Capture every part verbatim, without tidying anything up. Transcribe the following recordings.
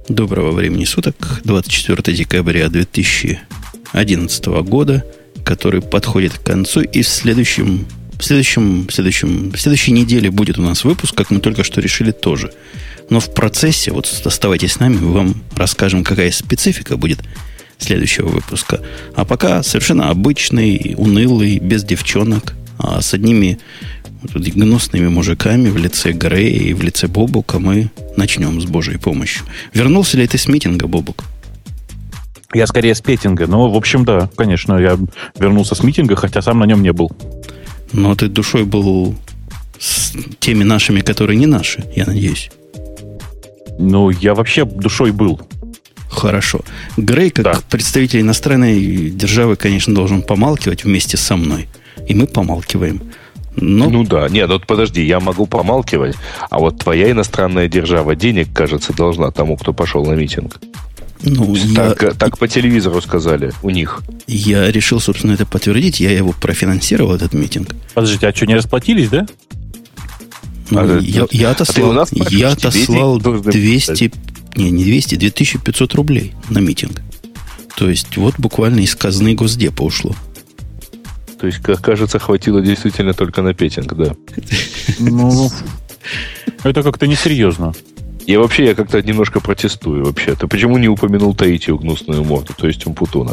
Доброго времени суток, двадцать четвёртого декабря две тысячи одиннадцатого года, который подходит к концу, и в следующем, в следующем, в следующем, в следующей неделе будет у нас выпуск, как мы только что решили, тоже. Но в процессе, вот оставайтесь с нами, мы вам расскажем, какая специфика будет следующего выпуска. А пока совершенно обычный, унылый, без девчонок, а с одними гнусными мужиками в лице Грея и в лице Бобука мы начнем с Божьей помощью. Вернулся ли ты с митинга, Бобук? Я скорее с петинга, но, в общем, да, конечно, я вернулся с митинга, хотя сам на нем не был. Но ты душой был с теми нашими, которые не наши, я надеюсь. Ну, я вообще душой был. Хорошо. Грей, как да. представитель иностранной державы, конечно, должен помалкивать вместе со мной. И мы помалкиваем. Но... Ну да, нет, вот подожди, я могу помалкивать, а вот твоя иностранная держава денег, кажется, должна тому, кто пошел на митинг. Ну, так, я... так по телевизору сказали у них. Я решил, собственно, это подтвердить. Я его профинансировал, этот митинг. Подождите, а что, не расплатились, да? Ну, а, я, это... я отослал, а я отослал двести, не, не двести, две тысячи пятьсот рублей на митинг. То есть, вот буквально из казны Госдепа ушло. То есть, как кажется, хватило действительно только на петинг, да. Ну, это как-то несерьезно. Я вообще, я как-то немножко протестую вообще. Ты почему не упомянул Таитию гнусную морду, то есть Умпутуна?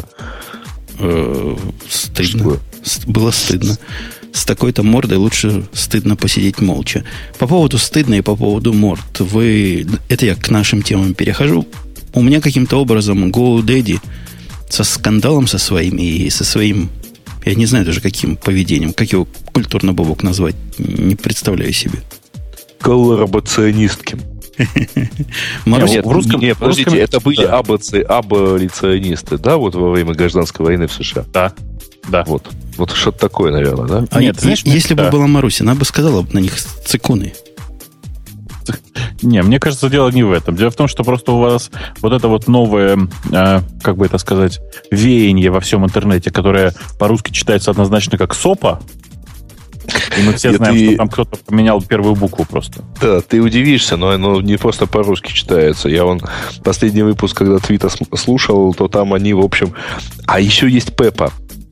Стыдно. Было стыдно. С такой-то мордой лучше стыдно посидеть молча. По поводу стыдно и по поводу морд. Вы... Это я к нашим темам перехожу. У меня каким-то образом GoDaddy со скандалом со своим и со своим... Я не знаю даже, каким поведением, как его культурно, Бобок, назвать, не представляю себе. Коллаборационистким. Нет, в русском... Нет, подождите, это были аболиционисты, да, вот во время гражданской войны в США? Да, да. Вот, вот что-то такое, наверное, да? А нет, знаешь, если бы была Маруся, она бы сказала на них цикуны. Не, мне кажется, дело не в этом. Дело в том, что просто у вас вот это вот новое, э, как бы это сказать, веяние во всем интернете, которое по-русски читается однозначно как СОПа, и мы все знаем, ты... что там кто-то поменял первую букву просто. Да, ты удивишься, но оно не просто по-русски читается. Я вон последний выпуск, когда Твита слушал, то там они, в общем... А еще есть Пеппа.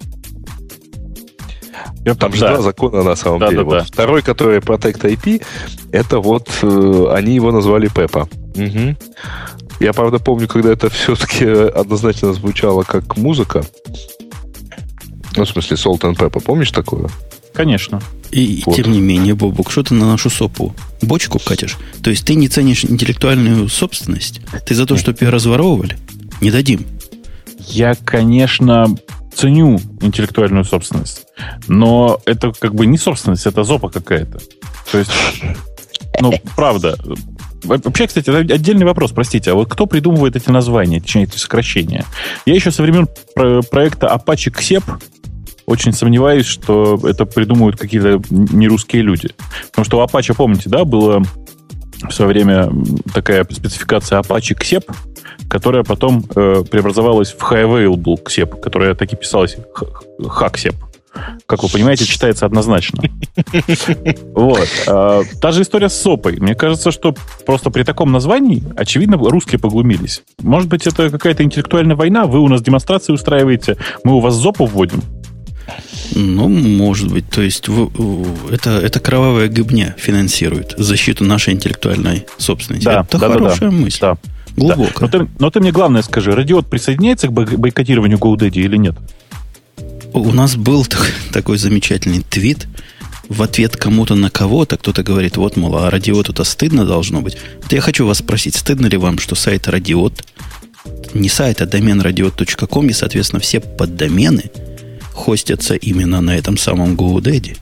Там же да. два закона на самом да, деле. Да, вот да. Второй, который Protect ай пи, это вот э, они его назвали Пеппа. Угу. Я, правда, помню, когда это все-таки однозначно звучало как музыка. Ну, в смысле, Salt and Pepper. Помнишь такое? Конечно. И вот. Тем не менее, Бобук, что ты на нашу сопу бочку катишь? То есть ты не ценишь интеллектуальную собственность? Ты за то, чтобы ее разворовывали? Не дадим. Я, конечно... ценю интеллектуальную собственность, но это как бы не собственность, это зопа какая-то. То есть, ну, правда. Вообще, кстати, это отдельный вопрос, простите, а вот кто придумывает эти названия, точнее, эти сокращения? Я еще со времен проекта Apache Xep очень сомневаюсь, что это придумывают какие-то нерусские люди. Потому что у Apache, помните, да, была в свое время такая спецификация Apache Xep, которая потом э, преобразовалась в High Available Xep, которая таки писалась Haxep. Как вы понимаете, читается однозначно. Вот. Та же история с сопой. Мне кажется, что просто при таком названии, очевидно, русские поглумились. Может быть, это какая-то интеллектуальная война? Вы у нас демонстрации устраиваете, мы у вас зопу вводим? Ну, может быть. То есть вы, это, это кровавая гыбня финансирует защиту нашей интеллектуальной собственности. Да, это да, хорошая да, мысль. Да. Глубоко. Да. Но, ты, но ты мне главное скажи, Радиот присоединяется к бойкотированию GoDaddy или нет? У нас был так, такой замечательный твит в ответ кому-то на кого-то. Кто-то говорит, вот, мол, а Радиоту-то стыдно должно быть. Вот я хочу вас спросить, стыдно ли вам, что сайт Радиот, не сайт, а домен радиот точка ком, и, соответственно, все поддомены хостятся именно на этом самом GoDaddy?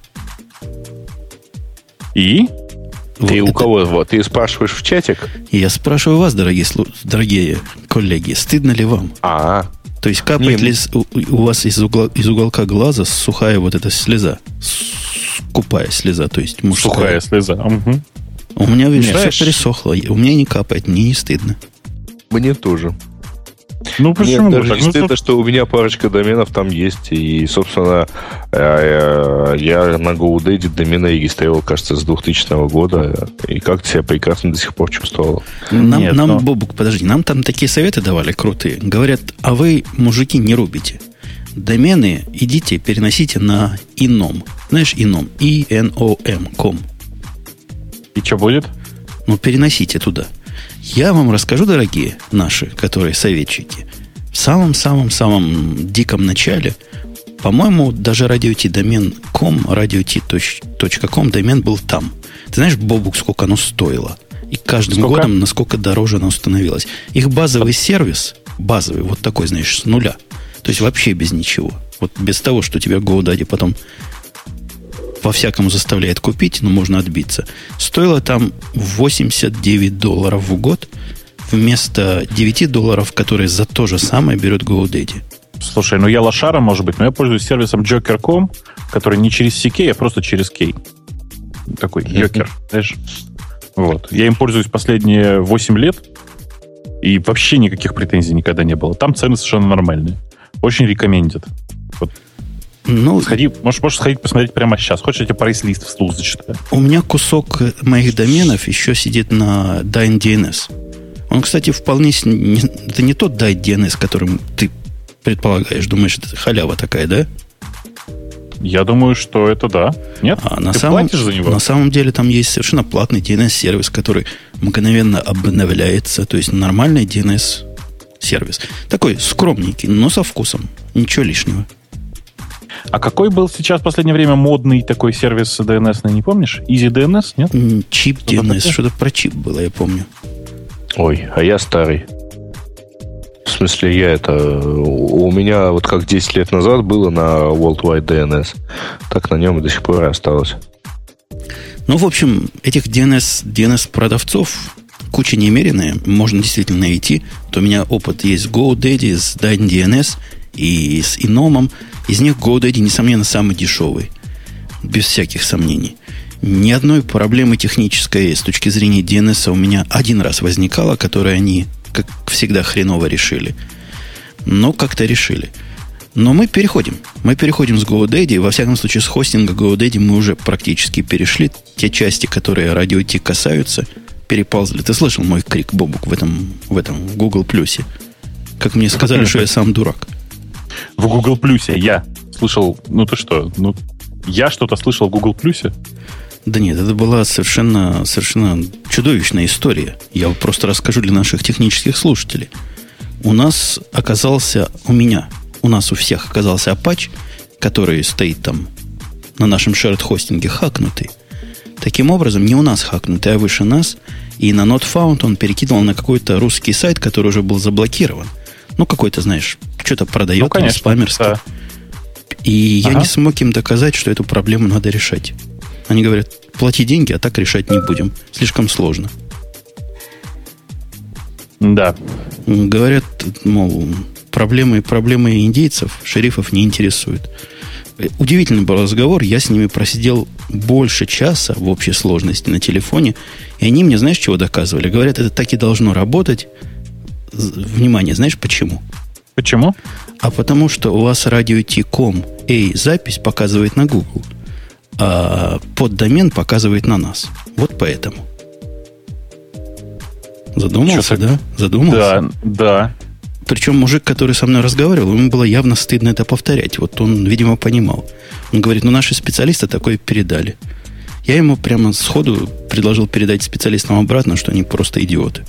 И? Вот ты это... у кого? Вот, ты спрашиваешь в чатик? Я спрашиваю вас, дорогие, дорогие коллеги, стыдно ли вам? А-а. То есть капает ли у, у вас из, угла, из уголка глаза сухая вот эта слеза? Скупая слеза, то есть мужская. Сухая слеза. Угу. У меня, видишь, все пересохло. У меня не капает, мне не стыдно. Мне тоже. Ну, почему? Нет, даже так? не ну, это, что у меня парочка доменов там есть. И, собственно, я на GoDaddy домены регистрировал, кажется, с двухтысячного года. И как-то себя прекрасно до сих пор чувствовал. Нам, Нет, нам но... Бобук, подожди, нам там такие советы давали крутые. Говорят, а вы, мужики, не рубите. Домены идите, переносите на ином. Знаешь, ином. и эн о эм точка ком. И что будет? Ну, переносите туда. Я вам расскажу, дорогие наши, которые советчики, в самом-самом-самом диком начале, по-моему, даже радио-ти домен ком, радио-ти точка ком домен был там. Ты знаешь, Бобук, сколько оно стоило? И каждым сколько? годом, насколько дороже оно становилось. Их базовый сервис, базовый, вот такой, знаешь, с нуля. То есть вообще без ничего. Вот без того, что тебя GoDaddy потом по-всякому заставляет купить, но можно отбиться. Стоило там восемьдесят девять долларов в год вместо девять долларов, которые за то же самое берет GoDaddy. Слушай, ну я лошара, может быть, но я пользуюсь сервисом Joker точка ком, который не через си кей, а просто через Key. Такой Joker, знаешь? Вот. Я им пользуюсь последние восемь лет, и вообще никаких претензий никогда не было. Там цены совершенно нормальные. Очень рекомендят. Вот. Ну, сходи, можешь, можешь сходить посмотреть прямо сейчас. Хочешь, я тебе прайс-лист вслух зачитаю? У меня кусок моих доменов еще сидит на Dyn ди эн эс. Он, кстати, вполне... Не, это не тот Dyn ди эн эс, которым ты предполагаешь. Думаешь, это халява такая, да? Я думаю, что это да. Нет? А на ты самом, платишь за него? На самом деле там есть совершенно платный ди эн эс-сервис, который мгновенно обновляется. То есть нормальный ди эн эс-сервис. Такой скромненький, но со вкусом. Ничего лишнего. А какой был сейчас в последнее время модный такой сервис ди эн эс, не помнишь? Easy ди эн эс, нет? Чип ди эн эс, что-то про чип было, я помню. Ой, а я старый. В смысле, я это... У меня вот как десять лет назад было на Worldwide ди эн эс. Так на нем и до сих пор и осталось. Ну, в общем, этих ди эн эс, ди эн эс-продавцов куча немеренная. Можно действительно найти. Вот у меня опыт есть с GoDaddy, с Dyn ди эн эс и с Inom. Из них GoDaddy, несомненно, самый дешевый. Без всяких сомнений. Ни одной проблемы технической с точки зрения ди эн эс у меня один раз возникало, которую они, как всегда, хреново решили. Но как-то решили. Но мы переходим. Мы переходим с GoDaddy. Во всяком случае, с хостинга GoDaddy мы уже практически перешли. Те части, которые радио-ти касаются, переползли. Ты слышал мой крик, Бобук, в этом, в этом Google Плюсе? Как мне сказали, что я сам дурак. В Google Плюсе я слышал... Ну ты что? Ну, я что-то слышал в Google Плюсе? Да нет, это была совершенно, совершенно чудовищная история. Я просто расскажу для наших технических слушателей. У нас оказался, у меня, у нас у всех оказался Apache, который стоит там на нашем shared хостинге хакнутый. Таким образом, не у нас хакнутый, а выше нас. И на not found он перекидывал на какой-то русский сайт, который уже был заблокирован. Ну, какой-то, знаешь, что-то продает, ну, конечно, спамерский. Да. И ага. я не смог им доказать, что эту проблему надо решать. Они говорят, плати деньги, а так решать не будем. Слишком сложно. Да. Говорят, мол, проблемы, проблемы индейцев, шерифов не интересуют. Удивительный был разговор. Я с ними просидел больше часа в общей сложности на телефоне. И они мне, знаешь, чего доказывали? Говорят, это так и должно работать. Внимание, знаешь почему? Почему? А потому что у вас радио-ти точка ком A запись показывает на Google, а поддомен показывает на нас. Вот поэтому. Задумался, Что-то... да? Задумался? Да, да. Причем мужик, который со мной разговаривал, ему было явно стыдно это повторять. Вот он, видимо, понимал. Он говорит, ну наши специалисты такое передали. Я ему прямо сходу предложил передать специалистам обратно, что они просто идиоты.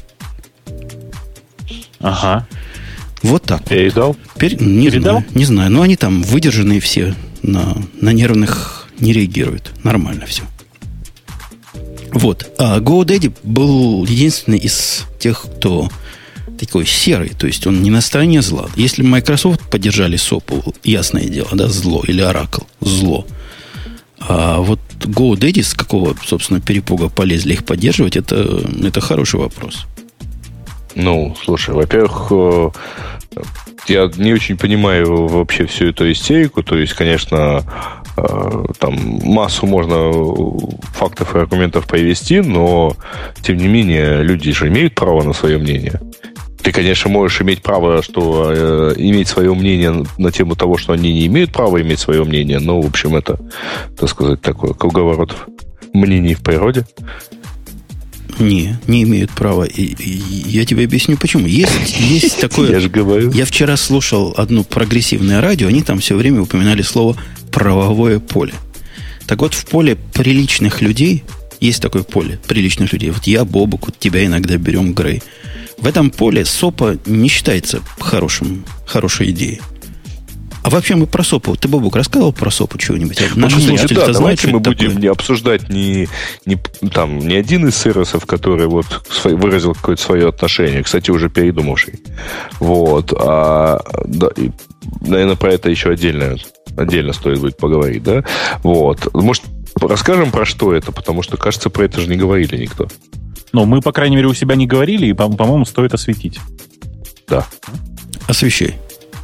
Ага. Вот так. Передал? Пер... Не Передал? знаю, не знаю. Но они там выдержанные все, на, на нервных не реагируют. Нормально все. Вот. А GoDaddy был единственный из тех, кто такой серый. То есть он не на стороне зла. Если Microsoft поддержали сопу, ясное дело, да, зло. Или Oracle, зло. А вот GoDaddy с какого, собственно, перепуга полезли их поддерживать, это, это хороший вопрос. Ну, слушай, во-первых, я не очень понимаю вообще всю эту истерику. То есть, конечно, там массу можно фактов и аргументов привести, но, тем не менее, люди же имеют право на свое мнение. Ты, конечно, можешь иметь право, что э, иметь свое мнение на тему того, что они не имеют права иметь свое мнение, но, в общем, это, так сказать, такое круговорот мнений в природе. Не, не имеют права. И, и я тебе объясню, почему. Есть, есть такое... Я же говорю. Я вчера слушал одно прогрессивное радио, они там все время упоминали слово «правовое поле». Так вот, в поле приличных людей, есть такое поле приличных людей. Вот я, Бобок, вот тебя иногда берем, Грей. В этом поле СОПа не считается хорошим, хорошей идеей. А вообще мы про СОПу. Ты, Бобук, рассказывал про СОПу чего-нибудь? Наши слушатели да, знают, давайте мы будем такое? не обсуждать ни, ни, там, ни один из сервисов, который вот выразил какое-то свое отношение, кстати, уже передумавший. Вот. А, да, и, наверное, про это еще отдельно, отдельно стоит будет поговорить, да? Вот. Может, расскажем, про что это? Потому что, кажется, про это же не говорили никто. Ну, мы, по крайней мере, у себя не говорили, и, по- по-моему, стоит осветить. Да. Освещай.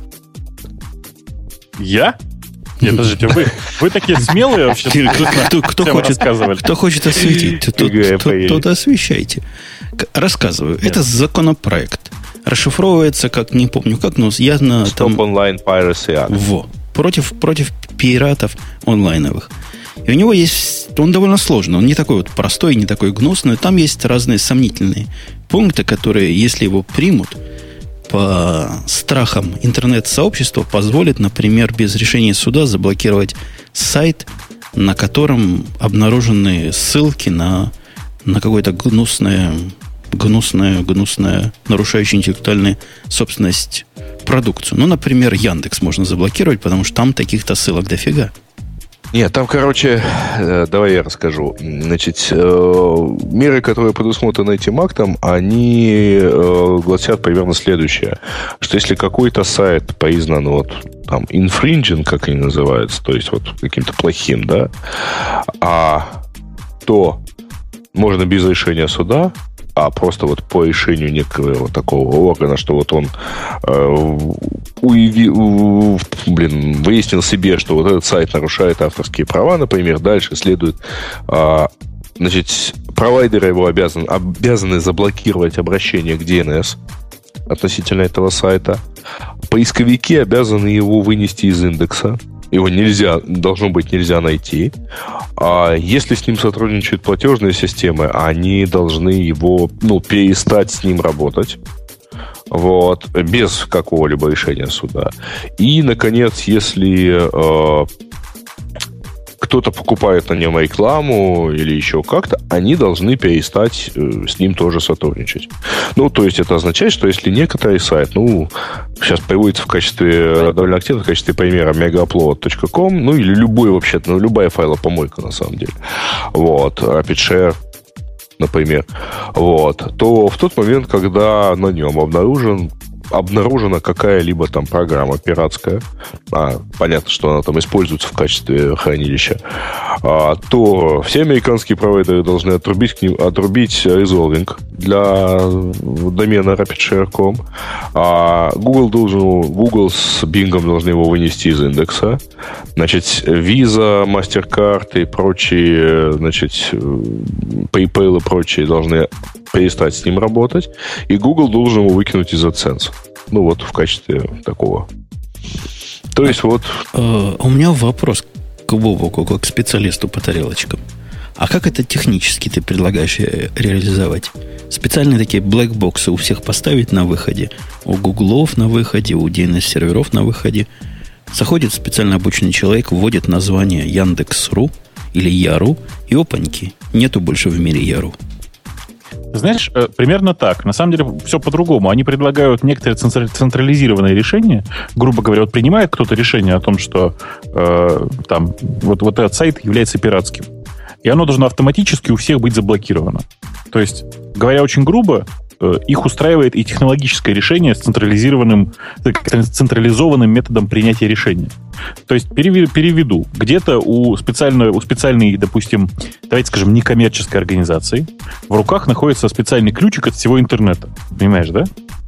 Я? Нет, подождите, вы, вы такие смелые вообще. Кто, кто, хочет, кто хочет осветить, тот, тот, тот освещайте. Рассказываю. Yeah. Это законопроект. Расшифровывается, как, не помню как, но явно... Stop там, Online Piracy Act. Во. Против, против пиратов онлайновых. И у него есть... Он довольно сложный. Он не такой вот простой, не такой гнусный. Там есть разные сомнительные пункты, которые, если его примут, по страхам интернет-сообщества позволит, например, без решения суда заблокировать сайт, на котором обнаружены ссылки на, на какое-то гнусное, гнусное, гнусное, нарушающее интеллектуальную собственность продукцию. Ну, например, Яндекс можно заблокировать, потому что там таких-то ссылок дофига. Нет, там, короче, давай я расскажу. Значит, меры, которые предусмотрены этим актом, они гласят примерно следующее. Что если какой-то сайт признан вот там infringing, как они называются, то есть вот каким-то плохим, да, а, то можно без решения суда, а просто вот по решению некого вот такого органа, что вот он э, уяви, у, блин, выяснил себе, что вот этот сайт нарушает авторские права, например, дальше следует, э, значит, провайдеры его обязан, обязаны заблокировать обращение к ди эн эс относительно этого сайта. Поисковики обязаны его вынести из индекса. Его нельзя, должно быть, нельзя найти. А если с ним сотрудничают платежные системы, они должны его, ну, перестать с ним работать. Вот, без какого-либо решения суда. И, наконец, если э, кто-то покупает на нем рекламу или еще как-то, они должны перестать э, с ним тоже сотрудничать. Ну, то есть это означает, что если некоторый сайт, ну, сейчас приводится в качестве, довольно активно в качестве примера megaupload точка ком, ну, или любой вообще, ну, любая файлопомойка, на самом деле. Вот, RapidShare, например. Вот, то в тот момент, когда на нем обнаружен обнаружена какая-либо там программа пиратская, а, понятно, что она там используется в качестве хранилища, а, то все американские провайдеры должны отрубить, к ним, отрубить резолвинг для домена RapidShare точка ком. А Google, должен, Google с Bing должны его вынести из индекса. Значит, Visa, MasterCard и прочие, значит, PayPal и прочие должны перестать с ним работать. И Google должен его выкинуть из AdSense. Ну, вот в качестве такого. То есть, а, вот... Э, у меня вопрос к Бобуку, как к специалисту по тарелочкам. А как это технически ты предлагаешь реализовать? Специальные такие блэкбоксы у всех поставить на выходе? У Гуглов на выходе, у ди эн эс-серверов на выходе? Заходит специально обученный человек, вводит название Яндекс.ру или Я.ру, и опаньки, нету больше в мире Я.ру. Знаешь, примерно так. На самом деле все по-другому. Они предлагают некоторые централизированные решения. Грубо говоря, вот принимает кто-то решение о том, что э, там вот, вот этот сайт является пиратским. И оно должно автоматически у всех быть заблокировано. То есть, говоря очень грубо, э, их устраивает и технологическое решение с централизированным, централизованным методом принятия решения. То есть, переведу. Где-то у специальной, у специальной, допустим, давайте скажем, некоммерческой организации в руках находится специальный ключик от всего интернета. Понимаешь, да?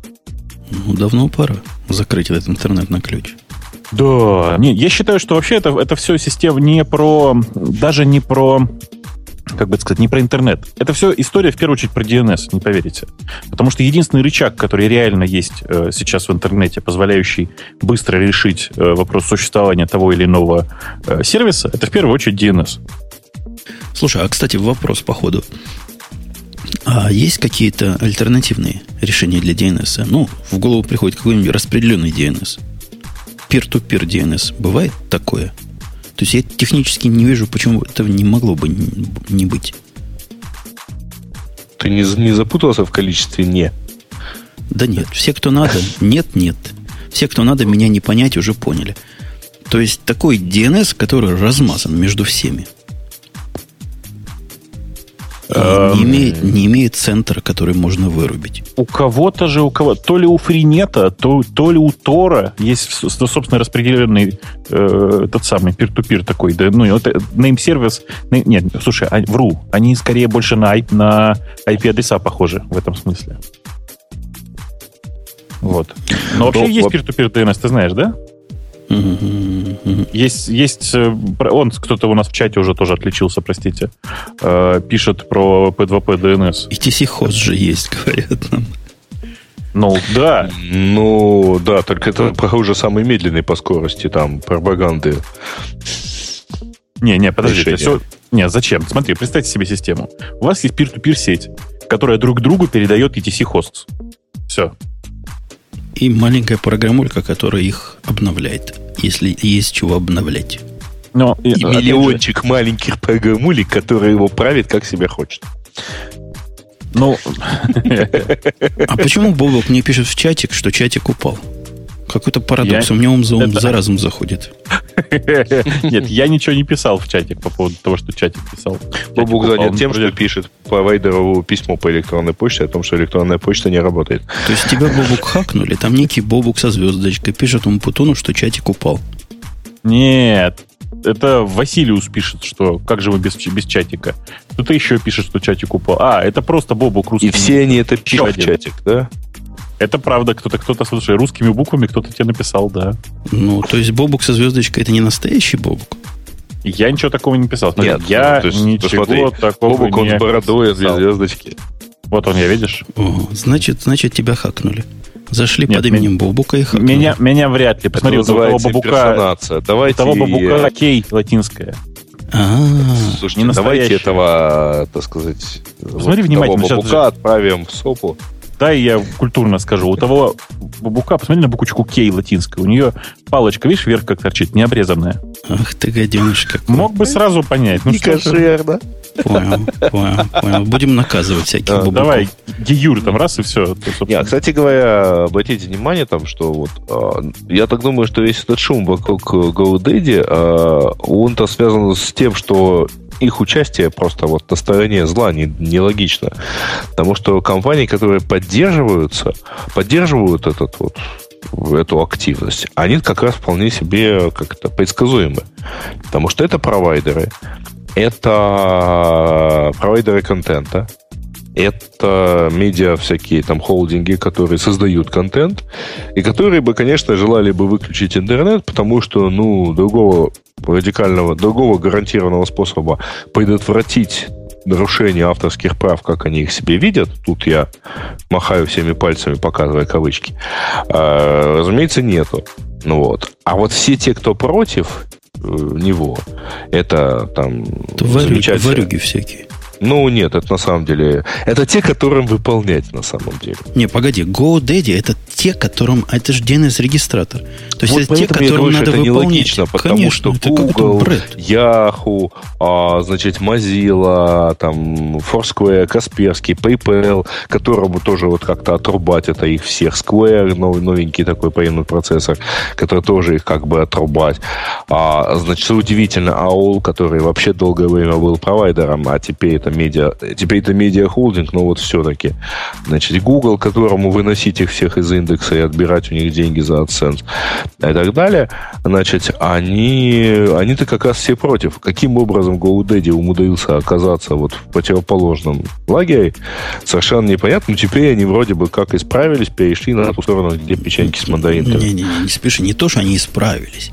Ну, давно пора закрыть этот интернет на ключ. Да. Не, я считаю, что вообще это, это все система не про... Даже не про как бы сказать, не про интернет. Это все история, в первую очередь, про ди эн эс, не поверите. Потому что единственный рычаг, который реально есть э, сейчас в интернете, позволяющий быстро решить э, вопрос существования того или иного э, сервиса, это в первую очередь ди эн эс. Слушай, а, кстати, вопрос по ходу. А есть какие-то альтернативные решения для ди эн эс? Ну, в голову приходит какой-нибудь распределенный ди эн эс. Peer-to-peer ди эн эс. Бывает такое? То есть я технически не вижу, почему этого не могло бы не быть. Ты не, не запутался в количестве «не»? Да нет. Все, кто надо, нет, нет. Все, кто надо, меня не понять, уже поняли. То есть такой ди эн эс, который размазан между всеми. Не имеет, не имеет центра, который можно вырубить. У кого-то же, у кого то ли у Фринета, то, то ли у Тора есть, собственно, распределенный э, тот самый peer-to-peer такой. Да, ну, это name-сервис. Нет, слушай, а, вру. Они скорее больше на, на ай пи-адреса похожи в этом смысле. Вот. Но вообще есть peer-to-peer ди эн эс, ты знаешь, да? Есть, есть, он, кто-то у нас в чате уже тоже отличился, простите, пишет про пи два пи ди эн эс. И ти си-хост же есть, говорят нам. Ну, да. Ну, да, только это, похоже, самый медленный по скорости там пропаганды. Не, не, подождите. Все... Не, зачем? Смотри, представьте себе систему. У вас есть peer-to-peer сеть, которая друг другу передает и ти си-хост. Все. И маленькая программулька, которая их обновляет, если есть чего обновлять. Но, и и миллиончик же... маленьких программулек, которые его правит, как себе хочет. Ну, а почему Бобок мне пишет в чатик, что чатик упал? Какой-то парадокс. Я... У меня ум за, ум Это... за разум заходит. Нет, я ничего не писал в чатик по поводу того, что чатик писал. Бобук занят тем, что пишет провайдеру письмо по электронной почте о том, что электронная почта не работает. То есть тебя, Бобук, хакнули? Там некий Бобук со звездочкой пишет Умпутуну, что чатик упал. Нет, это Василиус пишет, что как же мы без, без чатика. Кто-то еще пишет, что чатик упал. А, это просто Бобук русский. И все они это пишут в чатик, да? Это правда, кто-то, кто-то, слушай, русскими буквами кто-то тебе написал, да. Ну, то есть Бобук со звездочкой это не настоящий Бобук? Я ничего такого не писал. Смотри, Нет, я ну, есть, ничего посмотри, такого Бобук, не он с бородой, две звездочки. Вот он, я видишь? О, значит, значит, тебя хакнули. Зашли Нет, под именем меня, Бобука и хакнули. Меня, меня вряд ли. Посмотри, у того Бобука, давайте... того Бобука Кей латинская. А-а-а. Слушайте, давайте этого, так сказать, Посмотри внимательно. Того Бобука отправим в СОПу. Да, и я культурно скажу. У того бабука, посмотри на буквочку Кей латинская. У нее палочка, видишь, вверх как торчит, необрезанная. Ах ты, гаденыш какой. Мог бы сразу понять. Ну, не кошерно. Понял, понял, понял. Будем наказывать всяких а, бабуков. Давай, Геюр там раз и все. Не, кстати говоря, обратите внимание, там, что вот я так думаю, что весь этот шум вокруг GoDaddy, он-то связан с тем, что их участие просто вот на стороне зла не, нелогично. Потому что компании, которые поддерживаются, поддерживают этот вот, эту активность, они как раз вполне себе как-то предсказуемы. Потому что это провайдеры, это провайдеры контента, это медиа всякие там холдинги, которые создают контент, и которые бы, конечно, желали бы выключить интернет, потому что, ну, другого радикального, другого гарантированного способа предотвратить нарушение авторских прав, как они их себе видят, тут я махаю всеми пальцами, показывая кавычки, а, разумеется, нету. Ну вот. А вот все те, кто против него, это там замечательно. Варюги всякие. Ну, нет, это на самом деле... Это те, которым выполнять на самом деле. Не, погоди, GoDaddy это те, которым... Это же ди эн эс-регистратор. То есть вот это те, которым говорю, надо это выполнять. Нелогично, потому Конечно, что Google, Yahoo, а, значит, Mozilla, там, Foursquare, Kaspersky, PayPal, которому тоже вот как-то отрубать это их всех. Square, новый, новенький такой payment процессор, который тоже их как бы отрубать. А, значит, удивительно, эй о эл, который вообще долгое время был провайдером, а теперь это медиа, теперь это медиа-холдинг, но вот все-таки. Значит, Google, которому выносить их всех из индекса и отбирать у них деньги за AdSense и так далее, значит, они, они-то как раз все против. Каким образом GoDaddy умудрился оказаться вот в противоположном лагере, совершенно непонятно. Но теперь они вроде бы как исправились, перешли на ту сторону, где печеньки с мандаринками. Не-не-не, не спеши. Не то, что они исправились.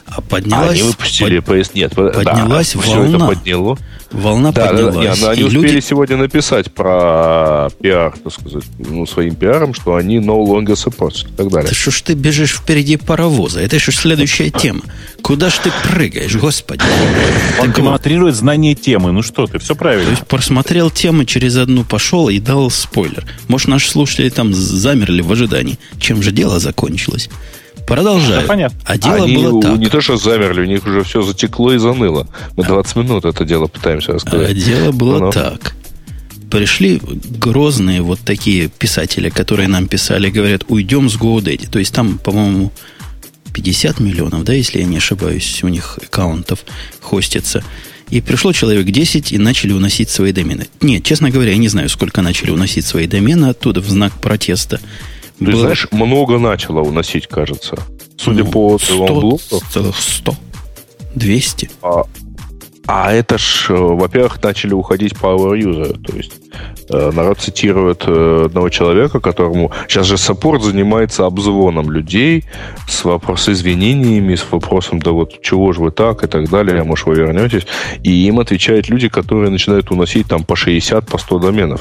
А поднялась... Они выпустили под... пи эс... Нет, поднялась да, волна. Все это подняло. Волна да, поднялась. Да, да, они и успели люди... сегодня написать про пиар, так сказать, ну, своим пиаром, что они no longer support и так далее. Да что ж ты бежишь впереди паровоза? Это же следующая тема. Куда ж ты прыгаешь, господи? Он демонстрирует знание темы. Ну что ты, все правильно. То есть просмотрел тему, через одну пошел и дал спойлер. Может, наши слушатели там замерли в ожидании. Чем же дело закончилось? Продолжаю. Да, понятно. А дело Они было так. Не то, что замерли, у них уже все затекло и заныло. Мы двадцать минут это дело пытаемся рассказать. А дело было Но. так. Пришли грозные вот такие писатели, которые нам писали, говорят, уйдем с GoDaddy. То есть там, по-моему, пятьдесят миллионов, да, если я не ошибаюсь, у них аккаунтов хостится. И пришло человек десять и начали уносить свои домены. Нет, честно говоря, я не знаю, сколько начали уносить свои домены оттуда в знак протеста. Ты Было... знаешь, много начало уносить, кажется. Судя ну, по твоему блогу. Целых сто. двести. А, а это ж, во-первых, начали уходить power user. То есть э, народ цитирует э, одного человека, которому... Сейчас же саппорт занимается обзвоном людей с вопросом, с извинениями, с вопросом, да вот, чего же вы так и так далее, а может вы вернетесь. И им отвечают люди, которые начинают уносить там по шестьдесят, по сто доменов.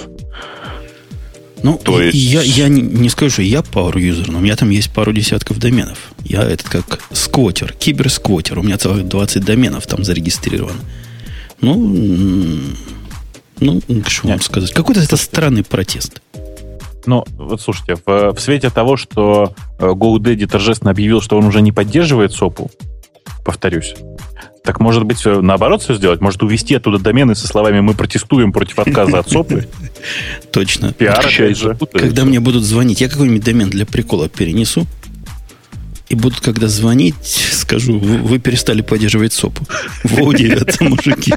Ну, То есть... я, я не, не скажу, что я power-юзер, но у меня там есть пару десятков доменов. Я этот как сквотер, киберсквотер. У меня целых двадцать доменов там зарегистрировано. Ну, ну что вам сказать? Какой-то это странный протест. Ну, вот слушайте, в, в свете того, что GoDaddy торжественно объявил, что он уже не поддерживает сопу, повторюсь, так может быть наоборот все сделать? Может увести оттуда домены со словами «Мы протестуем против отказа от сопы»? Точно. Пиар, опять же. Когда мне будут звонить, я какой-нибудь домен для прикола перенесу, и будут, когда звонить, скажу, вы, вы перестали поддерживать сопу. Вы удивятся, мужики.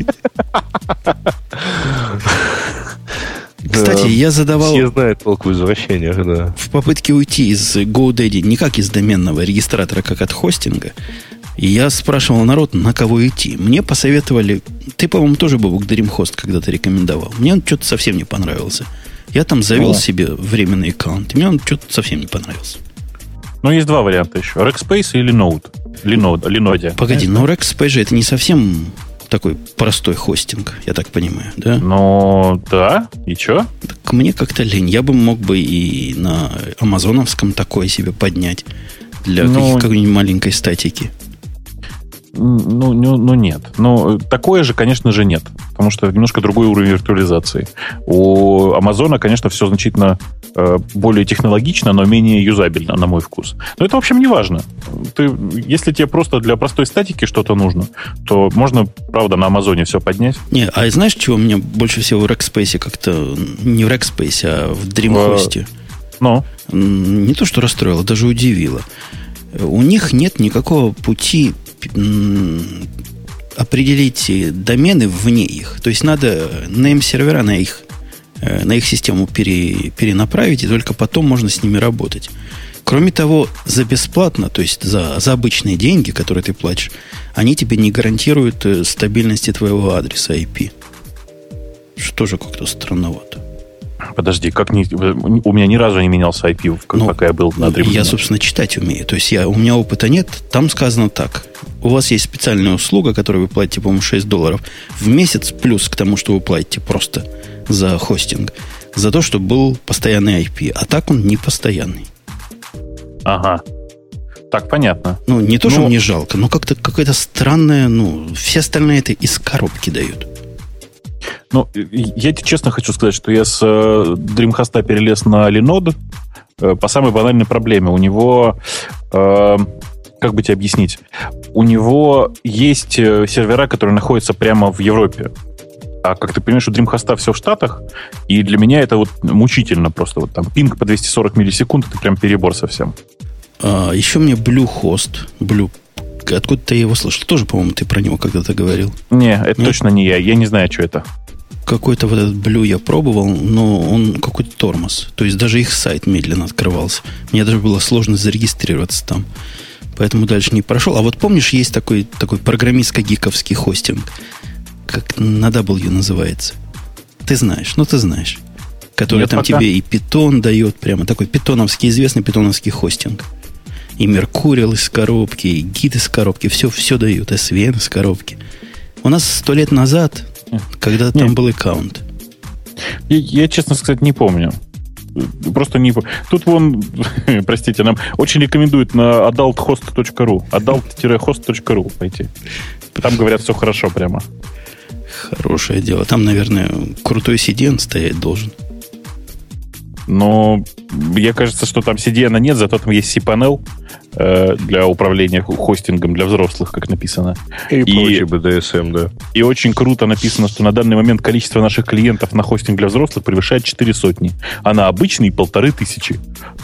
Кстати, я задавал... Все знают толк в извращениях, да. В попытке уйти из GoDaddy не как из доменного регистратора, как от хостинга, и я спрашивал народ, на кого идти. Мне посоветовали... Ты, по-моему, тоже был в DreamHost когда-то рекомендовал. Мне он что-то совсем не понравился. Я там завел О. себе временный аккаунт, и мне он что-то совсем не понравился. Ну, есть два варианта еще. Rackspace или Linode. Linode, Linode. Погоди, но Rackspace же это не совсем такой простой хостинг, я так понимаю, да? Ну, да. И что? Так мне как-то лень. Я бы мог бы и на амазоновском такое себе поднять для ну, какой-нибудь маленькой статики. Ну, ну, ну, нет. Ну, такое же, конечно же, нет. Потому что немножко другой уровень виртуализации. У Амазона, конечно, все значительно э, более технологично, но менее юзабельно, на мой вкус. Но это, в общем, не важно. Ты, если тебе просто для простой статики что-то нужно, то можно, правда, на Амазоне все поднять. Не, а знаешь, чего меня больше всего в Rackspace как-то... Не в Rackspace, а в DreamHost. Ну? Не то, что расстроило, даже удивило. У них нет никакого пути определить домены вне их. То есть надо name-сервера на их, на их систему пере, перенаправить, и только потом можно с ними работать. Кроме того, за бесплатно, то есть за, за обычные деньги, которые ты платишь, они тебе не гарантируют стабильности твоего адреса ай пи. Что же как-то странновато. Подожди, как не, у меня ни разу не менялся ай пи, как, ну, пока я был на DreamHost. Я, собственно, читать умею. То есть я, у меня опыта нет. Там сказано так. У вас есть специальная услуга, которую вы платите, по-моему, шесть долларов в месяц, плюс к тому, что вы платите просто за хостинг, за то, чтобы был постоянный ай пи. А так он не постоянный. Ага. Так, понятно. Ну, не то, но... что мне жалко, но как-то какая-то странная... Ну, все остальные это из коробки дают. Ну, я тебе честно хочу сказать, что я с DreamHost перелез на Linode по самой банальной проблеме. У него, э, как бы тебе объяснить, у него есть сервера, которые находятся прямо в Европе. А как ты понимаешь, у DreamHost все в Штатах, и для меня это вот мучительно просто. Вот там пинг по двести сорок миллисекунд, это прям перебор совсем. А, еще мне Bluehost, Blue, откуда ты его слышал? Тоже, по-моему, ты про него когда-то говорил. Не, это Нет? точно не я. Я не знаю, что это. Какой-то вот этот Blue я пробовал, но он какой-то тормоз. То есть даже их сайт медленно открывался. Мне даже было сложно зарегистрироваться там. Поэтому дальше не прошел. А вот помнишь, есть такой, такой программистско-гиковский хостинг, как на дабл ю называется. Ты знаешь, ну ты знаешь. Который Нет, там пока. тебе и Python дает, прямо такой питоновский, известный питоновский хостинг. И Меркурил из коробки, и гид из коробки. Все, все дают. эс ви эн из коробки. У нас сто лет назад, когда там был аккаунт. Я, я, честно сказать, не помню. Просто не помню. Тут вон, простите, нам очень рекомендуют на адалт хост точка ру. адалт хост точка ру пойти. Там говорят, все хорошо прямо. Хорошее дело. Там, наверное, крутой си ди эн стоять должен. Но мне кажется, что там си ди эн нет, зато там есть cPanel э, для управления хостингом для взрослых, как написано. И, и прочий би ди эс эм, да. И очень круто написано, что на данный момент количество наших клиентов на хостинг для взрослых превышает четыре сотни, а на обычный полторы тысячи.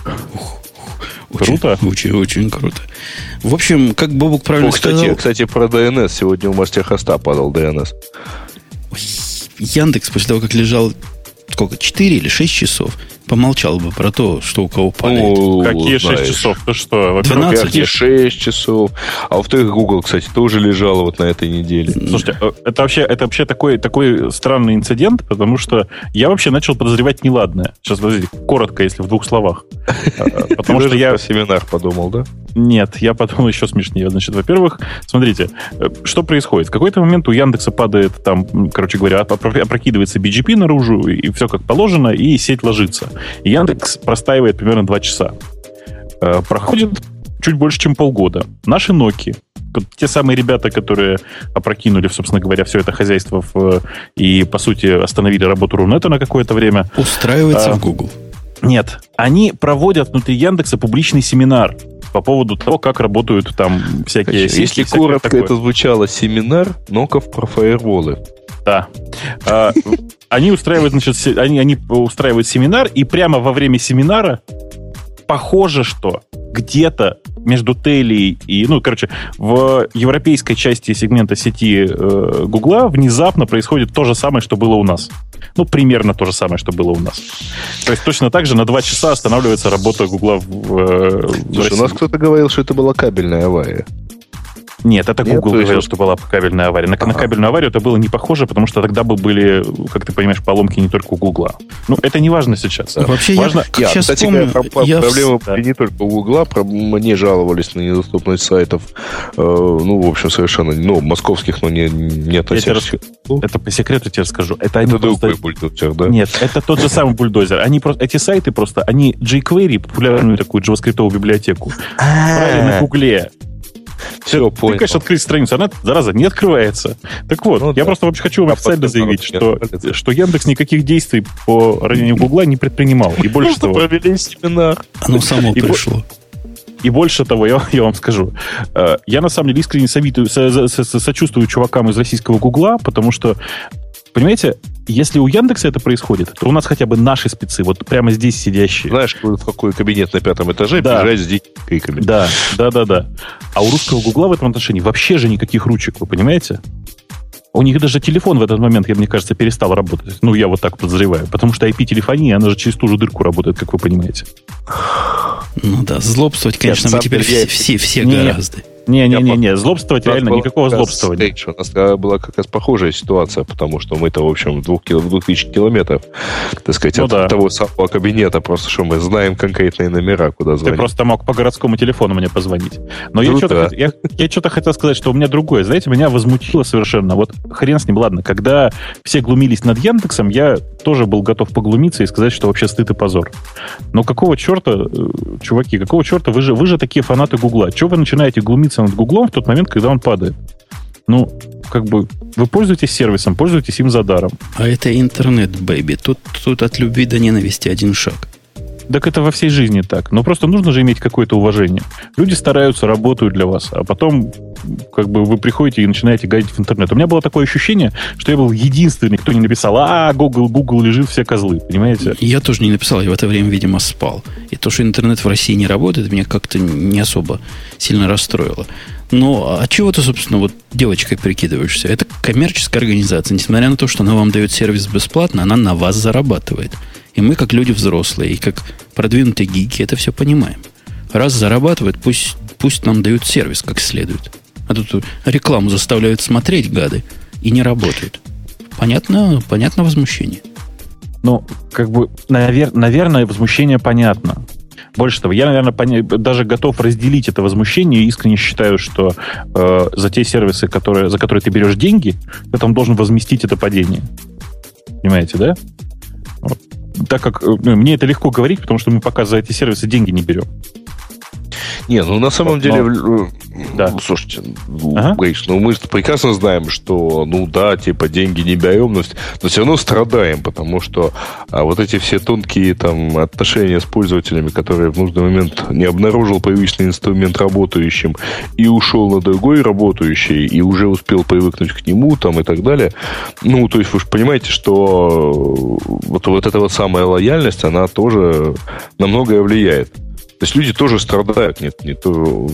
Круто? Очень, очень, очень круто. В общем, как Бобук правильно О, кстати, сказал... Кстати, про ди эн эс. Сегодня у Мастер-хоста падал ди эн эс. Ой, Яндекс после того, как лежал сколько, четыре или шесть часов, помолчал бы про то, что у кого падает. Ну, какие шесть часов? Ты что? двенадцать. Какие шесть часов? А во-вторых, Google, кстати, тоже лежал вот на этой неделе. Слушайте, это вообще, это вообще такой, такой странный инцидент, потому что я вообще начал подозревать неладное. Сейчас, подождите, коротко, если в двух словах. Потому что я... семинар подумал, да? Нет, я подумал еще смешнее. Значит, во-первых, смотрите, что происходит. В какой-то момент у Яндекса падает, там, короче говоря, опрокидывается би джи пи наружу, и все как положено, и сеть ложится. И Яндекс простаивает примерно два часа. Проходит чуть больше, чем полгода. Наши Nokia, те самые ребята, которые опрокинули, собственно говоря, все это хозяйство в, и, по сути, остановили работу Рунета на какое-то время. Устраивается а, в Google. Нет, они проводят внутри Яндекса публичный семинар по поводу того, как работают там всякие... Значит, если коротко такое. Это звучало семинар Ноков про фаерволы. Да. А, они устраивают, значит, они, они устраивают семинар, и прямо во время семинара похоже, что где-то между Телей и... Ну, короче, в европейской части сегмента сети э, Гугла внезапно происходит то же самое, что было у нас. Ну, примерно то же самое, что было у нас. То есть точно так же на два часа останавливается работа Гугла в, э, в Слушай, у нас кто-то говорил, что это была кабельная авария. Нет, это Google Нет, говорил, есть... что была кабельная авария. На, ага. на кабельную аварию это было не похоже, потому что тогда бы были, как ты понимаешь, поломки не только у Гугла. Ну, это не важно сейчас. Вообще, важно... я, я сейчас кстати, помню... Про, я проблема да. не только у Гугла, про... мне жаловались на недоступность сайтов, э, ну, в общем, совершенно, ну, московских, но не, не относящихся. Рас... Это по секрету тебе расскажу. Это, это другой просто... бульдозер, да? Нет, это тот же самый бульдозер. Они просто... Эти сайты просто, они jQuery, популярную такую JavaScript библиотеку, брали на Гугле. Все, ты, ты, конечно, открыть страницу, она, зараза, не открывается. Так вот, ну, я да. просто вообще хочу вам официально заявить, что, что Яндекс никаких действий по ранению Гугла не предпринимал. И больше того... провели семинар. Оно само и пришло. И больше того, я, я вам скажу, я на самом деле искренне советую, со, со, со, сочувствую чувакам из российского Гугла, потому что, понимаете, если у Яндекса это происходит, то у нас хотя бы наши спецы, вот прямо здесь сидящие. Знаешь, в какой кабинет на пятом этаже, да. бежать с дикими криками. Да, да, да, да. А у русского Гугла в этом отношении вообще же никаких ручек, вы понимаете? У них даже телефон в этот момент, мне кажется, перестал работать. Ну, я вот так подозреваю. Потому что ай пи-телефония, она же через ту же дырку работает, как вы понимаете. Ну да, злобствовать, конечно, Нет, мы теперь все, все, все не, гораздо. Не-не-не, злобствовать реально никакого злобствования. Stage. У нас была как раз похожая ситуация, потому что мы-то, в общем, в двух, в двух тысячах километров, так сказать, ну, от да. того самого кабинета, просто что мы знаем конкретные номера, куда звонить. Ты просто мог по городскому телефону мне позвонить. Но я что-то, я, я что-то хотел сказать, что у меня другое. Знаете, меня возмутило совершенно. Вот хрен с ним, ладно, когда все глумились над Яндексом, я тоже был готов поглумиться и сказать, что вообще стыд и позор. Но какого черта, чуваки, какого черта, вы же, вы же такие фанаты Гугла. Чего вы начинаете глумиться над Гуглом в тот момент, когда он падает? Ну, как бы, вы пользуетесь сервисом, пользуетесь им за даром. А это интернет, бэйби. Тут, тут от любви до ненависти один шаг. Так это во всей жизни так. Но просто нужно же иметь какое-то уважение. Люди стараются, работают для вас, а потом как бы вы приходите и начинаете гадить в интернет. У меня было такое ощущение, что я был единственный, кто не написал: а, Google, Google лежит, все козлы, понимаете? Я тоже не написал, я в это время, видимо, спал. И то, что интернет в России не работает, меня как-то не особо сильно расстроило. Ну, а чего ты, собственно, вот девочкой прикидываешься? Это коммерческая организация. Несмотря на то, что она вам дает сервис бесплатно, она на вас зарабатывает. И мы, как люди взрослые, и как продвинутые гики, это все понимаем. Раз зарабатывают, пусть, пусть нам дают сервис как следует. А тут рекламу заставляют смотреть, гады, и не работают. Понятно, понятно возмущение. Ну, как бы, навер- наверное, возмущение понятно. Больше того, я, наверное, поня... даже готов разделить это возмущение и искренне считаю, что э, за те сервисы, которые, за которые ты берешь деньги, ты там должен возместить это падение. Понимаете, да? Вот. Так как ну, мне это легко говорить, потому что мы пока за эти сервисы деньги не берем. Не, ну на самом Но... деле, да. ну, слушайте, ага. Гриш, ну мы прекрасно знаем, что, ну да, типа деньги не берем, но, но все равно страдаем, потому что а вот эти все тонкие там отношения с пользователями, которые в нужный момент не обнаружил привычный инструмент работающим и ушел на другой работающий, и уже успел привыкнуть к нему там и так далее. Ну, то есть вы же понимаете, что вот, вот эта вот самая лояльность, она тоже на многое влияет. То есть люди тоже страдают, нет, не то,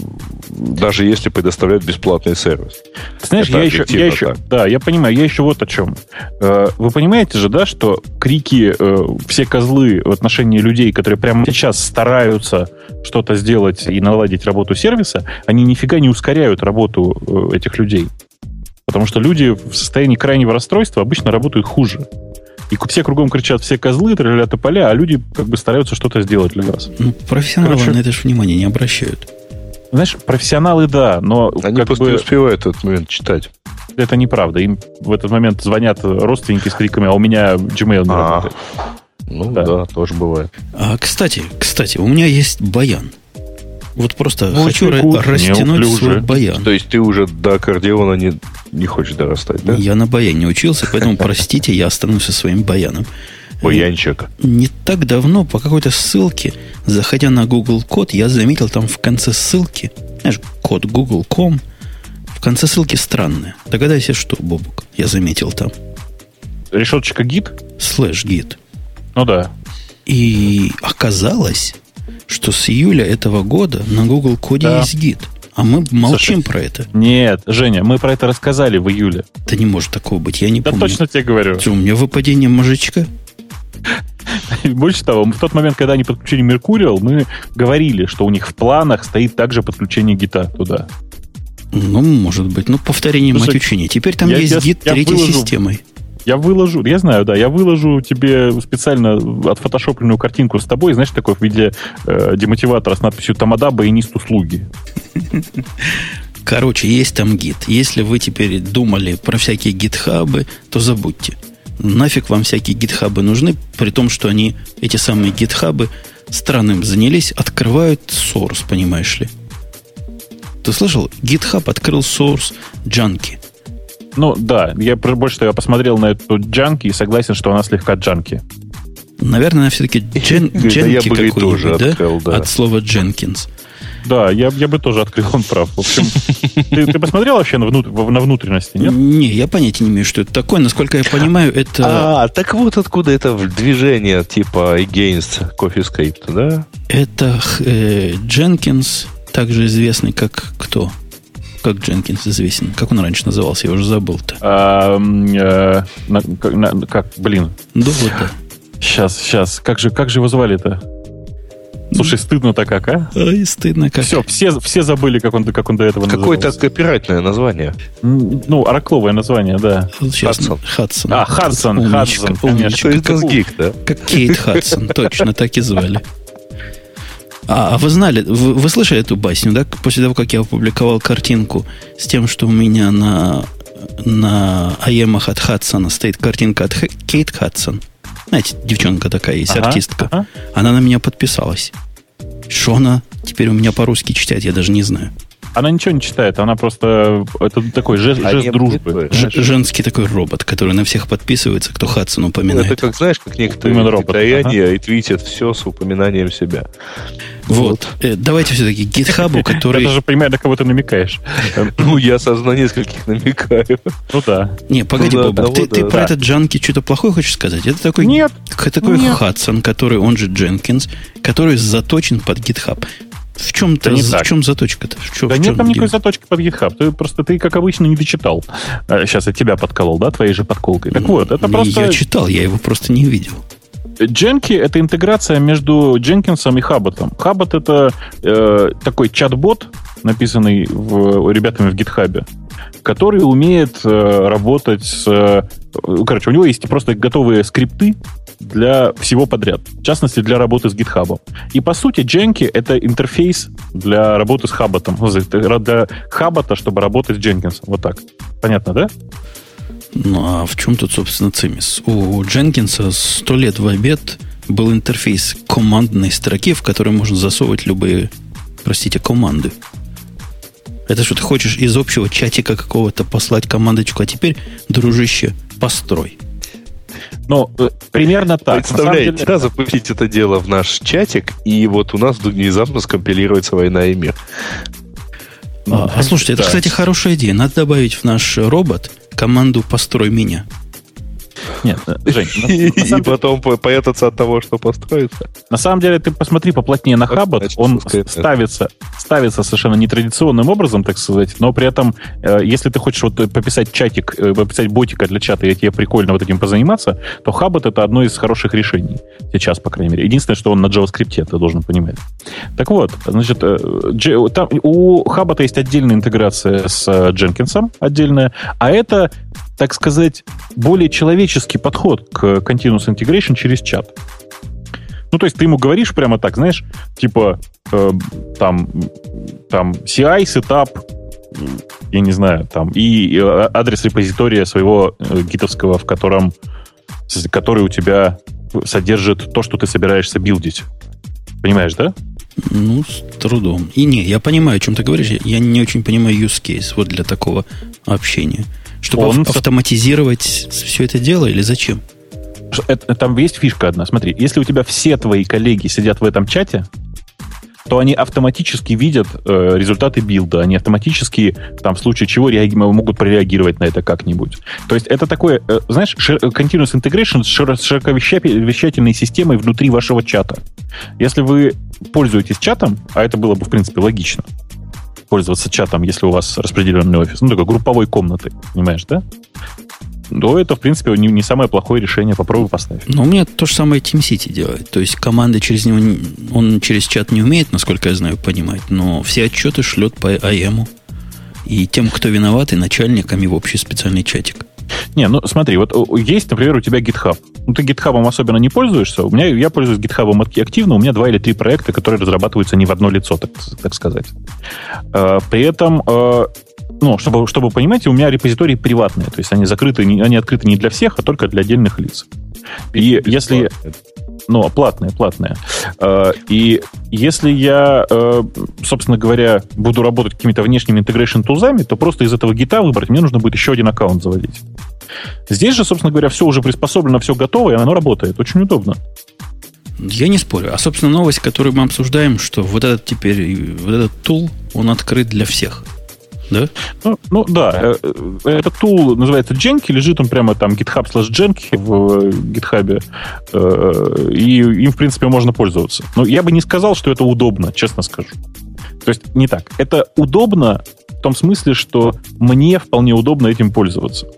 даже если предоставляют бесплатный сервис. Ты знаешь, я еще, я еще, да, я понимаю, я еще вот о чем. Вы понимаете же, да, что крики «все козлы» в отношении людей, которые прямо сейчас стараются что-то сделать и наладить работу сервиса, они нифига не ускоряют работу этих людей. Потому что люди в состоянии крайнего расстройства обычно работают хуже. И все кругом кричат «все козлы», тролля тополя, а люди как бы стараются что-то сделать для вас. Ну, профессионалы Короче, на это же внимание не обращают. Знаешь, профессионалы, да, но... Они просто бы, не успевают в этот момент читать. Это неправда. Им в этот момент звонят родственники с криками, а у меня Gmail не а, работает. Ну да. да, тоже бывает. А, кстати, кстати, у меня есть баян. Вот просто ну, хочу ра- растянуть свой баян. То есть ты уже до аккордеона не, не хочешь дорастать, да? Я на баяне учился, поэтому, простите, я останусь со своим баяном. Баянчик. Не так давно по какой-то ссылке, заходя на Google код, я заметил там в конце ссылки, знаешь, код google точка com, в конце ссылки странное. Догадайся, что, Бобук, я заметил там. Решеточка гид? Слэш гид. Ну да. И оказалось, что с июля этого года на Google коде да. есть гид. А мы молчим Слушай, про это. Нет, Женя, мы про это рассказали в июле. Да не может такого быть, я не да помню. Да точно тебе говорю. Что, у меня выпадение мозжечка? Больше того, в тот момент, когда они подключили Mercurial, мы говорили, что у них в планах стоит также подключение гита туда. Ну, может быть. Ну, повторение Слушай, мать учения. Теперь там я, есть я, гид я третьей выложу, системой. Я выложу, я знаю, да, я выложу тебе специально отфотошопленную картинку с тобой, знаешь, такой в виде э, демотиватора с надписью «Тамада баянист услуги». Короче, есть там гид. Если вы теперь думали про всякие гитхабы, то забудьте. Нафиг вам всякие гитхабы нужны, при том, что они, эти самые гитхабы, странным занялись, открывают source, понимаешь ли. Ты слышал? GitHub открыл source Junkie. Ну, да, я больше того, я посмотрел на эту Junkie и согласен, что она слегка Junkie. Наверное, она все-таки джен, Junkie какой-нибудь, да? Открыл, да? От слова Jenkins. Да, я, я бы тоже открыл, он прав. В общем, ты, ты посмотрел вообще на, внут, на внутренности, нет? Не, я понятия не имею, что это такое. Насколько я понимаю, это... А, так вот откуда это движение типа against CoffeeScript, да? Это э, Jenkins, также известный как кто? Как Jenkins известен? Как он раньше назывался? Я уже забыл-то. А, э, на, на, как, блин. Да вот, да. Сейчас, сейчас. Как же, как же его звали-то? Слушай, стыдно-то как, а? Ой, стыдно как. Все, все, все забыли, как он, как он до этого назывался. Какое-то копирайтное название. Ну, оракловое название, да. Хадсон. Хадсон. А, Хадсон, Хадсон, конечно. Это Гик, да? Как Кейт Хадсон, точно, так и звали. А, а вы знали, вы, вы слышали эту басню, да? После того, как я опубликовал картинку с тем, что у меня на, на аемах от Хадсона стоит картинка от Х, Кейт Хадсон. Знаете, девчонка такая есть, ага, артистка. Ага. Она на меня подписалась. Что она теперь у меня по-русски читает, я даже не знаю. Она ничего не читает, она просто... Это такой жест, жест дружбы. Ж, женский такой робот, который на всех подписывается, кто Хадсон упоминает. Это как, знаешь, как некоторые китаяне ага. ретвитят все с упоминанием себя. Вот. вот. Давайте все-таки гитхабу, который... Я даже понимаю, на кого ты намекаешь. Ну, я сразу на нескольких намекаю. Ну да. Не, погоди, Бобок, ты про этот Джанки что-то плохое хочешь сказать? Это такой... Нет. Такой Хадсон, который, он же Дженкинс, который заточен под GitHub. В чем-то, в чем заточка-то? В чем, да в нет чем там никакой заточки под GitHub. Ты просто, ты, как обычно, не дочитал. Сейчас я тебя подколол, да, твоей же подколкой. Так вот, это просто... Я читал, я его просто не видел. Дженки — это интеграция между Дженкинсом и Хабботом. Хаббот — это э, такой чат-бот, написанный в, ребятами в GitHub, который умеет э, работать с... Э, короче, у него есть просто готовые скрипты, для всего подряд. В частности, для работы с GitHub. И, по сути, Jenkins — это интерфейс для работы с Хабботом. Для Хаббота, чтобы работать с Jenkins. Вот так. Понятно, да? Ну, а в чем тут, собственно, цимис? У Jenkins сто лет в обед был интерфейс командной строки, в который можно засовывать любые, простите, команды. Это что, ты хочешь из общего чатика какого-то послать командочку, а теперь, дружище, построй. Ну, примерно так. Представляете, деле... да, запустить это дело в наш чатик, и вот у нас внезапно скомпилируется «Война и мир». А, а слушайте, это, да. Кстати, хорошая идея. Надо добавить в наш робот команду «Построй меня». Нет, Жень, на, и, на и потом деле, поэтаться от того, что построится. На самом деле, ты посмотри поплотнее на Хаббот, он ставится, ставится совершенно нетрадиционным образом, так сказать, но при этом, э, если ты хочешь вот пописать чатик, э, пописать ботика для чата, и тебе прикольно вот этим позаниматься, то Хаббот — это одно из хороших решений. Сейчас, по крайней мере. Единственное, что он на JavaScript, ты должен понимать. Так вот, значит, э, G, там, у Хаббота есть отдельная интеграция с Jenkins, отдельная, а это, так сказать, более человеческий подход к Continuous Integration через чат. Ну, то есть ты ему говоришь прямо так, знаешь, типа э, там, там си ай, сетап, я не знаю, там, и адрес репозитория своего э, гитовского, в котором, который у тебя содержит то, что ты собираешься билдить. Понимаешь, да? Ну, с трудом. И не, я понимаю, о чем ты говоришь, я не очень понимаю use case вот для такого общения. Чтобы Он... автоматизировать все это дело или зачем? Это, там есть фишка одна. Смотри, если у тебя все твои коллеги сидят в этом чате, то они автоматически видят э, результаты билда. Они автоматически, там, в случае чего, реаги- могут прореагировать на это как-нибудь. То есть это такое, э, знаешь, шир- Continuous Integration с широ- широковещательной системой внутри вашего чата. Если вы пользуетесь чатом, а это было бы, в принципе, логично, пользоваться чатом, если у вас распределенный офис, ну, такой групповой комнатой, понимаешь, да? То это, в принципе, не, не самое плохое решение. Попробуй поставь. Но у меня то же самое TeamCity делает. То есть команды через него, он через чат не умеет, насколько я знаю, понимать, но все отчеты шлет по эй эм. И тем, кто виноват, и начальникам, и в общий специальный чатик. Не, ну смотри, вот есть, например, у тебя GitHub. Ну, ты GitHub особенно не пользуешься. У меня, я пользуюсь GitHub активно. У меня два или три проекта, которые разрабатываются не в одно лицо, так, так сказать. При этом... Ну, чтобы, чтобы понимать, у меня репозитории приватные, то есть они закрыты, они открыты не для всех, а только для отдельных лиц. И если... Ну, платные, платные. И если я, собственно говоря, буду работать какими-то внешними интегрейшн-тулзами, то просто из этого гита выбрать мне нужно будет еще один аккаунт заводить. Здесь же, собственно говоря, все уже приспособлено, все готово, и оно работает. Очень удобно. Я не спорю. А, собственно, новость, которую мы обсуждаем, что вот этот теперь, вот этот тул, он открыт для всех. Да? Ну, ну да, этот тул называется Jenki, лежит он прямо там GitHub slash Jenki в GitHub, и им, в принципе, можно пользоваться. Но я бы не сказал, что это удобно, честно скажу. То есть не так. Это удобно в том смысле, что мне вполне удобно этим пользоваться.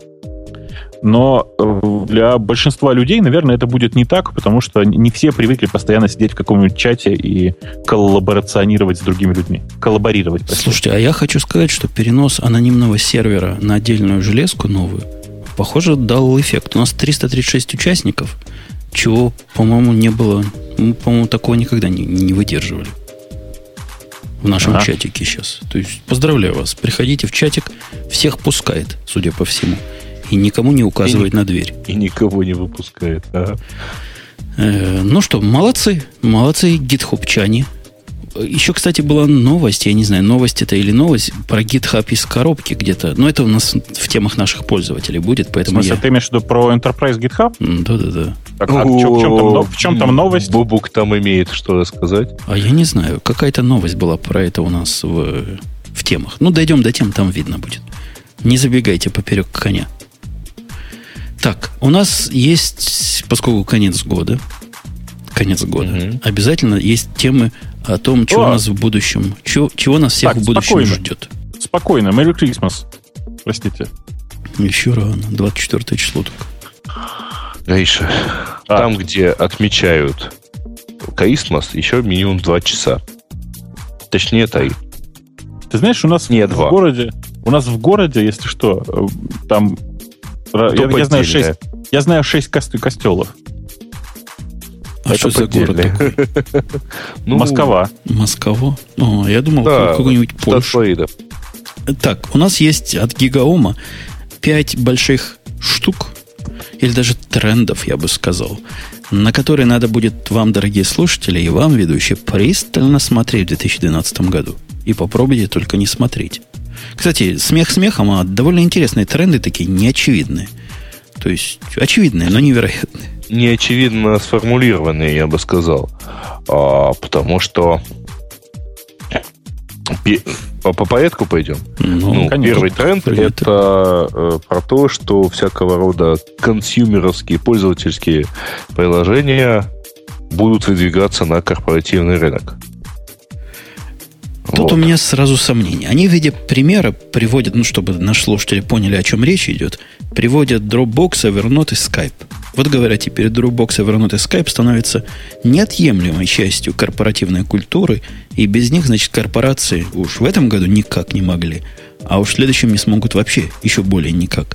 Но для большинства людей, наверное, это будет не так, потому что не все привыкли постоянно сидеть в каком-нибудь чате и коллаборационировать с другими людьми. Коллаборировать. Простите. Слушайте, а я хочу сказать, что перенос анонимного сервера на отдельную железку новую, похоже, дал эффект. У нас триста тридцать шесть участников, чего, по-моему, не было. Мы, по-моему, такого никогда не, не выдерживали. В нашем а. чатике сейчас. То есть, поздравляю вас. Приходите в чатик, всех пускает, судя по всему. И никому не указывает и, на дверь. И никого не выпускает. Ага. Э, ну что, молодцы. Молодцы, гитхубчане. Еще, кстати, была новость, я не знаю, новость это или новость, про GitHub из коробки где-то. Но это у нас в темах наших пользователей будет, поэтому в смысле, я... ты имеешь в виду про Enterprise GitHub? Да-да-да. Так, а в чем, в, чем там, в чем там новость? Бубук там имеет что рассказать. А я не знаю, какая-то новость была про это у нас в, в темах. Ну, дойдем до тем, там видно будет. Не забегайте поперек коня. Так, у нас есть, поскольку конец года, конец года, угу. обязательно есть темы о том, что о! у нас в будущем, чего, чего нас всех так, в будущем спокойно. ждет. Спокойно, Merry Christmas. Простите. Еще рано, двадцать четвёртое число только. Гриша, а. там, где отмечают Christmas, еще минимум два часа. Точнее, три. Ты знаешь, у нас Не в два. городе, у нас в городе, если что, там... Я, я, знаю шесть, я знаю шесть костелов. А что за город такой? Москва. Москва? О, я думал, какой-нибудь Польша. Так, у нас есть от Гигаома пять больших штук, или даже трендов, я бы сказал, на которые надо будет вам, дорогие слушатели, и вам, ведущие, пристально смотреть в две тысячи двенадцатом году. И попробуйте только не смотреть. Кстати, смех смехом, а довольно интересные тренды такие, неочевидные. То есть, очевидные, но невероятные. Неочевидно сформулированные, я бы сказал. А, потому что... По, по порядку пойдем? Ну, ну, конечно, первый тренд это э, про то, что всякого рода консюмеровские, пользовательские приложения будут выдвигаться на корпоративный рынок. Тут вот. У меня сразу сомнения. Они в виде примера приводят, ну, чтобы наши слушатели поняли, о чем речь идет, приводят Dropbox, Evernote и Skype. Вот говоря, теперь Dropbox, Evernote и Skype становятся неотъемлемой частью корпоративной культуры, и без них, значит, корпорации уж в этом году никак не могли, а уж в следующем не смогут вообще, еще более никак.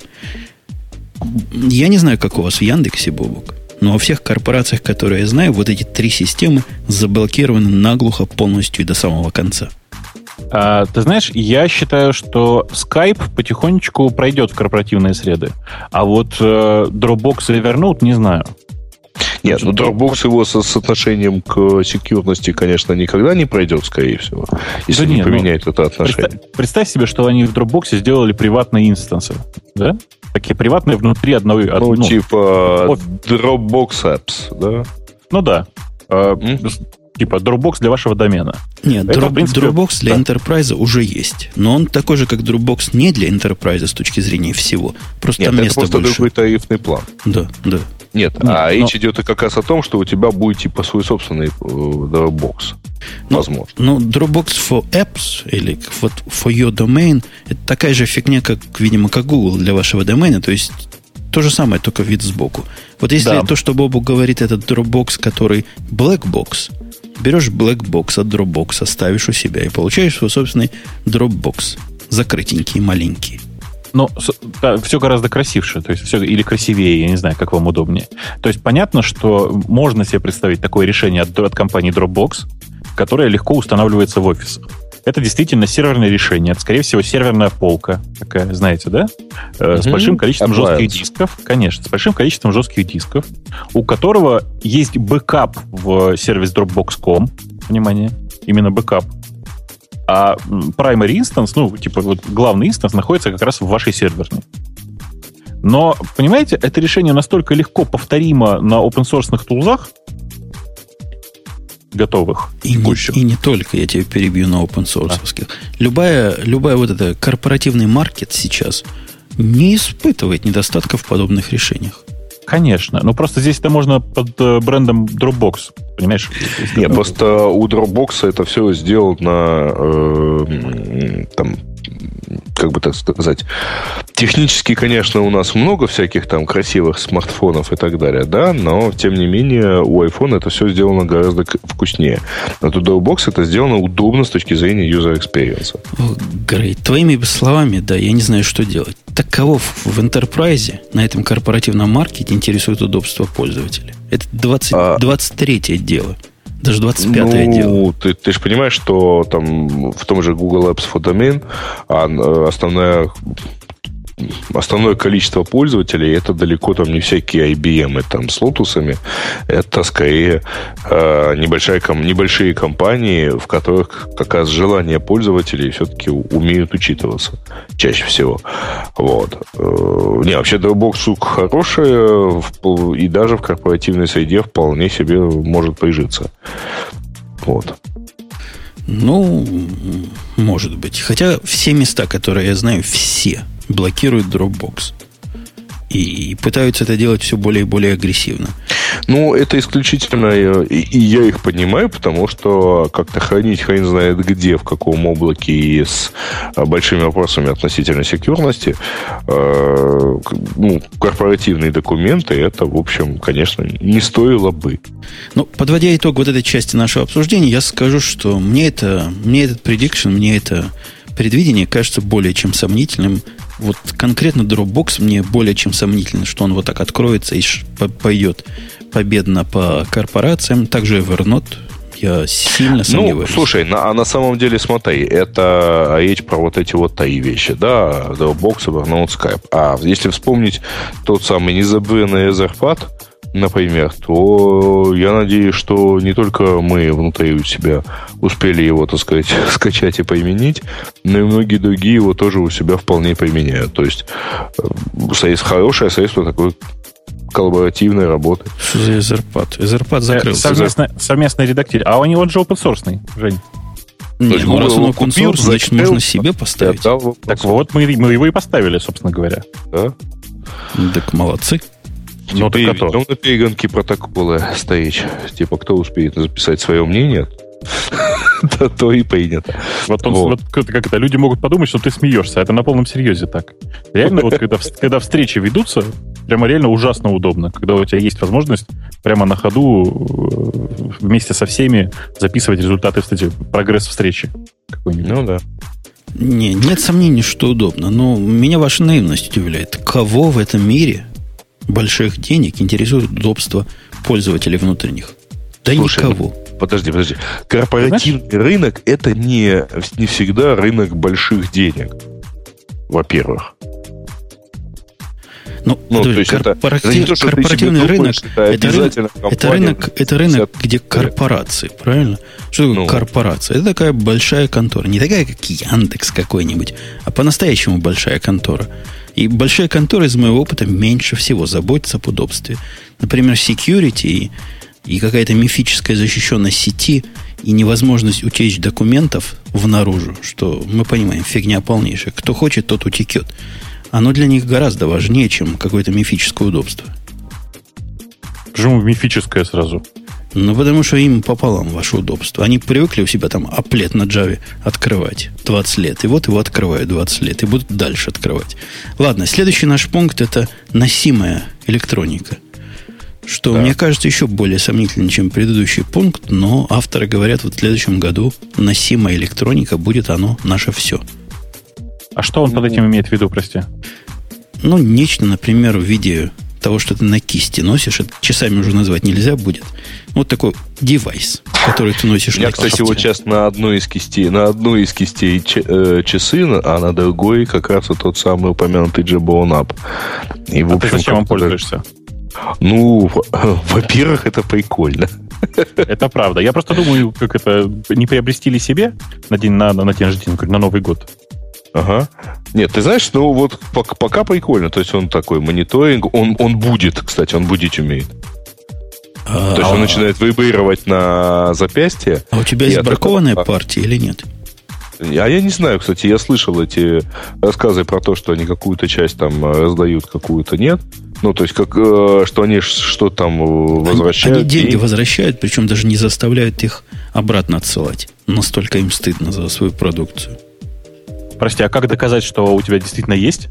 Я не знаю, как у вас в Яндексе, Бобок, но во всех корпорациях, которые я знаю, вот эти три системы заблокированы наглухо полностью и до самого конца. А, ты знаешь, я считаю, что Skype потихонечку пройдет в корпоративные среды. А вот э, Dropbox и Evernote не знаю. Нет, ну Dropbox его со соотношением к секьюрности, конечно, никогда не пройдет, скорее всего, если да не нет, поменяет ну, это отношение. Представь, представь себе, что они в Dropbox сделали приватные инстансы, да? Такие приватные внутри одного... Ну, ну типа от... Dropbox Apps, да? Ну да. Mm-hmm. Типа Dropbox для вашего домена. Нет, это, Dro- принципе, Dropbox для да. Enterprise уже есть. Но он такой же, как Dropbox, не для Enterprise с точки зрения всего. Просто Нет, там места это просто больше. Другой тарифный план. Да, да. Нет, Нет а но... речь идет как раз о том, что у тебя будет типа свой собственный Dropbox. Ну, возможно. Ну, Dropbox for Apps или вот for your domain это такая же фигня, как, видимо, как Google для вашего домена. То есть то же самое, только вид сбоку. Вот если да. то, что Бобу говорит, этот Dropbox, который Black Box, берешь Black Box от Dropbox, ставишь у себя и получаешь свой собственный Dropbox. Закрытенький, маленький. Но да, все гораздо красивше, то есть все, или красивее, я не знаю, как вам удобнее. То есть понятно, что можно себе представить такое решение от, от компании Dropbox, которое легко устанавливается в офисах. Это действительно серверное решение. Это, скорее всего, серверная полка такая, знаете, да? Mm-hmm. С большим количеством Appliance. жестких дисков. Конечно, с большим количеством жестких дисков, у которого есть бэкап в сервис Dropbox точка ком. Внимание, именно бэкап. А primary instance, ну, типа, вот главный инстанс находится как раз в вашей серверной. Но, понимаете, это решение настолько легко повторимо на open-source тулзах, готовых. И не, и не только, я тебя перебью, на open-source. Да. Любая, любая вот эта корпоративный маркет сейчас не испытывает недостатков в подобных решениях. Конечно. Но просто здесь это можно под брендом Dropbox, понимаешь? Нет, просто у Dropbox это все сделано э, там, как бы так сказать, технически, конечно, у нас много всяких там красивых смартфонов и так далее, да, но, тем не менее, у iPhone это все сделано гораздо вкуснее. А у Dropbox это сделано удобно с точки зрения user experience. Грей, твоими словами, да, я не знаю, что делать. Так кого в Enterprise на этом корпоративном маркете интересует удобство пользователя? Это двадцать, а... двадцать третье дело. Даже двадцать пятое ну, дело. Ты, ты же понимаешь, что там в том же Google Apps for Domain основная, основное количество пользователей это далеко там не всякие ай би эм там, с лотусами. Это скорее э, небольшая, небольшие компании, в которых как раз желание пользователей все-таки умеют учитываться чаще всего. Вот. Не, вообще Dropbox штука хорошая, и даже в корпоративной среде вполне себе может прижиться. Вот. Ну, может быть. Хотя все места, которые я знаю, все блокируют Dropbox. И пытаются это делать все более и более агрессивно. Ну, это исключительно, и, и я их понимаю, потому что как-то хранить хрен знает где, в каком облаке и с большими вопросами относительно секьюрности, э, ну, корпоративные документы, это, в общем, конечно, не стоило бы. Ну, подводя итог вот этой части нашего обсуждения, я скажу, что мне, это, мне этот prediction, мне это предвидение кажется более чем сомнительным. Вот конкретно Dropbox мне более чем сомнительно, что он вот так откроется и пойдет победно по корпорациям, также Evernote. Я сильно сомневаюсь. Ну, слушай, на, а на самом деле, смотри, это речь про вот эти вот такие вещи, да, Dropbox, Evernote, Skype. А если вспомнить тот самый незабвенный Etherpad, например, то я надеюсь, что не только мы внутри у себя успели его, так сказать, скачать и применить, но и многие другие его тоже у себя вполне применяют. То есть хорошее средство такой коллаборативной работы. Что за Etherpad? Etherpad закрылся. Совместно, совместное редактирование. А у него же open source, Жень. Не, ну раз он open source, значит, можно себе поставить. Так вот, мы, мы его и поставили, собственно говоря. Да? Так молодцы. Ну, так кто? Ну, на перегонке протоколы стоишь. Типа, кто успеет записать свое мнение, то и принято. Вот, он, вот. вот как это, люди могут подумать, что ты смеешься, а это на полном серьезе так. Реально, вот когда, когда встречи ведутся, прямо реально ужасно удобно, когда у тебя есть возможность прямо на ходу вместе со всеми записывать результаты встречи, прогресс встречи какой-нибудь. Ну да. Не, нет сомнений, что удобно, но меня ваша наивность удивляет. Кого в этом мире больших денег интересует удобство пользователей внутренних? Да Слушай, никого. Подожди, подожди. Корпоративный Знаешь? рынок – это не, не всегда рынок больших денег. Во-первых. Ну, ну то есть корпоратив, это, это то, корпоративный рынок – это, рынок, это рынок, это рынок, где корпорации, правильно? Что такое ну, корпорация? Это такая большая контора. Не такая, как Яндекс какой-нибудь, а по-настоящему большая контора. И большая контора, из моего опыта, меньше всего заботится об удобстве. Например, security и, и какая-то мифическая защищенность сети и невозможность утечь документов внаружи, что мы понимаем, фигня полнейшая. Кто хочет, тот утекет. Оно для них гораздо важнее, чем какое-то мифическое удобство. Почему мифическое сразу? Ну, потому что им пополам ваше удобство. Они привыкли у себя там аплет на Java открывать двадцать лет. И вот его открывают двадцать лет. И будут дальше открывать. Ладно, следующий наш пункт – это носимая электроника. Что, да. мне кажется, еще более сомнительно, чем предыдущий пункт. Но авторы говорят, вот в следующем году носимая электроника будет оно наше все. А что он под этим имеет в виду, прости? Ну, нечто, например, в виде того, что ты на кисти носишь, это часами уже назвать нельзя будет. Вот такой девайс, который ты носишь. Я, кстати, вот сейчас на одной из кистей, на одной из кистей часы, а на другой как раз вот тот самый упомянутый Jabon App. И, в а общем, ты зачем им пользуешься? Ну, во-первых, это прикольно. Это правда. Я просто думаю, как это, не приобрести ли себе на день, на, на день рождения, на Новый год? Ага. Нет, ты знаешь, ну вот пока, пока прикольно. То есть он такой мониторинг. Он, он будет, кстати, он будить умеет. А-а-а. То есть он начинает вибрировать на запястье. А у тебя есть бракованная партия или нет? А я не знаю, кстати, я слышал эти рассказы про то, что они какую-то часть там раздают, какую-то нет. Ну, то есть, как, что они что там возвращают. Они, они деньги и... возвращают, причем даже не заставляют их обратно отсылать. Настолько им стыдно за свою продукцию. Прости, а как доказать, что у тебя действительно есть?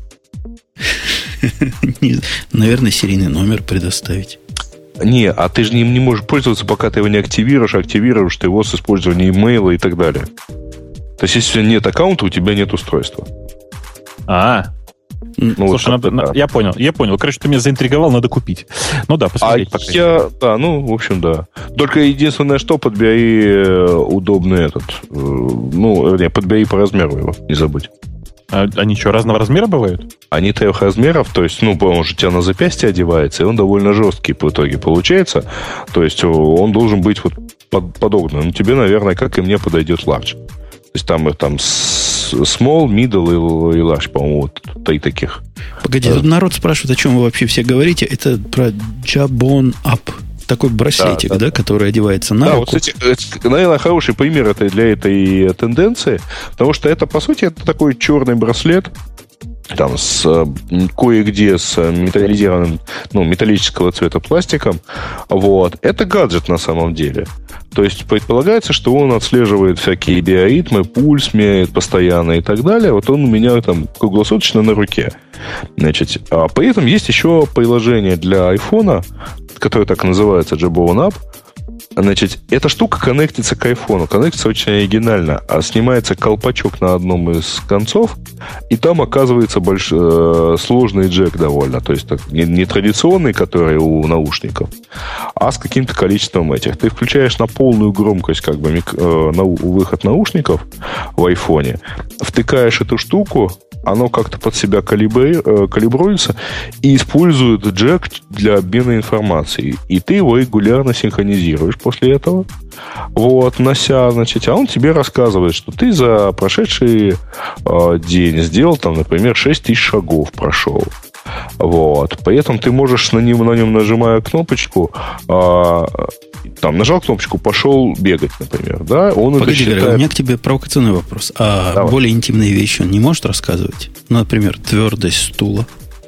Наверное, серийный номер предоставить. Не, а ты же им не можешь пользоваться, пока ты его не активируешь. Активируешь ты его с использованием имейла и так далее. То есть, если нет аккаунта, у тебя нет устройства. А, ну, слушай, вот надо, да. я понял, я понял. Короче, ты меня заинтриговал, надо купить. Ну да, посмотреть. А я, да, ну, в общем, да. Только единственное, что подбери удобный этот, ну, вернее, подбери по размеру его, не забудь. А они что, разного размера бывают? Они трех размеров, то есть, ну, он же у тебя на запястье одевается, и он довольно жесткий в итоге получается. То есть, он должен быть вот под, подогнан. Ну, тебе, наверное, как и мне, подойдет large. То есть, там, там small, middle и large, по-моему, вот три таких. Погоди, тут народ спрашивает, о чем вы вообще все говорите. Это про Jabon App. Такой браслетик, да, да, да, который одевается на да, руку. Вот, кстати, наверное, хороший пример это для этой тенденции, потому что это, по сути, это такой черный браслет, там с кое-где с металлизированным, ну, металлического цвета пластиком. Вот. Это гаджет на самом деле. То есть предполагается, что он отслеживает всякие биоритмы, пульс меряет постоянно и так далее. Вот он у меня там круглосуточно на руке. Значит, а при этом есть еще приложение для айфона, которое так называется, Jabon App. Значит, эта штука коннектится к айфону. Коннектится очень оригинально. А снимается колпачок на одном из концов, и там оказывается больш... сложный джек довольно. То есть не, не традиционный, который у наушников, а с каким-то количеством этих. Ты включаешь на полную громкость как бы мик... на... выход наушников в айфоне, втыкаешь эту штуку, оно как-то под себя калибри... калибруется и использует джек для обмена информацией. И ты его регулярно синхронизируешь после этого. Вот, нося, значит, а он тебе рассказывает, что ты за прошедший э, день сделал, там, например, шесть тысяч шагов прошел. Вот. При этом ты можешь на нем, на нем нажимая кнопочку, э, там, нажал кнопочку, пошел бегать, например. Да? Он Погоди, считает... Грей, у меня к тебе провокационный вопрос. А Давай. Более интимные вещи он не может рассказывать? Ну, например, твердость стула.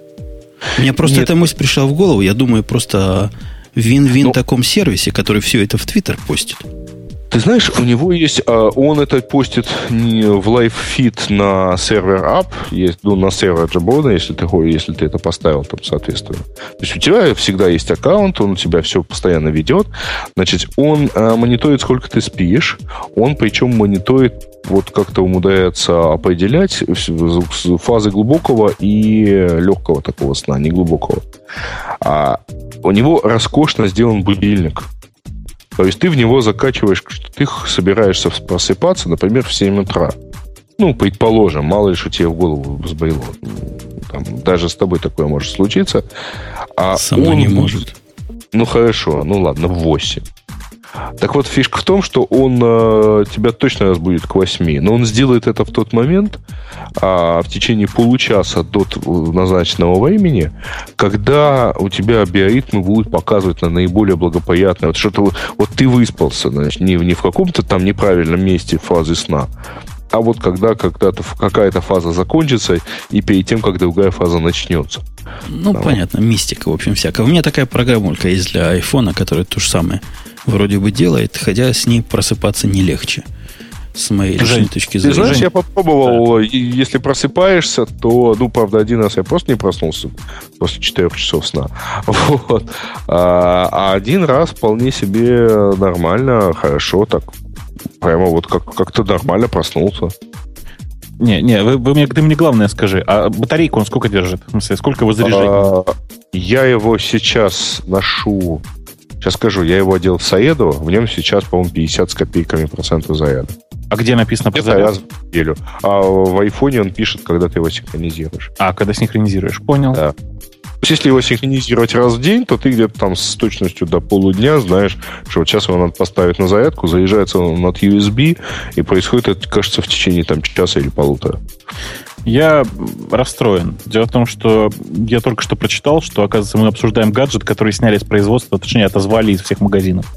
Мне просто Нет. эта мысль пришла в голову. Я думаю просто... Вин-вин ну, таком сервисе, который все это в Твиттер постит. Ты знаешь, у него есть... Он это постит в лайв-фид на сервер App, есть, ну, на сервер Джабона, если ты, если ты это поставил там, соответственно. То есть у тебя всегда есть аккаунт, он у тебя все постоянно ведет. Значит, он а, мониторит, сколько ты спишь. Он, причем, мониторит, вот как-то умудряется определять фазы глубокого и легкого такого сна, не глубокого. А у него роскошно сделан будильник. То есть ты в него закачиваешь, что ты собираешься просыпаться, например, в семь утра. Ну, предположим, мало ли что тебе в голову взбрело. Там, даже с тобой такое может случиться. А Со мной он, не может. Ну, хорошо, ну ладно, в восемь. Так вот, фишка в том, что он э, тебя точно разбудит к восьми, но он сделает это в тот момент, а, в течение получаса до назначенного времени, когда у тебя биоритмы будут показывать на наиболее благоприятное. Вот что-то вот ты выспался, значит, не, не в каком-то там неправильном месте фазы сна, а вот когда когда-то какая-то фаза закончится, и перед тем, как другая фаза начнется. Ну, там, понятно, мистика, в общем, всякая. У меня такая программулька есть для айфона, которая то же самое вроде бы делает, хотя с ней просыпаться не легче, с моей личной Жень, точки зрения. Ты знаешь, я попробовал, да. Если просыпаешься, то, ну, правда, один раз я просто не проснулся после четырех часов сна. Вот. А, а один раз вполне себе нормально, хорошо, так прямо вот как- как-то нормально проснулся. Не, не, вы, вы мне, ты мне главное скажи, а батарейку он сколько держит? В смысле, сколько его заряжает? А, я его сейчас ношу... Сейчас скажу, я его одел в Саеду, в нем сейчас, по-моему, пятьдесят с копейками процентов заряда. А где написано про заряд? Раз в неделю. А в айфоне он пишет, когда ты его синхронизируешь. А, когда синхронизируешь, понял. Да. То есть, если его синхронизировать раз в день, то ты где-то там с точностью до полудня знаешь, что вот сейчас его надо поставить на зарядку, заряжается он от ю эс би, и происходит это, кажется, в течение там часа или полутора. Я расстроен. Дело в том, что я только что прочитал, что, оказывается, мы обсуждаем гаджет, который сняли с производства, точнее, отозвали из всех магазинов.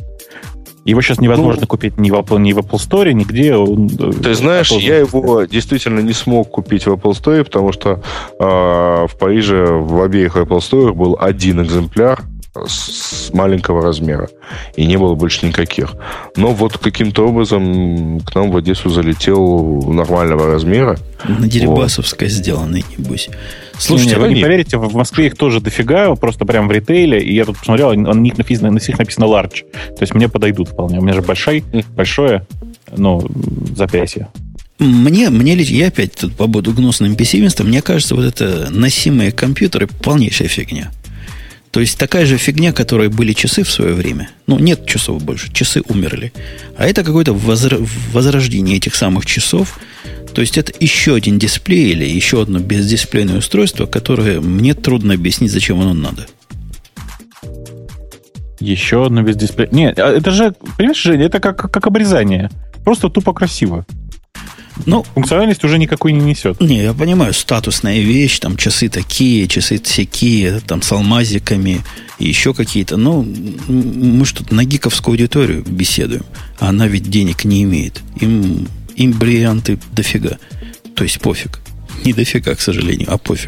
Его сейчас невозможно ну, купить ни в, Apple, ни в Apple Store, нигде. Он, ты знаешь, я его действительно не смог купить в Apple Store, потому что э, в Париже в обеих Apple Store был один экземпляр с маленького размера. И не было больше никаких. Но вот каким-то образом к нам в Одессу залетел нормального размера. На Дерибасовской вот. Сделанный, небось. Слушайте, вы не поверите, в Москве их тоже дофига, просто прям в ритейле. И я тут посмотрел, на них написано, на них написано large. То есть мне подойдут вполне. У меня же большой, большое, ну, запястье. Мне, мне лично, я опять тут побуду гнусным пессимистом, мне кажется, вот это носимые компьютеры полнейшая фигня. То есть такая же фигня, которой были часы в свое время. Ну, нет часов больше, часы умерли. А это какое-то возра- возрождение этих самых часов. То есть это еще один дисплей или еще одно бездисплейное устройство, которое мне трудно объяснить, зачем оно надо. Еще одно бездисплейное. Нет, это же, понимаешь, Женя, это как, как обрезание. Просто тупо красиво. Ну, функциональность уже никакой не несет. Не, я понимаю, статусная вещь, там часы такие, часы всякие, там с алмазиками и еще какие-то. Но мы что-то на гиковскую аудиторию беседуем, а она ведь денег не имеет. Им, им бриллианты дофига. То есть пофиг. Не дофига, к сожалению, а пофиг.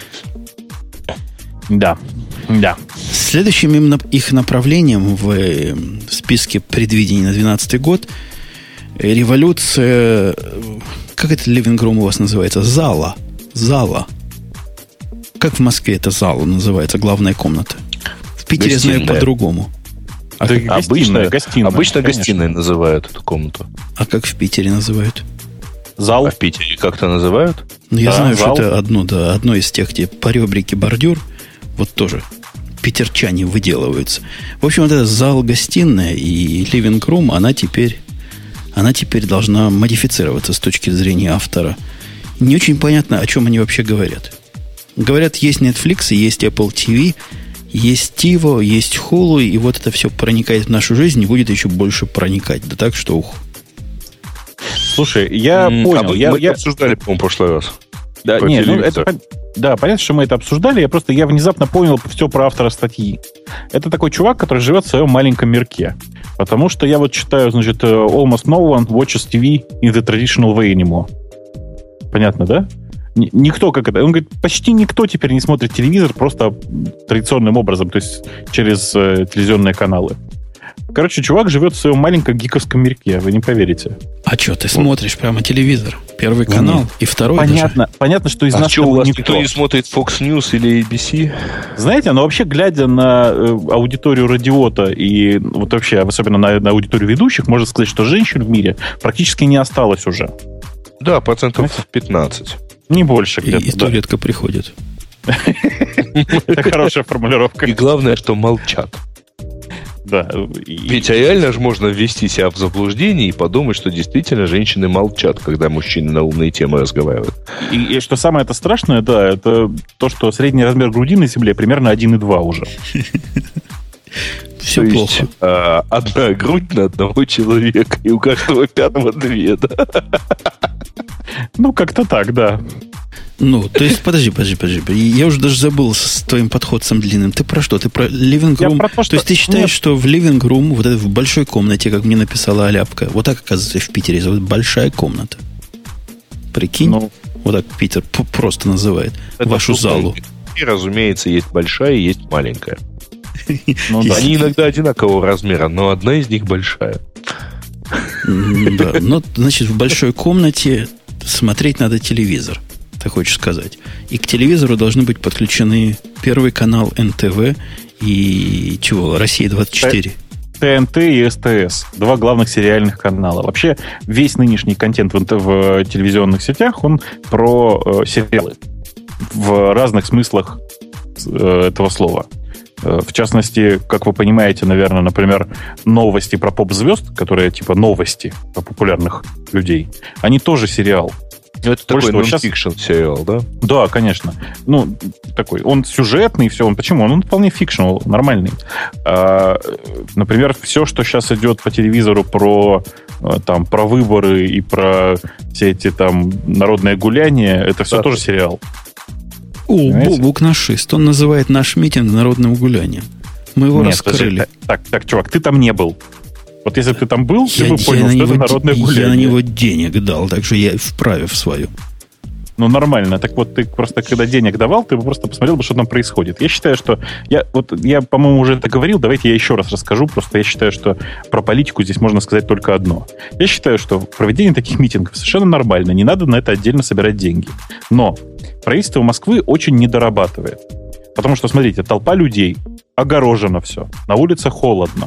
Да, да. Следующим их направлением в списке предвидений на две тысячи двенадцатый год революция, как это Living Room у вас называется? Зала. Зала. Как в Москве это зала называется, главная комната? В Питере знаю по-другому. А да, как, обычно гостиная, обычно гостиной называют эту комнату. А как в Питере называют? Зал. А в Питере как-то называют? Ну, я да, знаю, зал. что это одно, да, одно из тех, где по ребрике бордюр, вот тоже питерчане выделываются. В общем, вот этот зал-гостиная и living-room, она теперь, она теперь должна модифицироваться с точки зрения автора. Не очень понятно, о чем они вообще говорят. Говорят, есть Netflix, есть Apple ти ви, есть Tivo, есть Hulu, и вот это все проникает в нашу жизнь и будет еще больше проникать. Да так, что ух. Слушай, я mm, понял. А я, мы я... это обсуждали, по-моему, в прошлый раз. Да, нет, ну, это, да, понятно, что мы это обсуждали. Я просто я внезапно понял все про автора статьи. Это такой чувак, который живет в своем маленьком мирке. Потому что я вот читаю, значит, almost no one watches ти ви in the traditional way anymore. Понятно, да? Никто, как это? Он говорит, почти никто теперь не смотрит телевизор просто традиционным образом, то есть через э, телевизионные каналы. Короче, чувак живет в своем маленьком гиковском мирке, вы не поверите. А что, ты вот. Смотришь прямо телевизор? Первый канал Нет. и второй Понятно, даже. понятно, что из а нас что, у вас никто. никто не смотрит Fox News или эй би си? Знаете, но вообще, глядя на э, аудиторию радиота и вот вообще, особенно на, на аудиторию ведущих, можно сказать, что женщин в мире практически не осталось уже. Да, процентов пятнадцать. Не больше где-то. И, и да. то редко приходят. Это хорошая формулировка. И главное, что молчат. Да. Ведь реально же можно ввести себя в заблуждение и подумать, что действительно женщины молчат, когда мужчины на умные темы разговаривают. И, и что самое это страшное, да, это то, что средний размер груди на Земле примерно один и два уже. Все плохо. Есть, а, одна грудь на одного человека, и у каждого пятого две, да? Ну, как-то так, да. Ну, то есть, подожди, подожди, подожди. Я уже даже забыл с твоим подходом длинным. Ты про что? Ты про living room? Про то, что... то есть, ты считаешь, Нет. что в living room, вот это в большой комнате, как мне написала Аляпка, вот так, оказывается, в Питере зовут большая комната. Прикинь? Ну, вот так Питер просто называет это вашу залу. И, разумеется, есть большая и есть маленькая. Ну, да. Они иногда одинакового размера, но одна из них большая. Да, ну, значит, в большой комнате смотреть надо телевизор, ты хочешь сказать. И к телевизору должны быть подключены Первый канал эн тэ вэ и чего? Россия двадцать четыре. тэ эн тэ и эс тэ эс. Два главных сериальных канала. Вообще, весь нынешний контент в, в телевизионных сетях, он про э, сериалы. В разных смыслах э, этого слова. В частности, как вы понимаете, наверное, например, новости про поп-звезд, которые типа новости про популярных людей, они тоже сериал. Это такой нон-фикшн сейчас... сериал, да? Да, конечно. Ну, такой. Он сюжетный, все. Он почему? Он вполне фикшнл, нормальный. А, например, все, что сейчас идет по телевизору про, там, про выборы и про все эти там народные гуляния, это все да. тоже сериал. О, Бобук нашист. Он называет наш митинг народным гулянием. Мы его Нет, раскрыли. Подожди, так, так, чувак, ты там не был. Вот если бы ты там был, я, ты бы понял, что это народное д- гуляние. Я на него денег дал, так что я вправе в свою. Ну, нормально. Так вот, ты просто, когда денег давал, ты бы просто посмотрел бы, что там происходит. Я считаю, что... Я, вот, я, по-моему, уже это говорил. Давайте я еще раз расскажу. Просто я считаю, что про политику здесь можно сказать только одно. Я считаю, что проведение таких митингов совершенно нормально. Не надо на это отдельно собирать деньги. Но правительство Москвы очень недорабатывает. Потому что, смотрите, толпа людей, огорожено все. На улице холодно.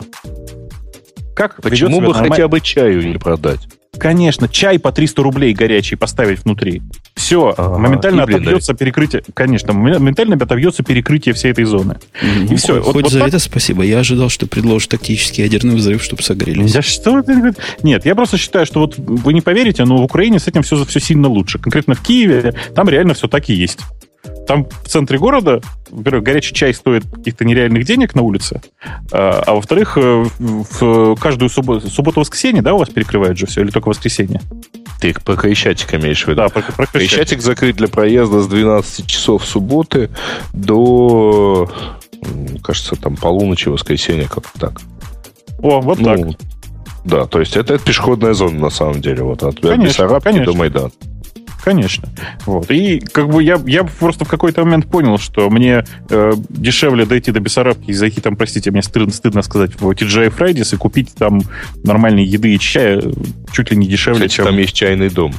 Как Почему бы нормаль... хотя бы чаю не продать? Конечно, чай по триста рублей горячий поставить внутри. Все, ага, моментально отобьется перекрытие. Конечно, моментально отобьется перекрытие всей этой зоны. Mm-hmm. И все. Хоть вот, вот за так... это спасибо. Я ожидал, что предложишь тактический ядерный взрыв, чтобы согрелись. Я что? Нет, я просто считаю, что вот вы не поверите, но в Украине с этим все, все сильно лучше. Конкретно в Киеве там реально все так и есть. Там в центре города, во-первых, горячий чай стоит каких-то нереальных денег на улице, а, а во-вторых, в каждую субботу, субботу-воскресенье, да, у вас перекрывают же все, или только воскресенье? Ты про Крещатик имеешь в виду? Да, про, про Крещатик. Крещатик закрыт для проезда с двенадцати часов субботы до, кажется, там полуночи воскресенья, как-то так. О, вот ну, так. Да, то есть это, это пешеходная зона на самом деле, вот от конечно, Бессарабки конечно. до Майдана. Конечно. Вот. И как бы я, я просто в какой-то момент понял, что мне э, дешевле дойти до Бессарабки и зайти там, простите, мне стыдно, стыдно сказать, в ти джи ай Fridays и купить там нормальной еды и чая чуть ли не дешевле, Кстати, чем... там есть чайный дом.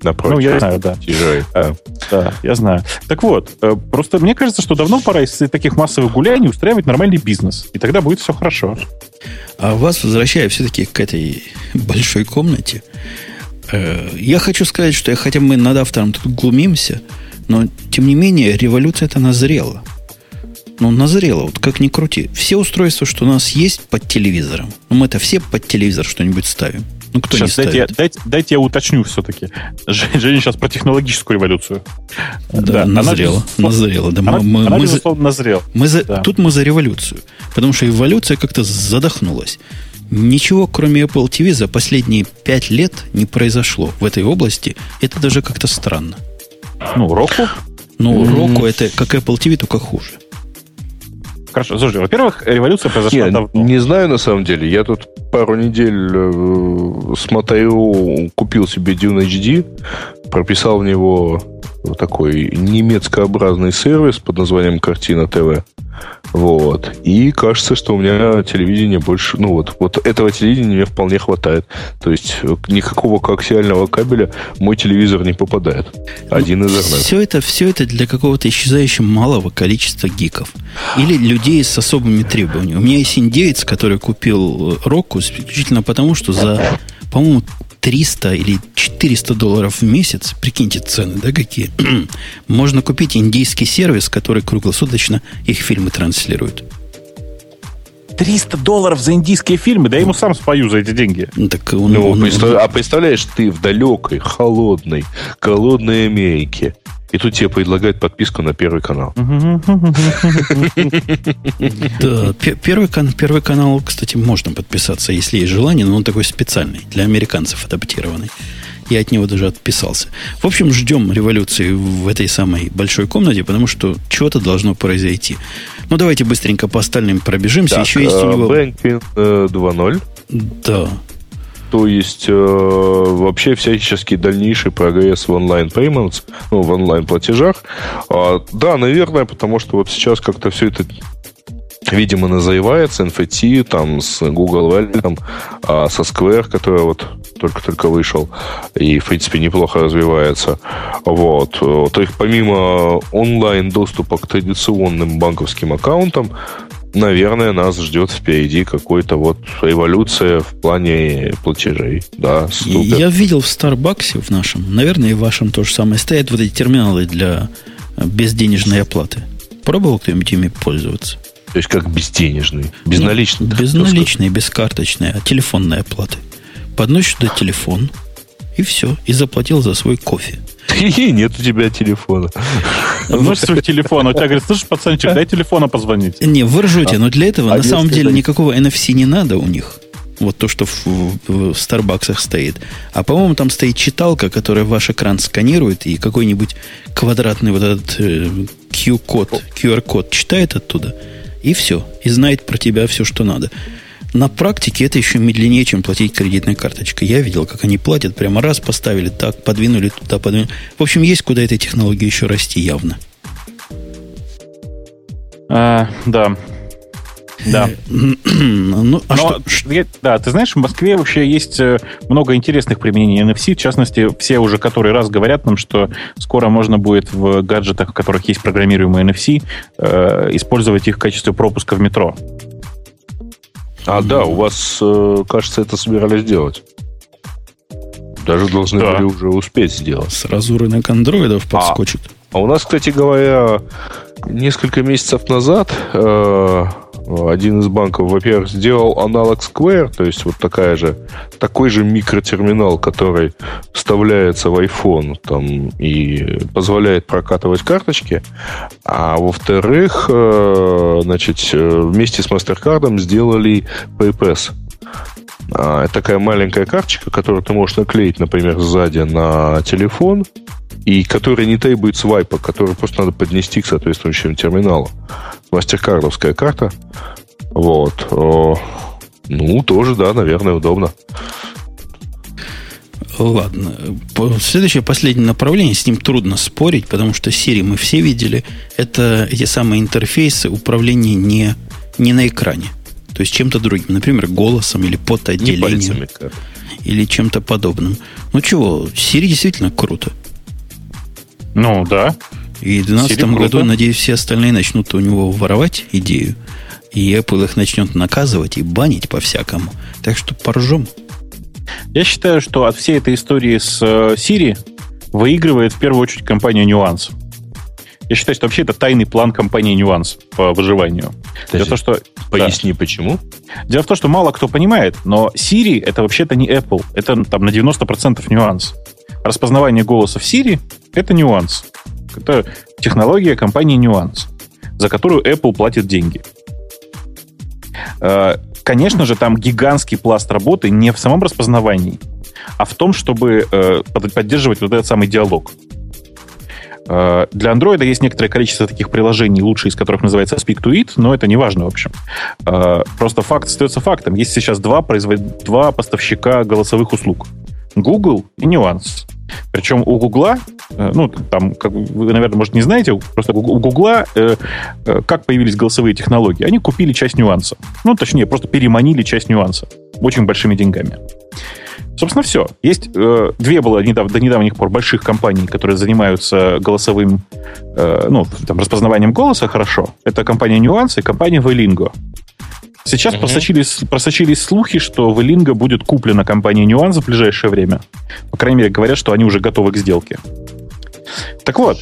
Напротив. Ну, я знаю, да. Тяжелее. Да. Да, я знаю. Так вот, просто мне кажется, что давно пора из таких массовых гуляний устраивать нормальный бизнес. И тогда будет все хорошо. А вас, возвращая все-таки к этой большой комнате, я хочу сказать, что хотя мы над автором тут глумимся, но, тем не менее, революция-то назрела. Ну, назрела, вот как ни крути. Все устройства, что у нас есть под телевизором, ну, мы это все под телевизор что-нибудь ставим. Ну, кто сейчас не дайте, ставит? Я, дайте, дайте я уточню все-таки. Женя сейчас про технологическую революцию. Да, да назрела. Она, назрела. Да, она, мы, она мы, безусловно, назрела. Мы за, да. Тут мы за революцию. Потому что эволюция как-то задохнулась. Ничего, кроме Apple ти ви, за последние пять лет не произошло в этой области. Это даже как-то странно. Ну, Roku? Ну, Roku mm-hmm. это как Apple ти ви, только хуже. Хорошо, слушай, во-первых, революция произошла не, давно. Не знаю, на самом деле. Я тут пару недель э, смотрю, купил себе Dune эйч ди, прописал в него такой немецкообразный сервис под названием Картина ТВ. Вот. И кажется, что у меня телевидение больше... Ну, вот, вот этого телевидения мне вполне хватает. То есть никакого коаксиального кабеля мой телевизор не попадает. Один ну, из интернет. Все это, все это для какого-то исчезающего малого количества гиков. Или людей с особыми требованиями. У меня есть индеец, который купил Roku исключительно потому, что за, по-моему, триста или четыреста долларов в месяц, прикиньте цены, да, какие, можно купить индийский сервис, который круглосуточно их фильмы транслирует. триста долларов за индийские фильмы? Да я ему сам спою за эти деньги. Так он, ну, он, представ... он... А представляешь, ты в далекой, холодной, голодной Америке, и тут тебе предлагают подписку на Первый канал. Да, первый, первый канал, кстати, можно подписаться, если есть желание, но он такой специальный, для американцев адаптированный. Я от него даже отписался. В общем, ждем революции в этой самой большой комнате, потому что чего-то должно произойти. Ну, давайте быстренько по остальным пробежимся. Так, еще есть у него... Banking два ноль. Да. То есть, э, вообще всяческий дальнейший прогресс в онлайн-payments, ну, в онлайн-платежах. А, да, наверное, потому что вот сейчас как-то все это, видимо, назревается. эн эф ти, там, с Google Wallet, а, со Square, который вот только-только вышел и, в принципе, неплохо развивается. Вот. То есть, помимо онлайн-доступа к традиционным банковским аккаунтам, наверное, нас ждет впереди какой-то вот эволюция в плане платежей. Да, супер. Я видел в Старбаксе в нашем, наверное, и в вашем то же самое, стоят вот эти терминалы для безденежной оплаты. Пробовал кто-нибудь ими пользоваться? То есть как безденежные? Безналичные? Ну, безналичные, бескарточные, а телефонные оплаты. Подносишь туда телефон, и все, и заплатил за свой кофе. И нет у тебя телефона. Носишь свой телефон, а у тебя говорит, слушай, пацанчик, дай телефона позвонить. Не, вы ржете, но для этого а на самом деле это... никакого эн эф си не надо у них. Вот то, что в, в, в Старбаксах стоит. А, по-моему, там стоит читалка, которая ваш экран сканирует, и какой-нибудь квадратный вот этот э, Q код, ку ар код читает оттуда, и все. И знает про тебя все, что надо. На практике это еще медленнее, чем платить кредитной карточкой. Я видел, как они платят. Прямо раз поставили, так, подвинули туда, подвинули. В общем, есть куда этой технологии еще расти явно. А, да. Да. Ну, а Но, что? Я, да, ты знаешь, в Москве вообще есть много интересных применений эн эф си. В частности, все уже который раз говорят нам, что скоро можно будет в гаджетах, в которых есть программируемый эн эф си, э, использовать их в качестве пропуска в метро. А, да, у вас, кажется, это собирались делать. Даже должны да. были уже успеть сделать. Сразу рынок андроидов подскочит. А, а у нас, кстати говоря, несколько месяцев назад э, один из банков, во-первых, сделал аналог Square, то есть вот такая же, такой же микротерминал, который вставляется в iPhone там, и позволяет прокатывать карточки. А во-вторых, э, значит, вместе с MasterCard сделали PayPass. Это такая маленькая карточка, которую ты можешь наклеить, например, сзади на телефон, и которая не требует свайпа, которую просто надо поднести к соответствующему терминалу. Мастеркардовская карта. Вот. Ну, тоже, да, наверное, удобно. Ладно. Следующее, последнее направление, с ним трудно спорить, потому что Siri мы все видели. Это эти самые интерфейсы управления не, не на экране. То есть чем-то другим. Например, голосом или потоотделением. или чем-то подобным. Ну чего, Siri действительно круто. Ну, да. И в две тысячи двенадцатом году, надеюсь, все остальные начнут у него воровать идею, и Apple их начнет наказывать и банить по-всякому. Так что поржем. Я считаю, что от всей этой истории с Siri выигрывает в первую очередь компания Nuance. Я считаю, что вообще это тайный план компании Nuance по выживанию. Дело в том, что... Поясни, да. почему. Дело в том, что мало кто понимает, но Siri это вообще-то не Apple. Это там на девяносто процентов Nuance. Распознавание голоса в Siri это Nuance. Это технология компании Nuance, за которую Apple платит деньги. Конечно же, там гигантский пласт работы не в самом распознавании, а в том, чтобы поддерживать вот этот самый диалог. Для Android есть некоторое количество таких приложений, лучшее из которых называется Speak to It, но это не важно, в общем. Просто факт остается фактом. Есть сейчас два, производ... два поставщика голосовых услуг. Google и Nuance. Причем у Гугла, ну, там, как вы, наверное, может, не знаете, просто у Гугла, э, э, как появились голосовые технологии, они купили часть Нюанса. Ну, точнее, просто переманили часть Нюанса очень большими деньгами. Собственно, все. Есть э, две было недав, до недавних пор больших компаний, которые занимаются голосовым, э, ну, там, распознаванием голоса хорошо. Это компания Nuance и компания Velingo. Сейчас mm-hmm. просочились, просочились слухи, что Velingo будет куплена компанией Nuance в ближайшее время. По крайней мере, говорят, что они уже готовы к сделке. Так вот,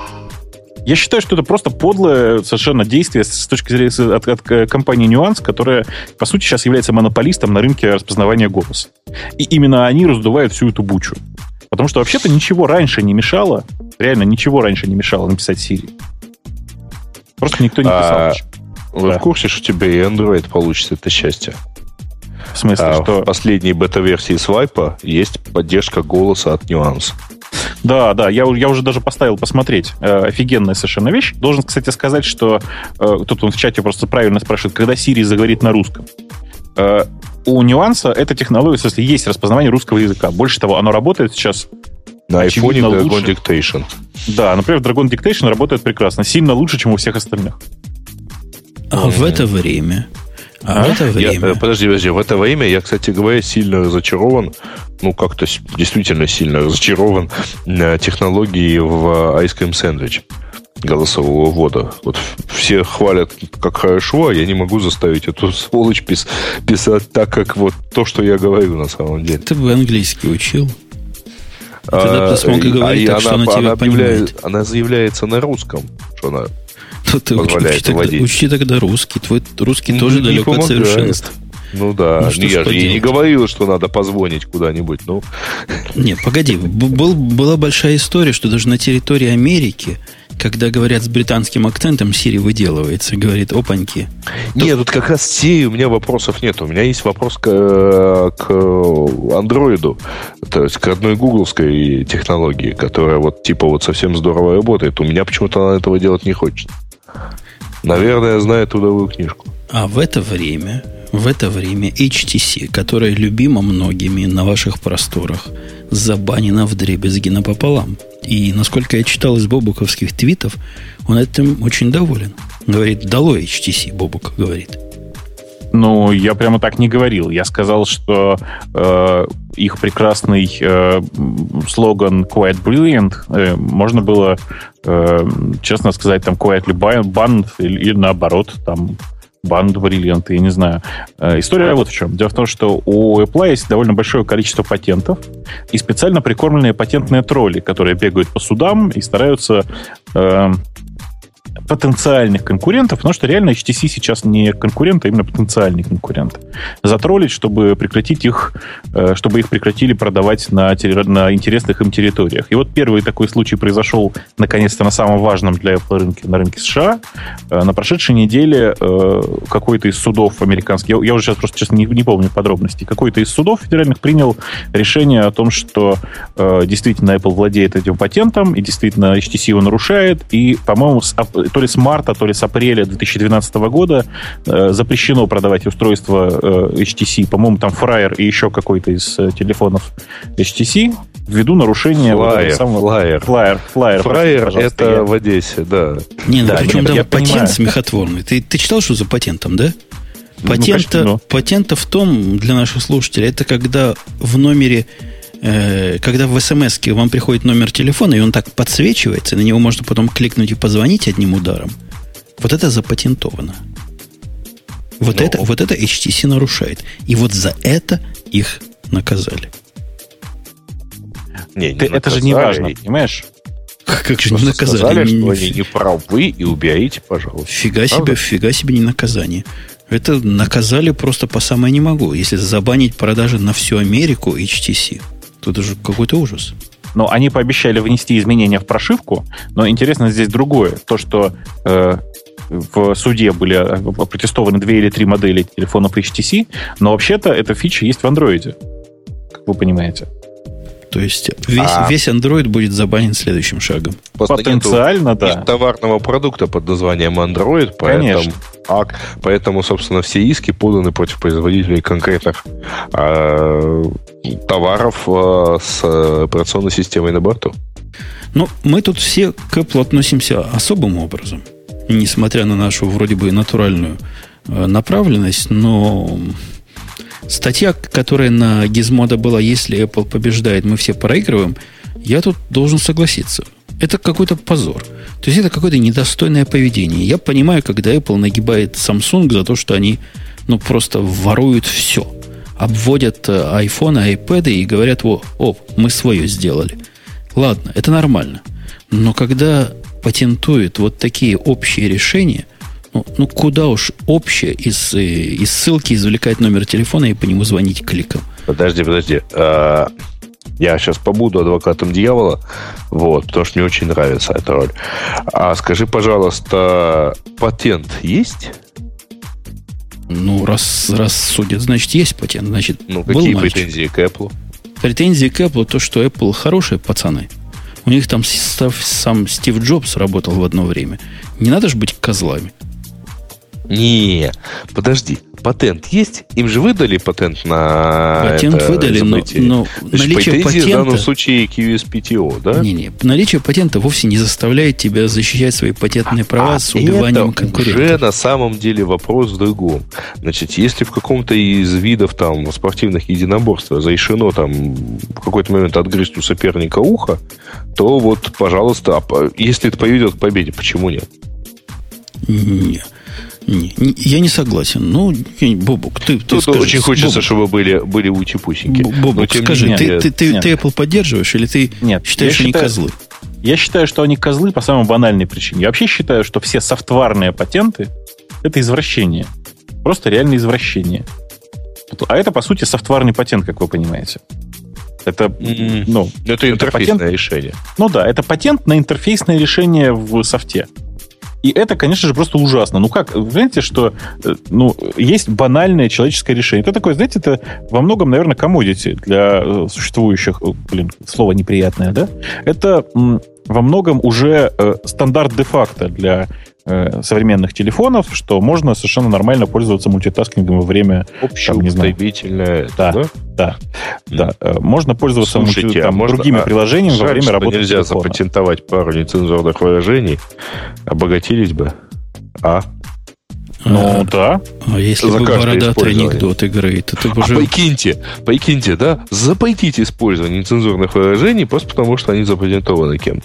я считаю, что это просто подлое совершенно действие с точки зрения от, от компании Nuance, которая, по сути, сейчас является монополистом на рынке распознавания голоса. И именно они раздувают всю эту бучу. Потому что вообще-то ничего раньше не мешало, реально ничего раньше не мешало написать Siri. Просто никто не писал. А... Вы да. в курсе, что у тебя и Android получится это счастье? В смысле, а что? В последней бета-версии Swipe есть поддержка голоса от Nuance. Да, да, я, я уже даже поставил посмотреть. Э, офигенная совершенно вещь. Должен, кстати, сказать, что э, тут он в чате просто правильно спрашивает, когда Siri заговорит на русском. Э, у Nuance эта технология, в смысле, есть распознавание русского языка. Больше того, оно работает сейчас на iPhone Dragon Dictation. Да, например, Dragon Dictation работает прекрасно. Сильно лучше, чем у всех остальных. А в это время... А, а в это время... Я, подожди, подожди. В это время я, кстати говоря, сильно разочарован, ну, как-то действительно сильно разочарован технологией в Ice Cream Sandwich голосового ввода. Вот все хвалят, как хорошо, а я не могу заставить эту сволочь пис- писать так, как вот то, что я говорю на самом деле. Ты бы английский учил. Тогда бы ты смог и говорить а, так, и что она, она тебя понимает. Она заявляется на русском, что она... То ты учи тогда, учи тогда русский. Твой русский не, тоже не далеко помогает. От совершенства. Ну да, ну, я же ей не говорил, что надо позвонить куда-нибудь. Ну. Нет, погоди. Был, была большая история, что даже на территории Америки, когда говорят с британским акцентом, Siri выделывается, говорит, опаньки. Нет, тут как раз Siri у меня вопросов нет. У меня есть вопрос к, к Android, то есть к одной гугловской технологии, которая вот типа вот совсем здорово работает. У меня почему-то она этого делать не хочет. Наверное, знаю трудовую книжку. А в это время, в это время эйч ти си, которая любима многими на ваших просторах, забанена вдребезги напополам. И, насколько я читал из бобуковских твитов, он этим очень доволен. Говорит, долой эйч ти си, Бобук говорит. Ну, я прямо так не говорил. Я сказал, что э, их прекрасный э, слоган Quite Brilliant э, можно было, э, честно сказать, там Quietly Banned или, или наоборот, там Banned Brilliant, я не знаю. Э, история вот в чем. Дело в том, что у Apple есть довольно большое количество патентов и специально прикормленные патентные тролли, которые бегают по судам и стараются... Э, потенциальных конкурентов, потому что реально эйч ти си сейчас не конкурент, а именно потенциальный конкурент. Затроллить, чтобы прекратить их, чтобы их прекратили продавать на, на интересных им территориях. И вот первый такой случай произошел наконец-то на самом важном для Apple рынке, на рынке США. На прошедшей неделе какой-то из судов американских, я, я уже сейчас просто, честно, не, не помню подробностей, какой-то из судов федеральных принял решение о том, что действительно Apple владеет этим патентом, и действительно эйч ти си его нарушает, и, по-моему, с то ли с марта, то ли с апреля две тысячи двенадцатого года э, запрещено продавать устройства э, эйч ти си. По-моему, там Fryer и еще какой-то из э, телефонов эйч ти си ввиду нарушения... Flyer, самого... Flyer. Flyer, Flyer, Flyer это я... в Одессе, да. Не, ну да, причем нет, там патент понимаю. смехотворный. Ты, ты читал, что за патентом, да? Патента, ну, патента в том, для наших слушателей, это когда в номере, э, когда в смс-ке вам приходит номер телефона, и он так подсвечивается, на него можно потом кликнуть и позвонить одним ударом. Вот это запатентовано. Вот, это, вот это эйч ти си нарушает. И вот за это их наказали. Не, не это же не важно, понимаешь? Как же не наказали? Сказали, что они не правы, и уберите, пожалуйста. Фига себе, фига себе не наказание. Это наказали просто по самое не могу. Если забанить продажи на всю Америку эйч ти си, то это же какой-то ужас. Но они пообещали внести изменения в прошивку, но интересно здесь другое. То, что э, в суде были протестованы две или три модели телефонов эйч ти си, но вообще-то эта фича есть в Android, как вы понимаете. То есть весь, а... весь Android будет забанен следующим шагом. Потенциально, да. Товарного продукта под названием Android, поэтому, а, поэтому, собственно, все иски поданы против производителей конкретных а, товаров а, с операционной системой на борту. Ну, мы тут все к Apple относимся особым образом, несмотря на нашу вроде бы натуральную а, направленность, но... Статья, которая на Gizmodo была, если Apple побеждает, мы все проигрываем, я тут должен согласиться. Это какой-то позор. То есть это какое-то недостойное поведение. Я понимаю, когда Apple нагибает Samsung за то, что они ну, просто воруют все. Обводят iPhone, iPad и говорят, о, о, мы свое сделали. Ладно, это нормально. Но когда патентуют вот такие общие решения, Ну, ну, куда уж общее из, из ссылки извлекать номер телефона и по нему звонить кликом. Подожди, подожди. А, я сейчас побуду адвокатом дьявола, вот, потому что мне очень нравится эта роль. А скажи, пожалуйста, патент есть? Ну, раз, раз судят, значит, есть патент. Значит, ну, какие был претензии к Apple? Претензии к Apple то, что Apple хорошие пацаны. У них там сам Стив Джобс работал в одно время. Не надо же быть козлами. Не, подожди, патент есть? Им же выдали патент на патент это выдали, но, но наличие патента... в данном случае кью эс пи ти о, да? Не-не, наличие патента вовсе не заставляет тебя защищать свои патентные права а с убиванием конкурентов. Это уже на самом деле вопрос в другом. Значит, если в каком-то из видов там спортивных единоборств разрешено там в какой-то момент отгрызть у соперника ухо, то вот, пожалуйста, если это приведет к победе, почему нет? Нет. Не, не, я не согласен. Ну, Бобук, ты, ты скажи. Очень хочется, Бобук, чтобы были, были утипусеньки. Бобук, скажи, менее, ты, ты, ты, ты Apple поддерживаешь или ты нет, считаешь, что они козлы? Я считаю, что они козлы по самой банальной причине. Я вообще считаю, что все софтварные патенты – это извращение. Просто реально извращение. А это, по сути, софтварный патент, как вы понимаете. Это, mm-hmm. ну, это интерфейсное это патент, решение. Ну да, это патент на интерфейсное решение в софте. И это, конечно же, просто ужасно. Ну как, вы знаете, что ну, есть банальное человеческое решение. Это такое, знаете, это во многом, наверное, commodity для существующих, блин, слово неприятное, да? Это м, во многом уже э, стандарт де-факто для э, современных телефонов, что можно совершенно нормально пользоваться мультитаскингом во время... Общеупотребительное. Да, да, да, да. Mm. Можно пользоваться Слушайте, мульти, там, а можно, другими а, приложениями жаль, во время работы нельзя телефона. Запатентовать пару нецензурных выражений. Обогатились бы. А? Ну, а, да. А если За бы бородатый анекдот играет, это уже... А прикиньте, прикиньте, да, запретите использование нецензурных выражений просто потому, что они запатентованы кем-то.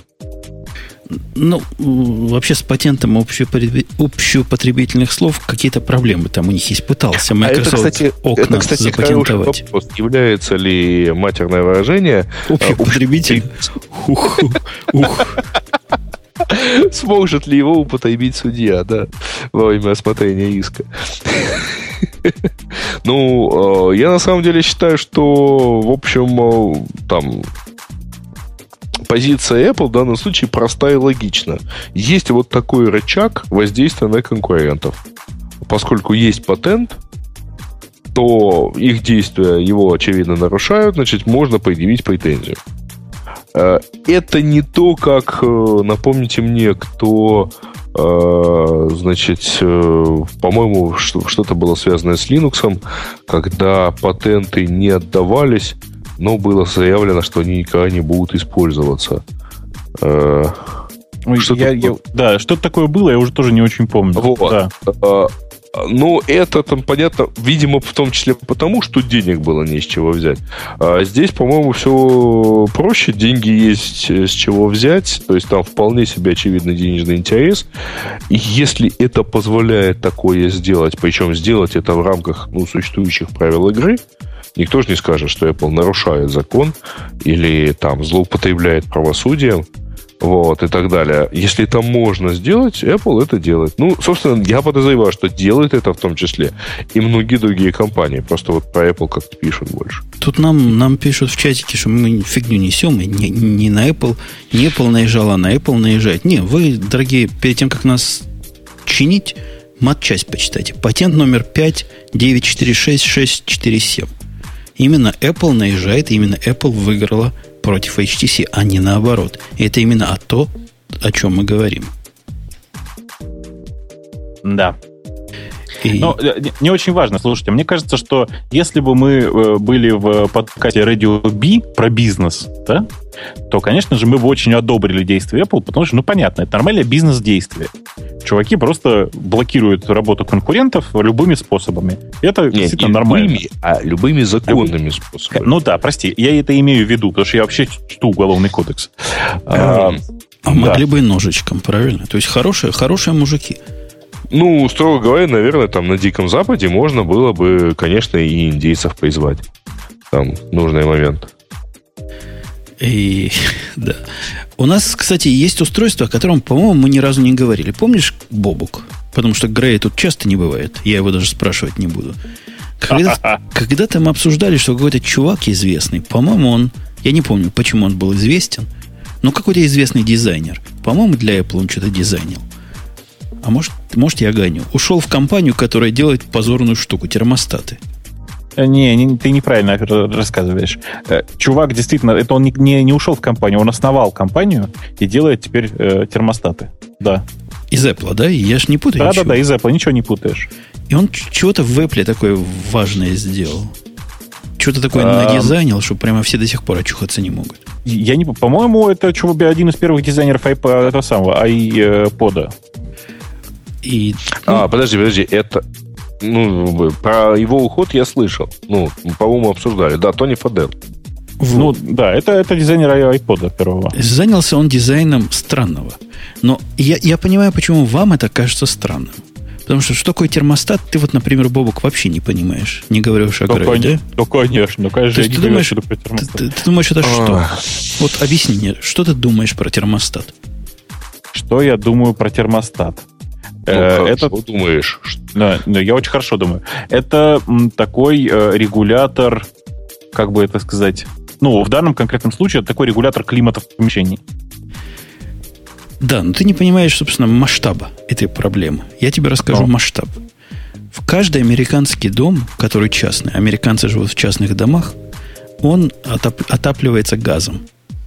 Ну, вообще с патентом общеупотребительных слов какие-то проблемы там у них есть. Пытался Microsoft а это, кстати, окна это, кстати, запатентовать. Вопрос. Является ли матерное выражение общеупотребитель? Ух, ух. Сможет ли его употребить судья, да, во время осмотрения иска? Ну, я на самом деле считаю, что, в общем, там... позиция Apple в данном случае простая и логична. Есть вот такой рычаг воздействия на конкурентов. Поскольку есть патент, то их действия его, очевидно, нарушают, значит, можно предъявить претензию. Это не то, как, напомните мне, кто, значит, по-моему, что-то было связано с Linux, когда патенты не отдавались, но было заявлено, что они никогда не будут использоваться. Ой, что я, я, да, что-то такое было, я уже тоже не очень помню. Вот. Да. Ну, это там понятно, видимо, в том числе потому, что денег было не с чего взять. А здесь, по-моему, все проще. Деньги есть с чего взять. То есть там вполне себе очевидный денежный интерес. И если это позволяет такое сделать, причем сделать это в рамках ну, существующих правил игры, никто же не скажет, что Apple нарушает закон или там злоупотребляет правосудием. Вот, и так далее. Если это можно сделать, Apple это делает. Ну, собственно, я подозреваю, что делает это в том числе и многие другие компании. Просто вот про Apple как-то пишут больше. Тут нам, нам пишут в чатике, что мы фигню несем, и не, не на Apple, не Apple наезжал, а на Apple наезжает. Не, вы, дорогие, перед тем, как нас чинить, матчасть почитайте. Патент номер пять девять четыре шесть шесть четыре семь. Именно Apple наезжает, именно Apple выиграла против эйч ти си, а не наоборот. И это именно о том, о чем мы говорим. Да. И... Но не очень важно, слушайте. Мне кажется, что если бы мы были в подкасте Radio B про бизнес, да, то, конечно же, мы бы очень одобрили действия Apple, потому что, ну, понятно, это нормальное бизнес-действие. Чуваки просто блокируют работу конкурентов любыми способами. Это не, действительно не нормально. Любыми, а любыми законными Люб... способами. Ну да, прости, я это имею в виду, потому что я вообще чту уголовный кодекс. А, а да. Могли бы и ножичком, правильно? То есть хорошие, хорошие мужики. Ну, строго говоря, наверное, там на Диком Западе можно было бы, конечно, и индейцев призвать. Там в нужный момент. И, да. У нас, кстати, есть устройство, о котором, по-моему, мы ни разу не говорили. Помнишь, Бобук? Потому что Грея тут часто не бывает. Я его даже спрашивать не буду. Когда, когда-то мы обсуждали, что какой-то чувак известный, по-моему, он... Я не помню, почему он был известен, но какой-то известный дизайнер. По-моему, для Apple он что-то дизайнил. А может, может, я гоню. Ушел в компанию, которая делает позорную штуку, термостаты. Не, не, ты неправильно рассказываешь. Чувак, действительно, это он не, не, не ушел в компанию, он основал компанию и делает теперь э, термостаты. Да. Из Apple, да? Я ж не путаю. Да-да-да, из Apple, ничего не путаешь. И он чего-то в Apple такое важное сделал. Что-то такое а... надизайнил, что прямо все до сих пор очухаться не могут. Я не... По-моему, это один из первых дизайнеров iPod, этого самого, iPod'а. И... А, подожди, подожди, это... Ну, про его уход я слышал. Ну, по-моему, обсуждали. Да, Тони Фадел. Вот. Ну, да, это, это дизайнер iPod'а первого. Занялся он дизайном странного. Но я, я понимаю, почему вам это кажется странным. Потому что что такое термостат, ты вот, например, Бобок, вообще не понимаешь. Не говорю уж о Грей, да? Ну, конечно. Ну, конечно, я не ты думаешь, что такое термостат. Ты, ты, ты думаешь, это что? Вот объясни мне, что ты думаешь про термостат? Что я думаю про термостат? Ну, э, это, что думаешь? Да, да, я очень хорошо думаю. Это м, такой э, регулятор, как бы это сказать, ну, в данном конкретном случае это такой регулятор климата в помещении. Да, но ты не понимаешь, собственно, масштаба этой проблемы. Я тебе расскажу но. масштаб. В каждый американский дом, который частный, американцы живут в частных домах, он отоп- отапливается газом.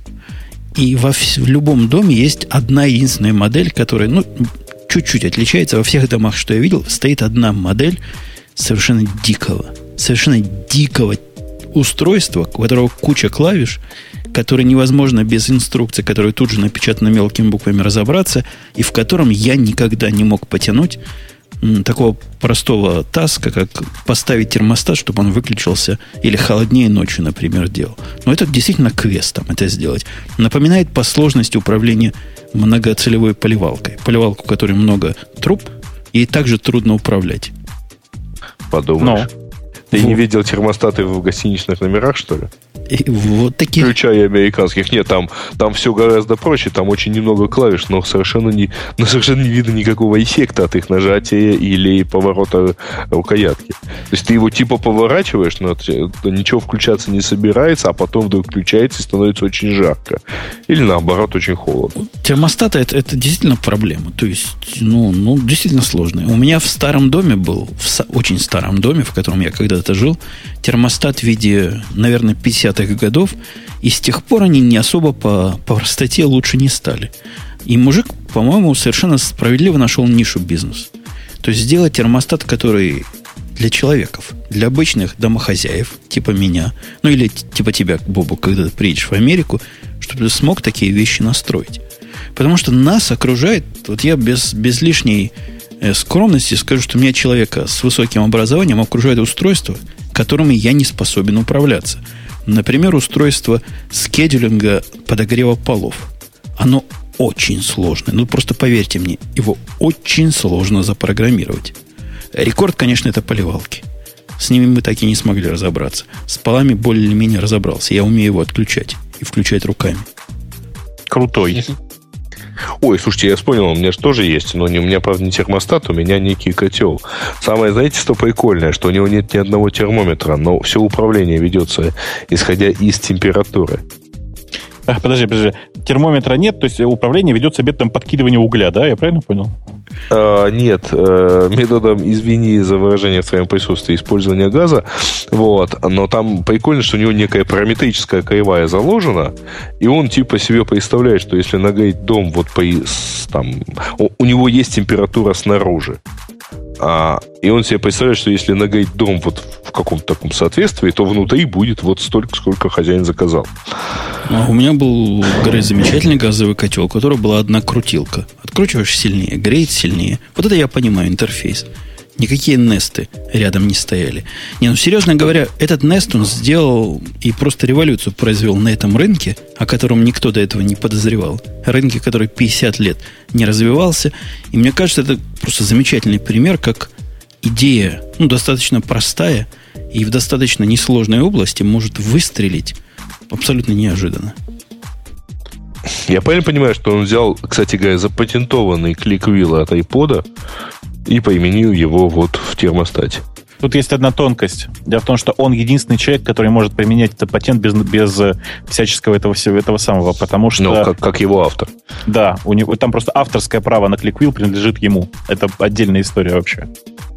И во в, в любом доме есть одна единственная модель, которая, ну, чуть-чуть отличается. Во всех домах, что я видел, стоит одна модель совершенно дикого, совершенно дикого устройства, у которого куча клавиш, которое невозможно без инструкции, которые тут же напечатаны мелкими буквами, разобраться, и в котором я никогда не мог потянуть м, такого простого таска, как поставить термостат, чтобы он выключился, или холоднее ночью, например, делал. Но это действительно квест там это сделать. Напоминает по сложности управления многоцелевой поливалкой. Поливалку, у которой много труб, и также трудно управлять. Подумаешь. Но. Ты вот. Не видел термостаты в гостиничных номерах, что ли? И вот такие... Включая американских. Нет, там, там все гораздо проще. Там очень немного клавиш, но совершенно не, но совершенно не видно никакого эффекта от их нажатия или поворота рукоятки. То есть ты его типа поворачиваешь, но ничего включаться не собирается, а потом вдруг включается и становится очень жарко. Или наоборот, очень холодно. Термостаты это, это действительно проблема. То есть, ну, ну, действительно сложно. У меня в старом доме был, в со, очень старом доме, в котором я когда-то жил, термостат в виде, наверное, пятидесятых годов, и с тех пор они не особо по, по простоте лучше не стали. И мужик, по-моему, совершенно справедливо нашел нишу бизнеса. То есть сделать термостат, который для человеков, для обычных домохозяев, типа меня, ну или типа тебя, Бобу, когда ты приедешь в Америку, чтобы ты смог такие вещи настроить. Потому что нас окружает, вот я без, без лишней э, скромности скажу, что меня человека с высоким образованием окружает устройство, которыми я не способен управляться. Например, устройство скеджулинга подогрева полов. Оно очень сложное. Ну, просто поверьте мне, его очень сложно запрограммировать. Рекорд, конечно, это поливалки. С ними мы так и не смогли разобраться. С полами более-менее разобрался. Я умею его отключать и включать руками. Крутой. Ой, слушайте, я вспомнил, у меня же тоже есть, но не, у меня, правда, не термостат, у меня некий котел. Самое, знаете, что прикольное, что у него нет ни одного термометра, но все управление ведется, исходя из температуры. Ах, подожди, подожди. Термометра нет, то есть управление ведется методом подкидывания угля, да? Я правильно понял? А, нет, э, методом, извини за выражение в своем присутствии, использования газа. Вот, но там прикольно, что у него некая параметрическая кривая заложена, и он типа себе представляет, что если нагреть дом, вот по, там, у, у него есть температура снаружи. А, и он себе представляет, что если нагреть дом вот в каком-то таком соответствии, то внутри будет вот столько, сколько хозяин заказал. А у меня был, говорят, замечательный газовый котел, у которого была одна крутилка. Откручиваешь сильнее, греет сильнее. Вот это я понимаю, интерфейс. Никакие несты рядом не стояли. Не, ну, серьезно говоря, этот нест он сделал и просто революцию произвел на этом рынке, о котором никто до этого не подозревал. Рынке, который пятьдесят лет не развивался. И мне кажется, это просто замечательный пример, как идея, ну, достаточно простая и в достаточно несложной области может выстрелить абсолютно неожиданно. Я правильно понимаю, что он взял, кстати говоря, запатентованный ClickWheel от iPod и поименил его вот в термостате. Тут есть одна тонкость. Дело в том, что он единственный человек, который может применять этот патент без, без всяческого этого, этого самого, потому что... Ну, как, как его автор. Да, у него, там просто авторское право на ClickWheel принадлежит ему. Это отдельная история вообще.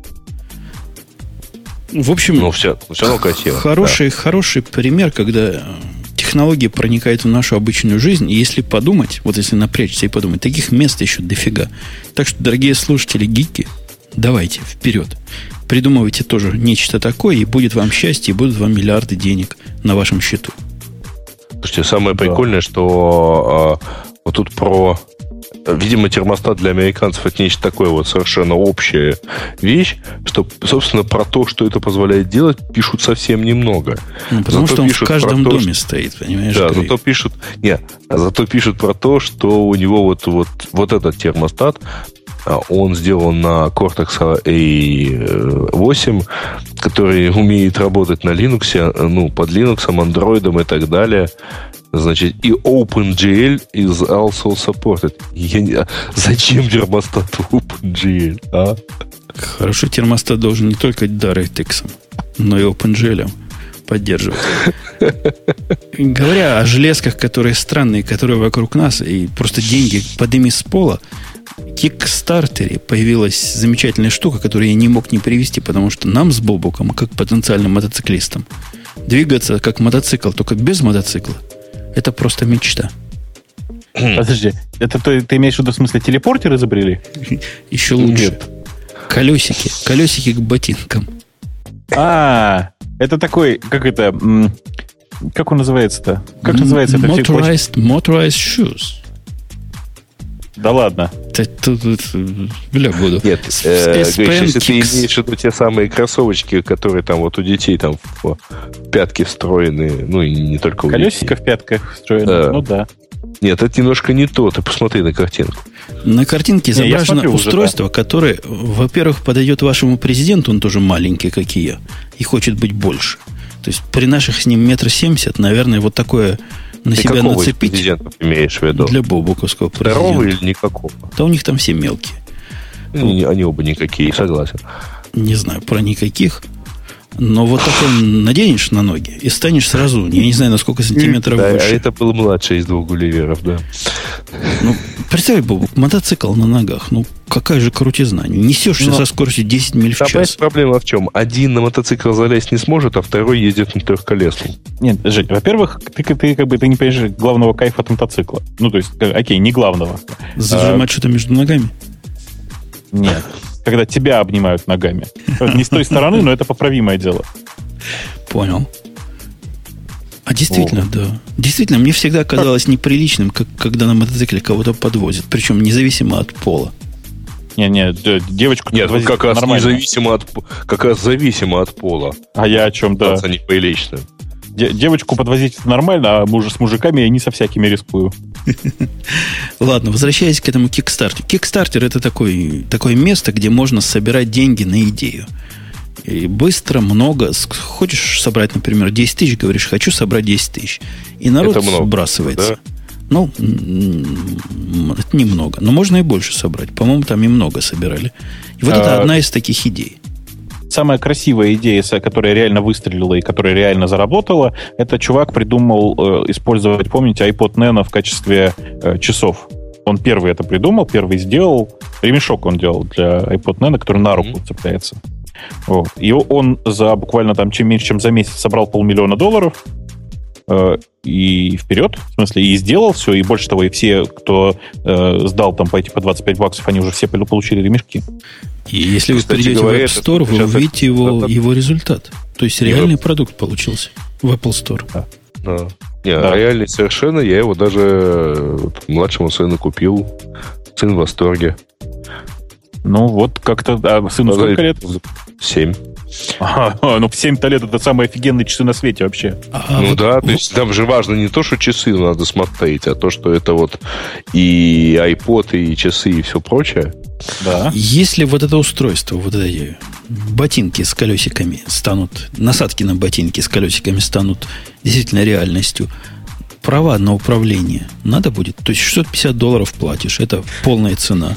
В общем, ну, все, все равно красиво. Хороший, да. Хороший пример, когда технологии проникают в нашу обычную жизнь, и если подумать, вот если напрячься и подумать, таких мест еще дофига. Так что, дорогие слушатели, гики, давайте, вперед. Придумывайте тоже нечто такое, и будет вам счастье, и будут вам миллиарды денег на вашем счету. Слушайте, самое да. прикольное, что а, вот тут про... Видимо, термостат для американцев это нечто такое вот совершенно общая вещь, что, собственно, про то, что это позволяет делать, пишут совсем немного. Ну, потому зато что он в каждом то, доме что... стоит, понимаешь? Да, зато пишут, не, зато пишут про то, что у него вот, вот, вот этот термостат, он сделан на Cortex эй восемь, который умеет работать на Linux, ну, под Linux, Android и так далее. Значит, и OpenGL is also supported. Я не... Зачем термостат OpenGL, а? Хороший термостат должен не только DirectX, но и OpenGL поддерживать. Говоря о железках, которые странные, которые вокруг нас, и просто деньги подними с пола, в Кикстартере появилась замечательная штука, которую я не мог не привести, потому что нам с Бобуком, как потенциальным мотоциклистам, двигаться как мотоцикл, только без мотоцикла, это просто мечта. Подожди, это ты, ты имеешь в виду в смысле телепортер изобрели? Еще лучше. Нет. Колесики. Колесики к ботинкам. А, это такой, как это, как он называется-то? Как называется это? Motorized, motorized shoes. Да ладно. Бля, буду. Нет, э, Гриш, если ты имеешь в виду те самые кроссовочки, которые там вот у детей там в пятки встроены, ну и не только у колесико детей. В пятках встроены, да. Ну да. Нет, это немножко не то. Ты посмотри на картинку. На картинке изображено устройство, уже, да. которое, во-первых, подойдет вашему президенту, он тоже маленький, как и я, и хочет быть больше. То есть при наших с ним метр семьдесят, наверное, вот такое на ты себя нацепить. Президентов имеешь в виду? Для бобуковского президента. Здорового или никакого? Да у них там все мелкие. Ну, они оба никакие, согласен. Не знаю про никаких. Но вот такой наденешь на ноги и станешь сразу, я не знаю, на сколько сантиметров да, выше. А это был младший из двух Гулливеров, да. Ну, представь, Бобук, мотоцикл на ногах. Ну, какая же крутизна. Несешься Но... со скоростью десять миль в час. Понимаешь, проблема в чем? Один на мотоцикл залезть не сможет, а второй ездит на трехколесном. Нет, Жень, во-первых, ты, ты как бы ты не понимаешь главного кайфа от мотоцикла. Ну, то есть, окей, не главного. Зажимать а... что-то между ногами? Нет. Когда тебя обнимают ногами. Не с той стороны, но это поправимое дело. Понял. А действительно, О. да. Действительно, мне всегда казалось неприличным, как, когда на мотоцикле кого-то подвозят. Причем независимо от пола. Не-не, девочку... Нет, ну как раз независимо от, как раз зависимо от пола. А я о чем, да. Не прилично. Девочку подвозить нормально, а муж, с мужиками я не со всякими рискую. Ладно, возвращаясь к этому Kickstarter. Kickstarter — это такое, такое место, где можно собирать деньги на идею. И быстро, много. Хочешь собрать, например, десять тысяч, говоришь, хочу собрать десять тысяч. И народ сбрасывается. Да? Ну, это немного. Но можно и больше собрать. По-моему, там и много собирали. И вот а... это одна из таких идей. Самая красивая идея, которая реально выстрелила и которая реально заработала, это чувак придумал э, использовать, помните, iPod Nano в качестве э, часов. Он первый это придумал, первый сделал. Ремешок он делал для iPod Nano, который на руку mm-hmm. цепляется. Вот. И он за буквально там чем меньше, чем за месяц собрал полмиллиона долларов. Э, и вперед, в смысле, и сделал все. И больше того, и все, кто э, сдал там по эти по двадцать пять баксов, они уже все получили ремешки. И если вы придете в App Store, вы увидите его, его результат. То есть реальный Web... продукт получился в Apple Store. Да. Да. Не, да. Реальный совершенно. Я его даже младшему сыну купил. Сын в восторге. Ну, вот как-то... А сыну да, сколько лет? Семь. Ага, ну, в семь-то лет это самые офигенные часы на свете вообще. А, ну вот, да, вот. То есть там же важно не то, что часы надо смотреть, а то, что это вот и iPod, и часы, и все прочее. Да. Если вот это устройство, вот эти ботинки с колесиками станут, насадки на ботинки с колесиками станут действительно реальностью, права на управление надо будет? То есть шестьсот пятьдесят долларов платишь, это полная цена.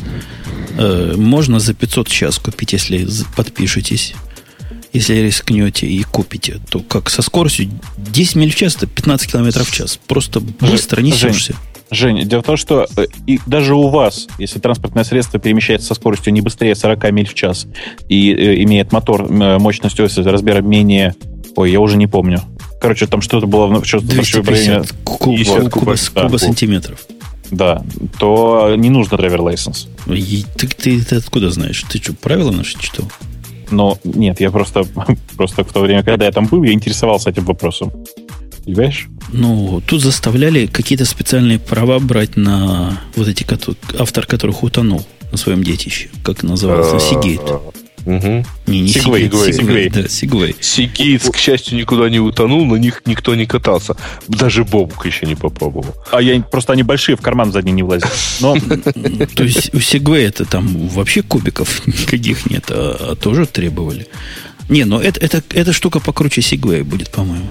Э, можно за пятьсот сейчас купить, если подпишетесь. Если рискнете и купите, то как со скоростью десять миль в час, это пятнадцать километров в час. Просто быстро несешься. Жень, дело в том, что и даже у вас, если транспортное средство перемещается со скоростью не быстрее сорок миль в час и э, имеет мотор э, мощностью размером менее... Ой, я уже не помню. Короче, там что-то было... Что-то двести пятьдесят куб, куба, куба, да, куба сантиметров. Да, то не нужно драйвер-лайсенс. И ты, ты, ты откуда знаешь? Ты что, правила наши читал? Но нет, я просто, просто в то время, когда я там был, я интересовался этим вопросом. Понимаешь? Ну, тут заставляли какие-то специальные права брать на вот эти, автор которых утонул на своем детище. Как называется? Сигейт. Угу. Не, не Сигвей. Сигвей. Да, Сигвей. Сигейт, к счастью, никуда не утонул, на них никто не катался. Даже Бобук еще не попробовал. А я просто они большие, в карман задний не влазят. Но... То есть у Сигвей это там вообще кубиков никаких нет, а тоже требовали. Не, но эта штука покруче Сигвей будет, по-моему.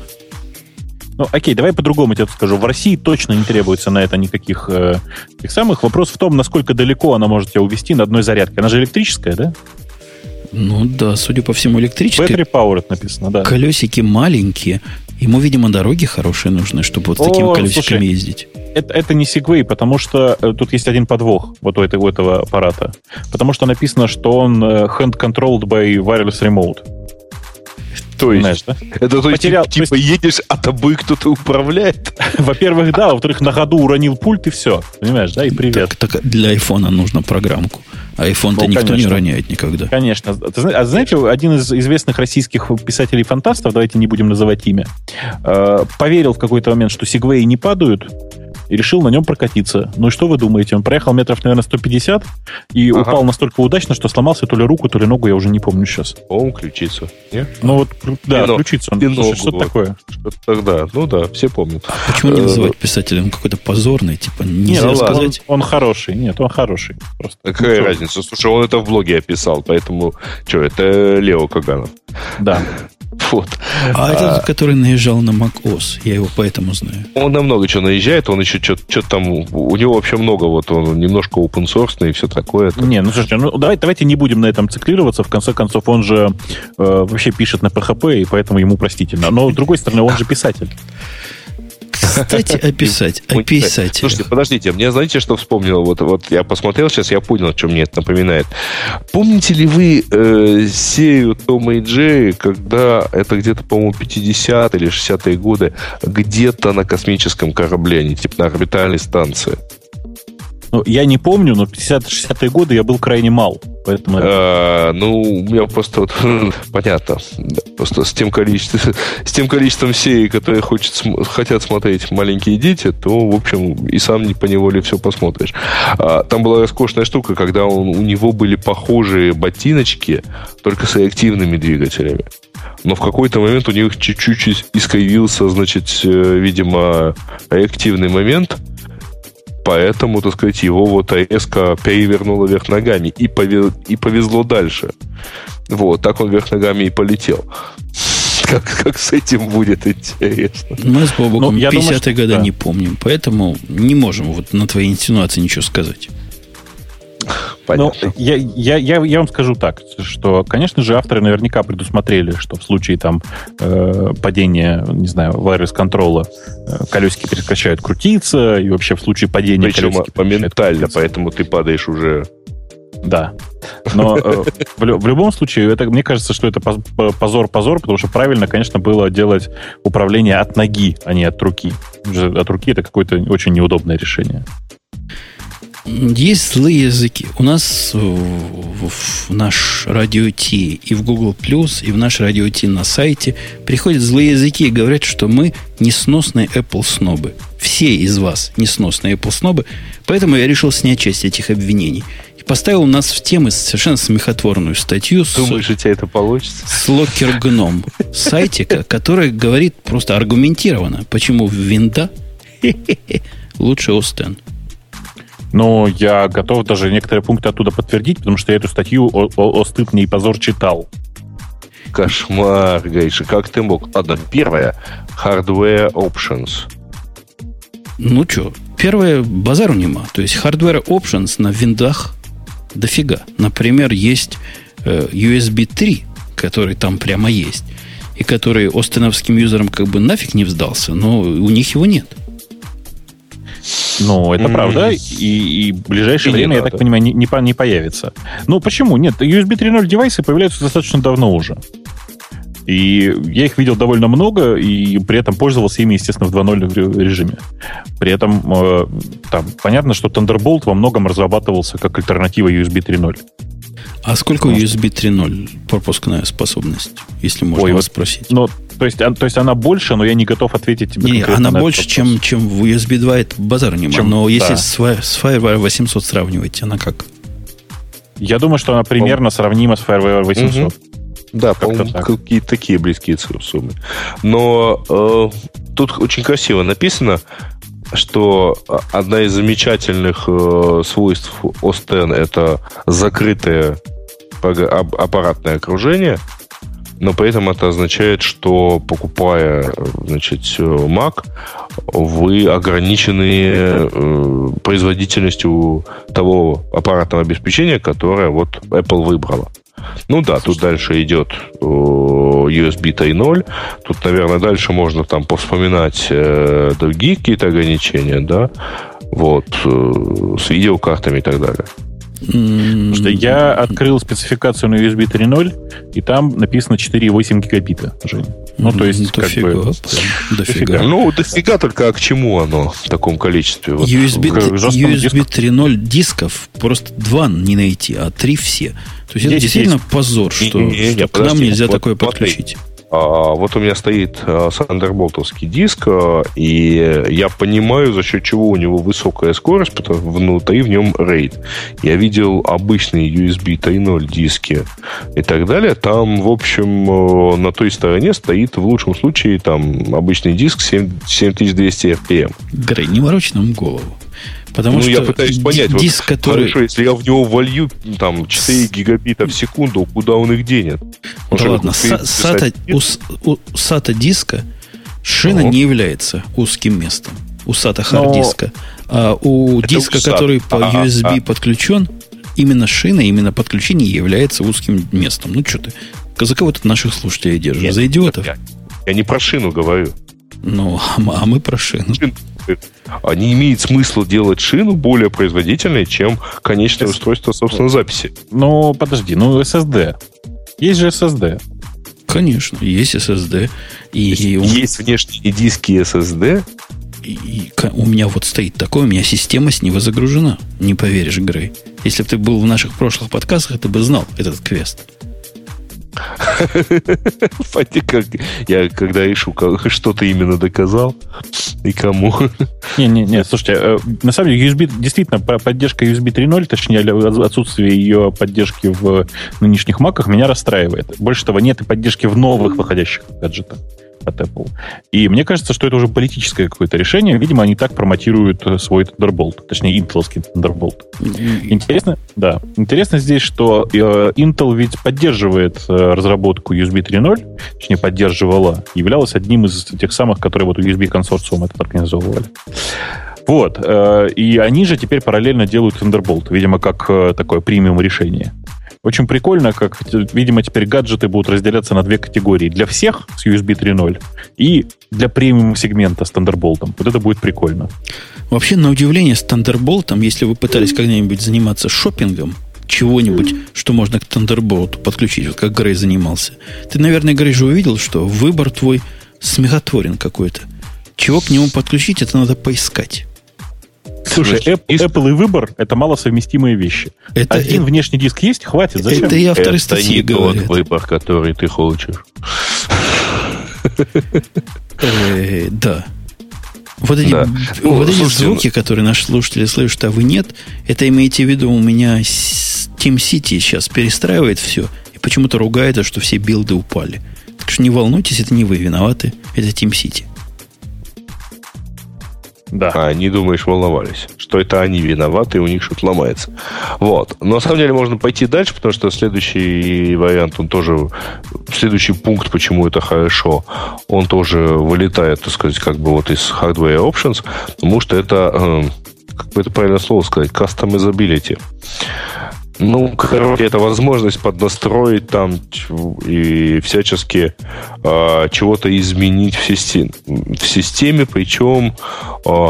Ну, окей, давай по-другому тебе скажу. В России точно не требуется на это никаких э, тех самых. Вопрос в том, насколько далеко она может тебя увезти на одной зарядке. Она же электрическая, да? Ну да, судя по всему, электрическая. Battery powered написано, да. Колесики маленькие. Ему, видимо, дороги хорошие нужны, чтобы вот с такими О, колесиками слушай, ездить. Это, это не Segway, потому что э, тут есть один подвох вот у этого, у этого аппарата. Потому что написано, что он э, hand-controlled by wireless remote. То есть, знаешь, да? Это то есть, Потерял, типа, то есть... едешь, а тобой кто-то управляет? Во-первых, да, во-вторых, на ходу уронил пульт и все. Понимаешь, да, и привет. Так, так для айфона нужно программку. А айфон-то ну, никто конечно. не роняет никогда. Конечно. А знаете, один из известных российских писателей-фантастов, давайте не будем называть имя, поверил в какой-то момент, что сегвеи не падают, и решил на нем прокатиться. Ну и что вы думаете? Он проехал метров, наверное, сто пятьдесят и ага. упал настолько удачно, что сломался то ли руку, то ли ногу, я уже не помню сейчас. По-моему, ключицу. Нет? Ну вот, да, и ключицу. Он, слушай, ногу, что-то вот. такое. Что-то тогда. Ну да, все помнят. А почему не называть писателем какой-то позорный? Типа нельзя Нет, сказать? Он, он хороший. Нет, он хороший. Просто. Какая ну, разница? Слушай, он это в блоге описал, поэтому что, это Лео Каганов. Да. Вот. А, а этот, который наезжал на macOS, я его поэтому знаю. Он на много чего наезжает, он еще что-то там... У него вообще много, вот он немножко open source и все такое. Не, ну слушайте, ну давайте, давайте не будем на этом циклироваться. В конце концов, он же э, вообще пишет на пи эйч пи, и поэтому ему простительно. Но, с другой стороны, он же писатель. Кстати, описать, описать. Слушайте, подождите, мне знаете, что вспомнил? Вот, вот я посмотрел сейчас, я понял, что мне это напоминает. Помните ли вы э, серию Тома и Джерри, когда это где-то, по-моему, пятидесятые или шестидесятые годы, где-то на космическом корабле, они типа на орбитальной станции? Ну, я не помню, но в пятидесятые-шестидесятые годы я был крайне мал. Поэтому... А, ну, у меня просто вот, понятно. Просто с тем количеством, с тем количеством серий, которые хочет, хотят смотреть маленькие дети, то, в общем, и сам не поневоле все посмотришь. А, там была роскошная штука, когда он, у него были похожие ботиночки, только с реактивными двигателями. Но в какой-то момент у них чуть-чуть искривился, значит, видимо, реактивный момент. Поэтому, так сказать, его вот резко перевернуло вверх ногами и, пове... и повезло дальше. Вот, так он вверх ногами и полетел. Как, как с этим будет интересно. Мы с Бобуком пятидесятые годы да. не помним, поэтому не можем вот на твои инсинуации ничего сказать. Понятно. Ну, я, я, я, я вам скажу так, что, конечно же, авторы наверняка предусмотрели, что в случае там э, падения, не знаю, wireless-контрола э, колесики прекращают крутиться, и вообще в случае падения Причем колесики моментально, поэтому ты падаешь уже... Да. Но э, в, в любом случае, это, мне кажется, что это позор-позор, потому что правильно, конечно, было делать управление от ноги, а не от руки. От руки это какое-то очень неудобное решение. Есть злые языки. У нас в, в наш Радио Ти и в Google Plus, и в наш Радио Ти на сайте приходят злые языки и говорят, что мы несносные Apple снобы. Все из вас несносные Apple снобы. Поэтому я решил снять часть этих обвинений. И поставил у нас в темы совершенно смехотворную статью. Думаешь, у тебя это получится? С Locker Gnome сайтика, который говорит просто аргументированно, почему винда лучше о эс X. Но я готов даже некоторые пункты оттуда подтвердить, потому что я эту статью о, о, о стыд мне и позор читал. Кошмар, Гриша, как ты мог? Ладно, первое. Hardware Options. Ну что, первое, базару нема. То есть Hardware Options на виндах дофига. Например, есть э, ю эс би три, который там прямо есть, и который остиновским юзерам как бы нафиг не вздался, но у них его нет. Ну, это mm-hmm. правда, и, и в ближайшее и время, я так понимаю, не, не, не появится. Ну, почему? Нет, ю эс би три ноль девайсы появляются достаточно давно уже. И я их видел довольно много, и при этом пользовался ими, естественно, в два ноль режиме. При этом э, там, понятно, что Thunderbolt во многом разрабатывался как альтернатива ю эс би три ноль. А сколько у ю эс би три ноль пропускная способность, если можно Ой, вас вот, спросить? Ну, то есть, то есть она больше, но я не готов ответить тебе. Не, она больше, чем, чем в ю эс би два, это базар нема. Чем, но если да. с, с FireWire восемьсот сравнивать, она как? Я думаю, что она примерно По... сравнима с FireWire восемьсот. Угу. Да, по-моему, какие-то такие близкие суммы. Но э, тут очень красиво написано, что одна из замечательных э, свойств о эс X это закрытое аппаратное окружение, но при этом это означает, что покупая, значит, Mac, вы ограничены э, производительностью того аппаратного обеспечения, которое вот Apple выбрала. Ну да, тут дальше идет ю эс би три ноль. Тут, наверное, дальше можно там повспоминать э, другие какие-то ограничения, да, вот, э, с видеокартами и так далее. Потому что я открыл спецификацию на ю эс би три ноль, и там написано четыре и восемь гигабита, Жень. Ну, то есть, как дофига, бы... Дофига. Ну, дофига, только а к чему оно в таком количестве? Вот, ю эс би, ю эс би три ноль дисков просто два не найти, а три все. То есть, есть это действительно есть. Позор, что, не, не, не, что не, к подожди, нам нельзя вот, такое подключить. А, вот у меня стоит а, Thunderbolt'овский диск, а, и я понимаю, за счет чего у него высокая скорость, потому что внутри в нем RAID. Я видел обычные ю эс би три ноль диски и так далее. Там, в общем, на той стороне стоит в лучшем случае там обычный диск семь тысяч двести эр пи эм. Грей, не морочь нам голову. Потому ну, что я пытаюсь понять, диск, вот, который... хорошо, если я в него волью там четыре гигабита в секунду, куда он их денет? Он да ладно, сата, у, у сата диска шина Ого. не является узким местом. У сата хард диска. Но... А у Это диска, у который по а, ю эс би а. подключен, именно шина, именно подключение является узким местом. Ну что ты, за кого тут наших слушателей держишь? Нет, за идиотов? Я, я не про шину говорю. Ну, а мы про шину. А не имеет смысла делать шину более производительной, чем конечное S... устройство, собственно, записи. Ну, подожди, ну эс эс ди. Есть же эс эс ди. Конечно, есть эс эс ди. И, и он... Есть внешние диски эс эс ди, и, и у меня вот стоит такое, у меня система с него загружена. Не поверишь, Грей. Если бы ты был в наших прошлых подкастах, ты бы знал этот квест. Я когда решу, что ты именно доказал и кому. Не-не-не, слушайте, на самом деле ю эс би, действительно, поддержка ю эс би три ноль, точнее, отсутствие ее поддержки в нынешних маках меня расстраивает. Больше того, нет и поддержки в новых выходящих гаджетах от Apple. И мне кажется, что это уже политическое какое-то решение. Видимо, они так промотируют свой Thunderbolt, точнее, интеловский Thunderbolt. Интересно, да. Интересно здесь, что Intel ведь поддерживает разработку ю эс би три ноль, точнее, поддерживала, являлась одним из тех самых, которые вот у ю эс би-консорциум это организовывали. Вот. И они же теперь параллельно делают Thunderbolt, видимо, как такое премиум решение. Очень прикольно, как, видимо, теперь гаджеты будут разделяться на две категории. Для всех с ю эс би три ноль и для премиум-сегмента с Thunderbolt. Вот это будет прикольно. Вообще, на удивление, с Thunderbolt, если вы пытались когда-нибудь заниматься шопингом, чего-нибудь, что можно к Thunderbolt подключить, вот как Грей занимался, ты, наверное, Грей, же увидел, что выбор твой смехотворен какой-то. Чего к нему подключить, это надо поискать. Слушай, Apple, Apple и выбор — это малосовместимые вещи. Это, Один это, внешний диск есть, хватит. Зачем? Это и авторы статьи это говорят. Это не тот выбор, который ты хочешь. Да. Вот эти, да. вот эти звуки, которые наши слушатели слышат, а вы нет, это имейте в виду, у меня TeamCity сейчас перестраивает все и почему-то ругается, что все билды упали. Так что не волнуйтесь, это не вы виноваты, это TeamCity. Да. А, не думаешь, волновались, что это они виноваты, и у них что-то ломается. Вот. Но на самом деле можно пойти дальше, потому что следующий вариант, он тоже... Следующий пункт, почему это хорошо, он тоже вылетает, так сказать, как бы вот из hardware options, потому что это, э, как бы это правильное слово сказать, customizability. Ну, короче, это возможность поднастроить там и всячески э, чего-то изменить в системе, в системе, причем э,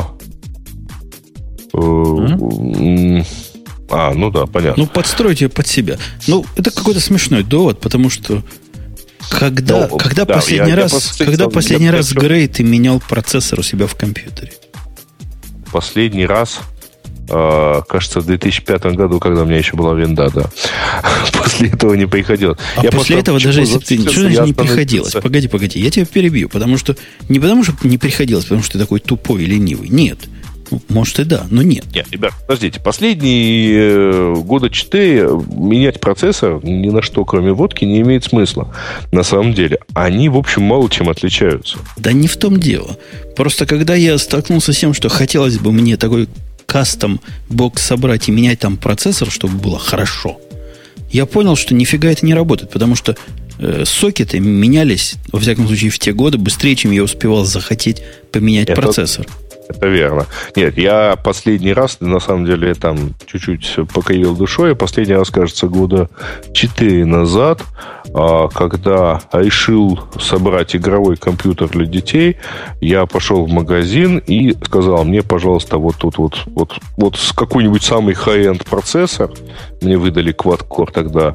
э, mm-hmm. а, ну да, понятно. Ну, подстройте под себя. Ну, это какой-то смешной довод, потому что когда, ну, когда да, последний я, раз, я когда последний я раз Грей, ты менял процессор у себя в компьютере? Последний раз... кажется, в две тысячи пятом году, когда у меня еще была винда, да. После этого не приходилось. А я после этого, даже если ты... Что значит не приходилось? Погоди, погоди, я тебя перебью, потому что... Не потому что не приходилось, потому что ты такой тупой и ленивый. Нет. Может и да, но нет. Нет, ребят, подождите. Последние года четыре менять процессор ни на что, кроме водки, не имеет смысла. На самом деле. Они, в общем, мало чем отличаются. Да не в том дело. Просто когда я столкнулся с тем, что хотелось бы мне такой кастом бокс собрать и менять там процессор, чтобы было хорошо, я понял, что нифига это не работает, потому что э, сокеты менялись, во всяком случае, в те годы быстрее, чем я успевал захотеть поменять это, процессор. Это верно. Нет, я последний раз, на самом деле, там чуть-чуть покривил душой, последний раз, кажется, года четыре назад, когда решил собрать игровой компьютер для детей, я пошел в магазин и сказал, мне, пожалуйста, вот тут вот, вот, вот с какой-нибудь самый хай-энд процессор, мне выдали Quad-Core тогда,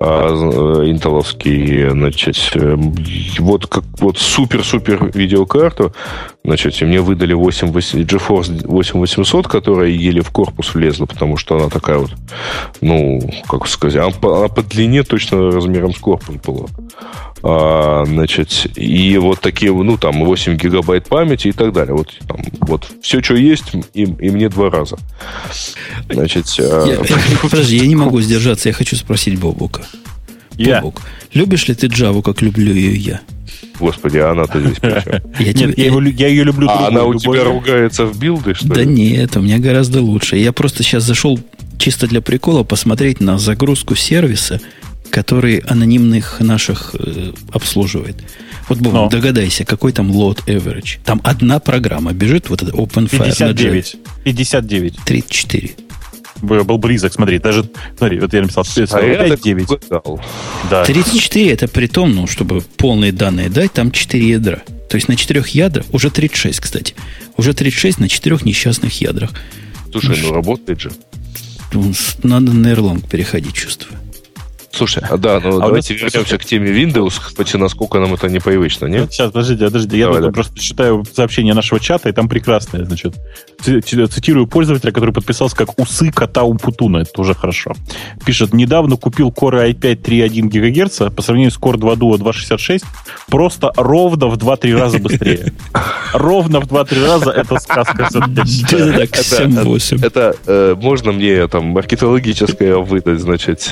интеловский, значит, вот, как, вот супер-супер видеокарту, значит, и мне выдали восемь, GeForce восемь восемьсот, которая еле в корпус влезла, потому что она такая вот, ну, как сказать, она по, она по длине точно размером с корпус была. А, значит, и вот такие, ну, там, восемь гигабайт памяти и так далее. Вот, там, вот все, что есть, и, и мне два раза. Значит, я, а... Подожди, я не могу сдержаться, я хочу спросить Бобука. Я. Бобук, любишь ли ты Java, как люблю ее я? Господи, а она-то здесь при чем? Я, нет, я, его, я ее люблю. А она у тебя ругается в билды, что да ли? Да нет, у меня гораздо лучше. Я просто сейчас зашел чисто для прикола посмотреть на загрузку сервиса, который анонимных наших э, обслуживает. Вот, Боб, Но. догадайся, какой там load average. Там одна программа бежит, вот это OpenFire. пятьдесят девять. пятьдесят девять. тридцать четыре. Был близок, смотри, даже, смотри, вот я написал пять девять. Да. тридцать четыре это при том, ну, чтобы полные данные дать, там четыре ядра. То есть на четырех ядрах, уже тридцать шесть, кстати, уже тридцать шесть на четырех несчастных ядрах. Слушай, ну, ну работает же. Надо на Erlang переходить, чувствую. Слушай, а да, ну а давайте нас... вернемся к теме Windows, хоть насколько нам это непривычно, нет? Сейчас, подождите, подождите. Я Давай, да. просто читаю сообщение нашего чата, и там прекрасное, значит. Цитирую пользователя, который подписался как «Усы кота Умпутуна». Это тоже хорошо. Пишет: недавно купил Core ай пять три целых один гигагерца по сравнению с Core два Duo два шестьдесят шесть просто ровно в два-три раза быстрее. Ровно в два-три раза это сказка. Это можно мне там маркетологическое выдать, значит,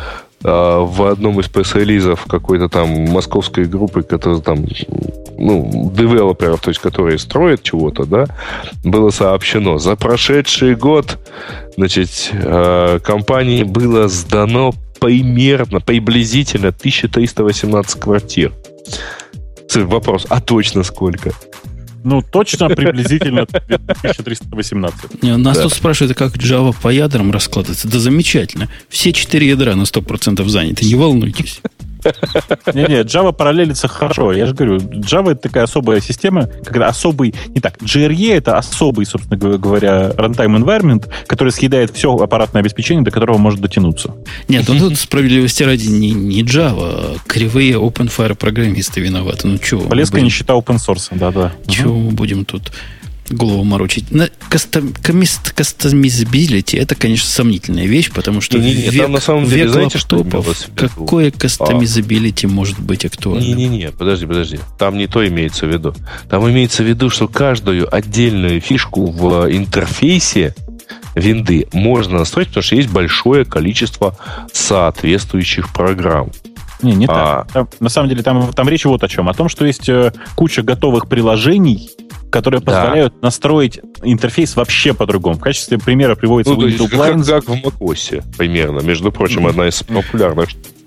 в одном из пресс-релизов какой-то там московской группы, которая там, ну, девелоперов, то есть которые строят чего-то, да, было сообщено: за прошедший год, значит, компании было сдано примерно, приблизительно тысяча триста восемнадцать квартир. Вопрос: а точно сколько? Ну, точно приблизительно тысяча триста восемнадцать. Не, нас да. тут спрашивают, как Java по ядрам раскладывается. Да замечательно. Все четыре ядра на сто процентов заняты. Не волнуйтесь. Не-не, Java параллелится хорошо. Я же говорю, Java — это такая особая система, когда особый... Не так, джей ар и — это особый, собственно говоря, runtime environment, который съедает все аппаратное обеспечение, до которого может дотянуться. Нет, ну тут справедливости ради не, не Java, а кривые OpenFire программисты виноваты. Ну чего? Полезкая нищета open source, да-да. Чего угу. мы будем тут голову морочить? На кастомизабилити — это, конечно, сомнительная вещь, потому что не, не, век, там на самом деле, век знаете, лаптопов, что какое кастомизабилити а. может быть актуально? Не-не-не, подожди, подожди. Там не то имеется в виду. Там имеется в виду, что каждую отдельную фишку в интерфейсе винды можно настроить, потому что есть большое количество соответствующих программ. Не, не а. так. Там, на самом деле, там, там речь вот о чем. О том, что есть э, куча готовых приложений, которые позволяют да. настроить интерфейс вообще по-другому. В качестве примера приводится ну, Windows Blinds. Как, как в macOS, примерно. Между прочим, mm-hmm. одна из популярных.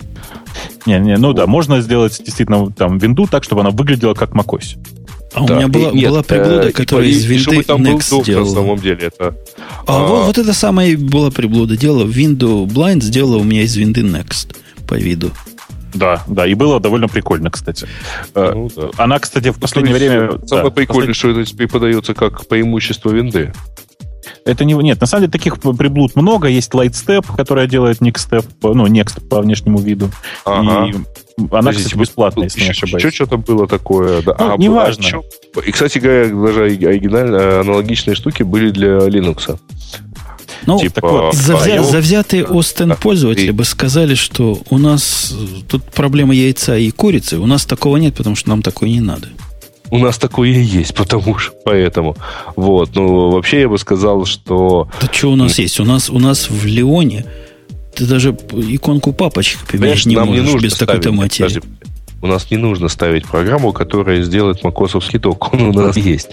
Не, не, ну да, можно сделать действительно там винду так, чтобы она выглядела как macOS. А да. у меня была, и, была приблуда, э, которая из винды Next сделала. На самом деле это... А, а вот, вот это самая была приблуда. Делала Windows Blind, сделала у меня из винды Next по виду. Да, да, и было довольно прикольно, кстати. Ну, да. Она, кстати, в последнее время... Самое да, прикольное, послед... что это преподается как преимущество винды. Это не... Нет, на самом деле таких приблуд много. Есть Lightstep, которая делает Nextstep, ну, Next по внешнему виду. Ага. И она, Подождите, кстати, бесплатная, если не ошибаюсь. Что что-то было такое? Да. Ну, а, неважно. А и, кстати говоря, даже оригинальные, аналогичные штуки были для Linux. Ну, типа, вот, завзя, завзятые Остен пользователи бы сказали, что у нас тут проблема яйца и курицы. У нас такого нет, потому что нам такое не надо. У нас такое и есть, потому что поэтому. Вот. Ну, вообще я бы сказал, что... Да что у нас есть? У нас, у нас в Леоне ты даже иконку папочек поменять не можешь не нужно без такой-то материи. У нас не нужно ставить программу, которая сделает макосовский док. Он у нас есть.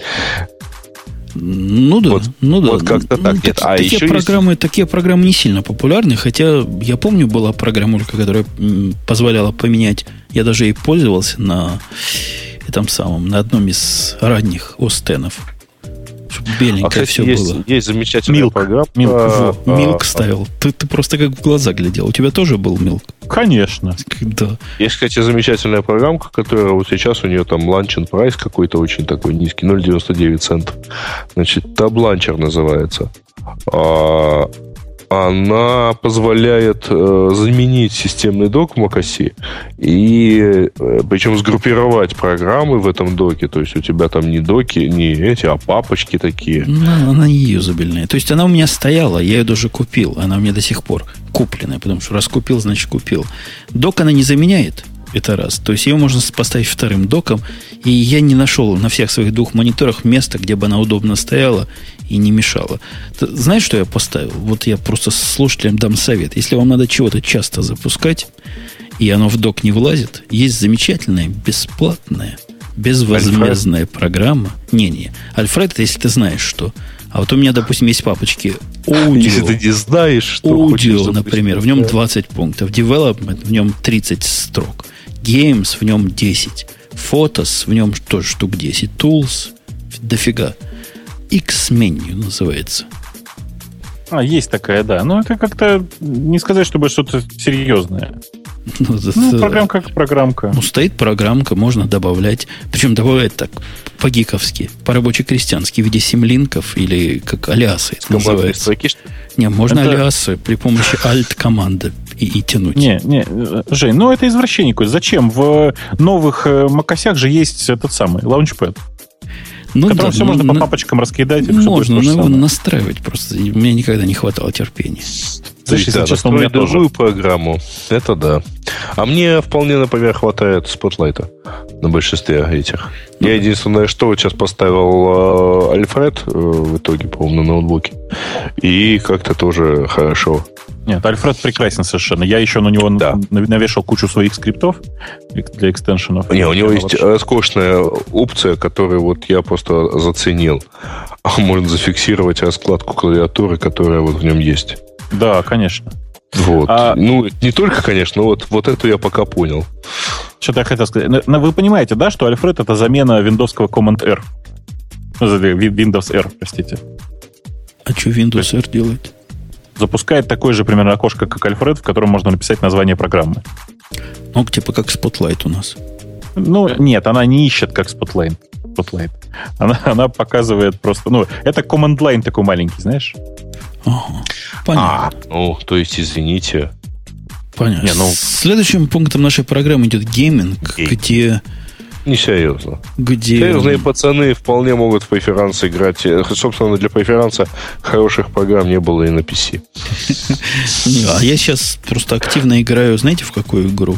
Ну да, вот, ну да. Вот как-то так. Ну, Нет, так, а такие, еще программы, есть... такие программы не сильно популярны, хотя я помню, была программулька, которая позволяла поменять, я даже и пользовался на этом самом, на одном из ранних Остенов. Чтобы беленькое а, кстати, все есть, было. Есть замечательная Milk. программа. Милк, а, а, Милк ставил. Ты, ты просто как в глаза глядел. У тебя тоже был Милк? Конечно. Да. Есть, кстати, замечательная программка, которая вот сейчас у нее там ланчен прайс какой-то очень такой низкий, ноль целых девяносто девять центов. Значит, Tab Launcher называется. А, она позволяет э, заменить системный док в macOS и э, причем сгруппировать программы в этом доке. То есть у тебя там не доки, не эти, а папочки такие. Ну, она не юзабельная. То есть она у меня стояла, я ее даже купил. Она у меня до сих пор купленная, потому что раз купил, значит купил. Док она не заменяет. Это раз. То есть ее можно поставить вторым доком. И я не нашел на всех своих двух мониторах места, где бы она удобно стояла и не мешала. Ты знаешь, что я поставил? Вот я просто слушателям дам совет. Если вам надо чего-то часто запускать, и оно в док не влазит, есть замечательная, бесплатная, безвозмездная Альфред. программа. Не-не. Альфред, это если ты знаешь, что. А вот у меня, допустим, есть папочки Audio. Если ты не знаешь, что Audio, хочешь, например, в нем двадцать пунктов. Development, в нем тридцать строк. Games, в нем десять. Photos, в нем тоже штук десять. Tools, дофига. X-меню называется. А, есть такая, да. Но это как-то не сказать, чтобы что-то серьезное. Ну, это, ну программка как программка. Ну, стоит программка, можно добавлять. Причем добавлять так, по-гиковски, по-рабоче-крестьянски, в виде симлинков или как алиасы это называется. Не, можно это... алиасы при помощи Alt-команды. и, и тянуть. Не, не, Жень, ну это извращение какое-то. Зачем? В новых макосях же есть этот самый лаунчпэд. Ну, который да, все можно на, по папочкам раскидать. И можно, но его настраивать просто. У меня никогда не хватало терпения. То есть, да, настроить другую программу. Это да. А мне вполне, например, хватает Spotlight на большинстве этих. Ну, Я единственное, что вот сейчас поставил Альфред э, в итоге, по-моему, на ноутбуке. И как-то тоже хорошо. Нет, Альфред прекрасен совершенно. Я еще на него да. навешал кучу своих скриптов для экстеншенов. Не, у него есть вообще роскошная опция, которую вот я просто заценил. Можно зафиксировать раскладку клавиатуры, которая вот в нем есть. Да, конечно. Вот. А... Ну, не только, конечно, но вот, вот эту я пока понял. Что-то я хотел сказать. Но вы понимаете, да, что Альфред — это замена виндовского Command-R. Windows R, простите. А что Windows R делает? Запускает такое же примерно окошко, как Альфред, в котором можно написать название программы. Ну, типа как Spotlight у нас. Ну, нет, она не ищет как Spotlight. Spotlight. Она, она показывает просто... Ну, это command line такой маленький, знаешь? Ага, понятно. А, ну, то есть, извините. Понятно. Не, ну... Следующим пунктом нашей программы идет гейминг, Гейм. где... Несерьезно. Где... Серьезные пацаны вполне могут в преферансы играть. Собственно, для преферанса хороших программ не было и на пи си. А я сейчас просто активно играю, знаете, в какую игру?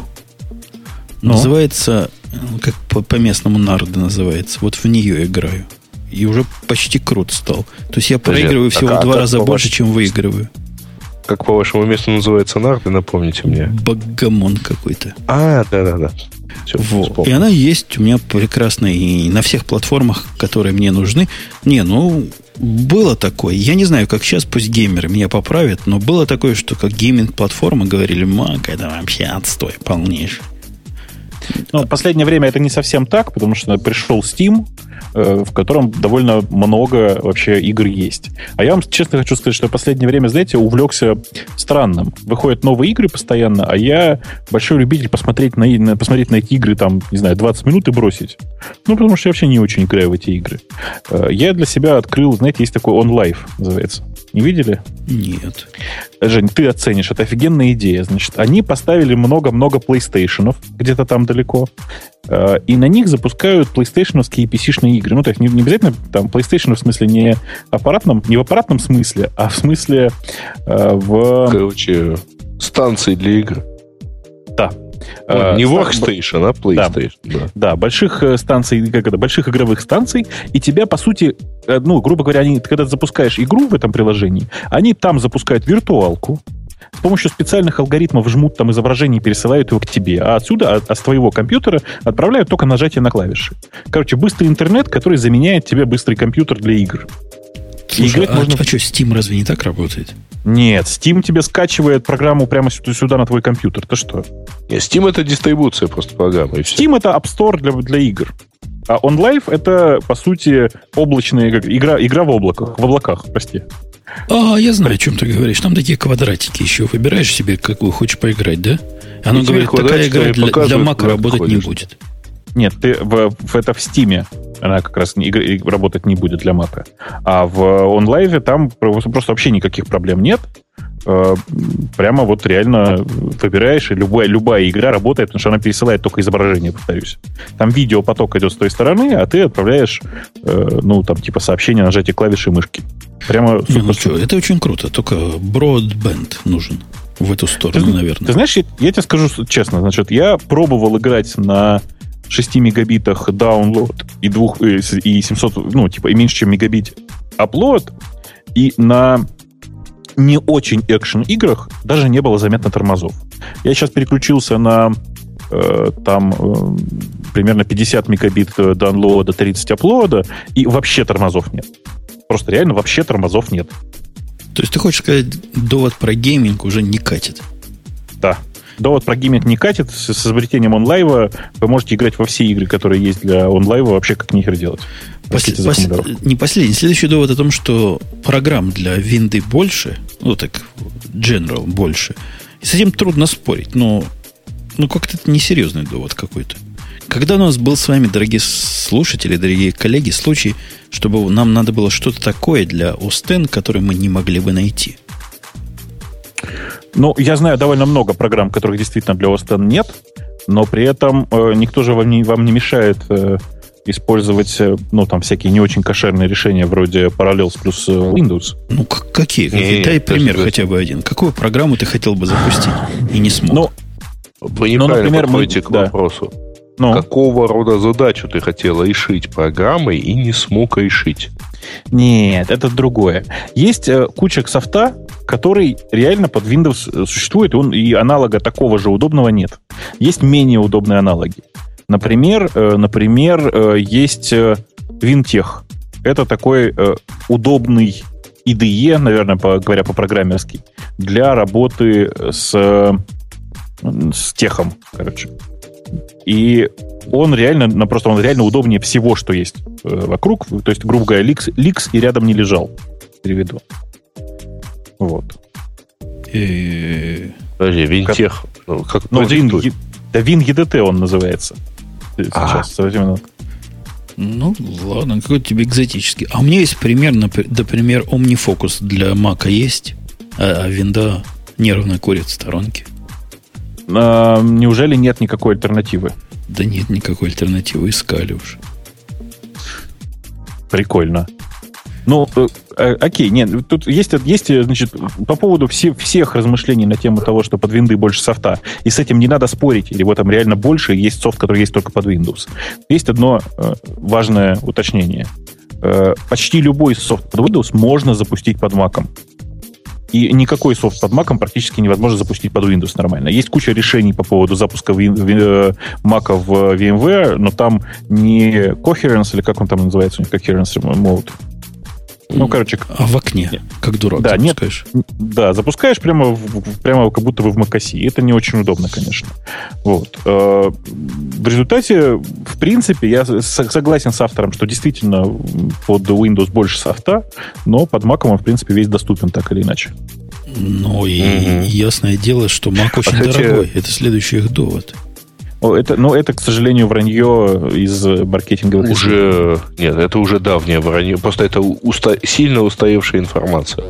Называется, как по местному нарды называется. Вот в нее играю. И уже почти круто стал. То есть я проигрываю всего в два раза больше, чем выигрываю. Как по вашему месту называется нарды, напомните мне. Багамон какой-то. А, да-да-да. Все, вот. И она есть у меня прекрасно и на всех платформах, которые мне нужны. Не, ну, было такое. Я не знаю, как сейчас, пусть геймеры меня поправят, но было такое, что как гейминг-платформа говорили, Мак, это вообще отстой полнейший. Ну, в последнее время это не совсем так, потому что пришел Steam, в котором довольно много вообще игр есть. А я вам честно хочу сказать, что в последнее время, знаете, увлекся странным. Выходят новые игры постоянно, а я большой любитель посмотреть на, посмотреть на эти игры, там, не знаю, двадцать минут и бросить. Ну, потому что я вообще не очень играю в эти игры. Я для себя открыл, знаете, есть такой OnLive, называется. Не видели? Нет. Жень, ты оценишь, это офигенная идея. Значит, они поставили много-много PlayStation'ов где-то там далеко, и на них запускают PlayStation'овские и пи си-шные игры. Ну, то есть не, не обязательно там PlayStation в смысле не аппаратном, не в аппаратном смысле, а в смысле э, в... Короче, станции для игр. Да. Ну, не Workstation, а PlayStation. Да, да. да, больших станций, как это, больших игровых станций, и тебя, по сути, ну, грубо говоря, они, когда ты запускаешь игру в этом приложении, они там запускают виртуалку, с помощью специальных алгоритмов жмут там изображение и пересылают его к тебе, а отсюда, а, а с твоего компьютера отправляют только нажатие на клавиши. Короче, быстрый интернет, который заменяет тебе быстрый компьютер для игр. Слушай, а, можно... а что, Steam разве не так работает? Нет, Steam тебе скачивает программу прямо сюда, сюда на твой компьютер. Ты что? Нет, Steam — это дистрибуция просто программы. И все. Steam — это App Store для, для игр. А OnLive — это, по сути, облачная как, игра, игра в облаках. В облаках, прости. А, я знаю, о чем ты говоришь. Там такие квадратики еще. Выбираешь себе, какую хочешь поиграть, да? Оно и говорит, такая игра для, для Mac работать не будет. Нет, ты в, в, это в Steam. Она как раз не, работать не будет для Mac. А в OnLive там просто вообще никаких проблем нет. Прямо вот реально выбираешь, и любая, любая игра работает, потому что она пересылает только изображение, повторюсь. Там видеопоток идет с той стороны, а ты отправляешь, ну, там, типа сообщение, нажатие клавиши мышки. Прямо не, ну что, это очень круто, только broadband нужен в эту сторону, ты, наверное. Ты знаешь, я, я тебе скажу честно, значит, я пробовал играть на шести мегабитах download и, двух, и семьсот, ну, типа, и меньше, чем мегабит upload, и на не очень экшен играх даже не было заметно тормозов. Я сейчас переключился на э, там э, примерно пятьдесят мегабит download, тридцать upload, и вообще тормозов нет. Просто реально вообще тормозов нет. То есть ты хочешь сказать, довод про гейминг уже не катит? Да. Довод про гейминг не катит. С, с изобретением OnLive вы можете играть во все игры, которые есть для OnLive, вообще как нехер делать. Послед, послед, не последний. Следующий довод о том, что программ для винды больше, ну так, General больше. И с этим трудно спорить, но ну, как-то это несерьезный довод какой-то. Когда у нас был с вами, дорогие слушатели, дорогие коллеги, случай, чтобы нам надо было что-то такое для о эс X, которое мы не могли бы найти? Ну, я знаю довольно много программ, которых действительно для о эс X нет, но при этом э, никто же вам не, вам не мешает э, использовать, э, ну, там, всякие не очень кошерные решения вроде Parallels плюс Windows. Ну, как, какие? какие? Дай пример хотя бы один. Какую программу ты хотел бы запустить и не смог? Ну, вы неправильно ну, например, подходите мы, к да. вопросу. Ну. Какого рода задачу ты хотела решить программой и не смог решить? Нет, это другое. Есть э, куча софта, который реально под Windows существует, и, он, и аналога такого же удобного нет. Есть менее удобные аналоги. Например, э, например э, есть э, WinTech. Это такой э, удобный ай ди и, наверное, по, говоря по-программерски, для работы с, с техом, короче. И он реально, просто он реально удобнее всего, что есть э, вокруг. То есть, грубо говоря, Ликс, Ликс и рядом не лежал. Переведу. Вот. Подожди, Винтех. Как, как ну, Вин, да, WinEDT он называется. Сейчас, а. Ну, ладно, какой тебе экзотический. А у меня есть пример, например, OmniFocus для Mac есть, а винда нервно курит в сторонке. А, неужели нет никакой альтернативы? Да нет никакой альтернативы, искали уже. Прикольно. Ну, э, э, окей, нет, тут есть, есть, значит, по поводу все, всех размышлений на тему того, что под винды больше софта, и с этим не надо спорить, или его там реально больше, есть софт, который есть только под Windows. Есть одно э, важное уточнение. Э, почти любой софт под Windows можно запустить под Mac. И никакой софт под Mac практически невозможно запустить под Windows нормально. Есть куча решений по поводу запуска Mac в VMware, но там не Coherence, или как он там называется, у них Coherence Mode. Ну, короче... А в окне, нет. Как дурак, да, запускаешь? Нет, да, запускаешь прямо, в, прямо как будто бы в macOS. Это не очень удобно, конечно. Вот. В результате, в принципе, я согласен с автором, что действительно под Windows больше софта, но под Mac он, в принципе, весь доступен так или иначе. Ну, и mm-hmm. ясное дело, что Mac очень а дорогой. Хотя... Это следующий их довод. Это, ну, это, к сожалению, вранье из маркетинговых... Уже... Нет, это уже давнее вранье. Просто это уста... сильно устаревшая информация.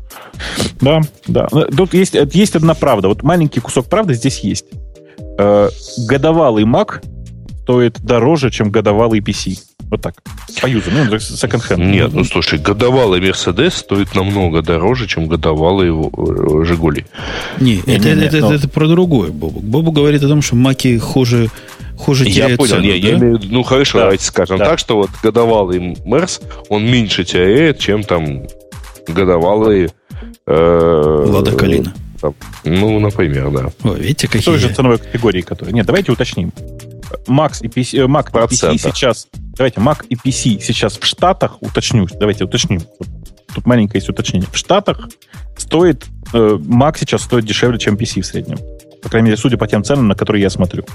Да, да. Тут есть, есть одна правда. Вот маленький кусок правды здесь есть. Э, годовалый Mac стоит дороже, чем годовалый пи си. Вот так. По юзу. Ну, секонд-хенд. Нет, ну, слушай, годовалый Mercedes стоит намного дороже, чем годовалый Жигули. Не, не, это, не, это, но... это, это про другое, Бобу. Бобу говорит о том, что маки хуже, хуже теряют я понял, цену, не, да? я имею в виду, ну, хорошо, да. Давайте скажем да. так, что вот годовалый Мерс, он меньше теряет, чем там годовалый... Э, Лада Калина. Там, ну, например, да. О, видите, какие... В той же ценовой категории, которые... Нет, давайте уточним. Mac и пи си, Mac и пи си сейчас... Давайте, Mac и пи си сейчас в Штатах, уточню, давайте уточним. Тут маленькое есть уточнение. В Штатах стоит... Э, Mac сейчас стоит дешевле, чем пи си в среднем. По крайней мере, судя по тем ценам, на которые я смотрю.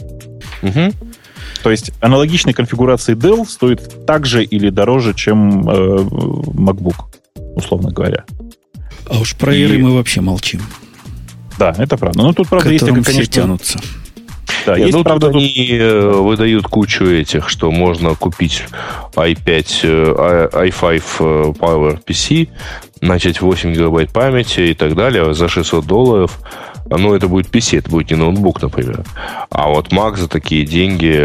Угу. То есть аналогичной конфигурации Dell стоит так же или дороже, чем э, MacBook, условно говоря. А уж про Air и... мы вообще молчим. Да, это правда. Но тут, правда, есть, конечно... тянутся. Да, есть, ну, правда, тут они выдают кучу этих, что можно купить ай пять, ай пять Power пи си, начать восемь гигабайт памяти и так далее за шестьсот долларов. Ну, это будет пи си, это будет не ноутбук, например. А вот Mac за такие деньги,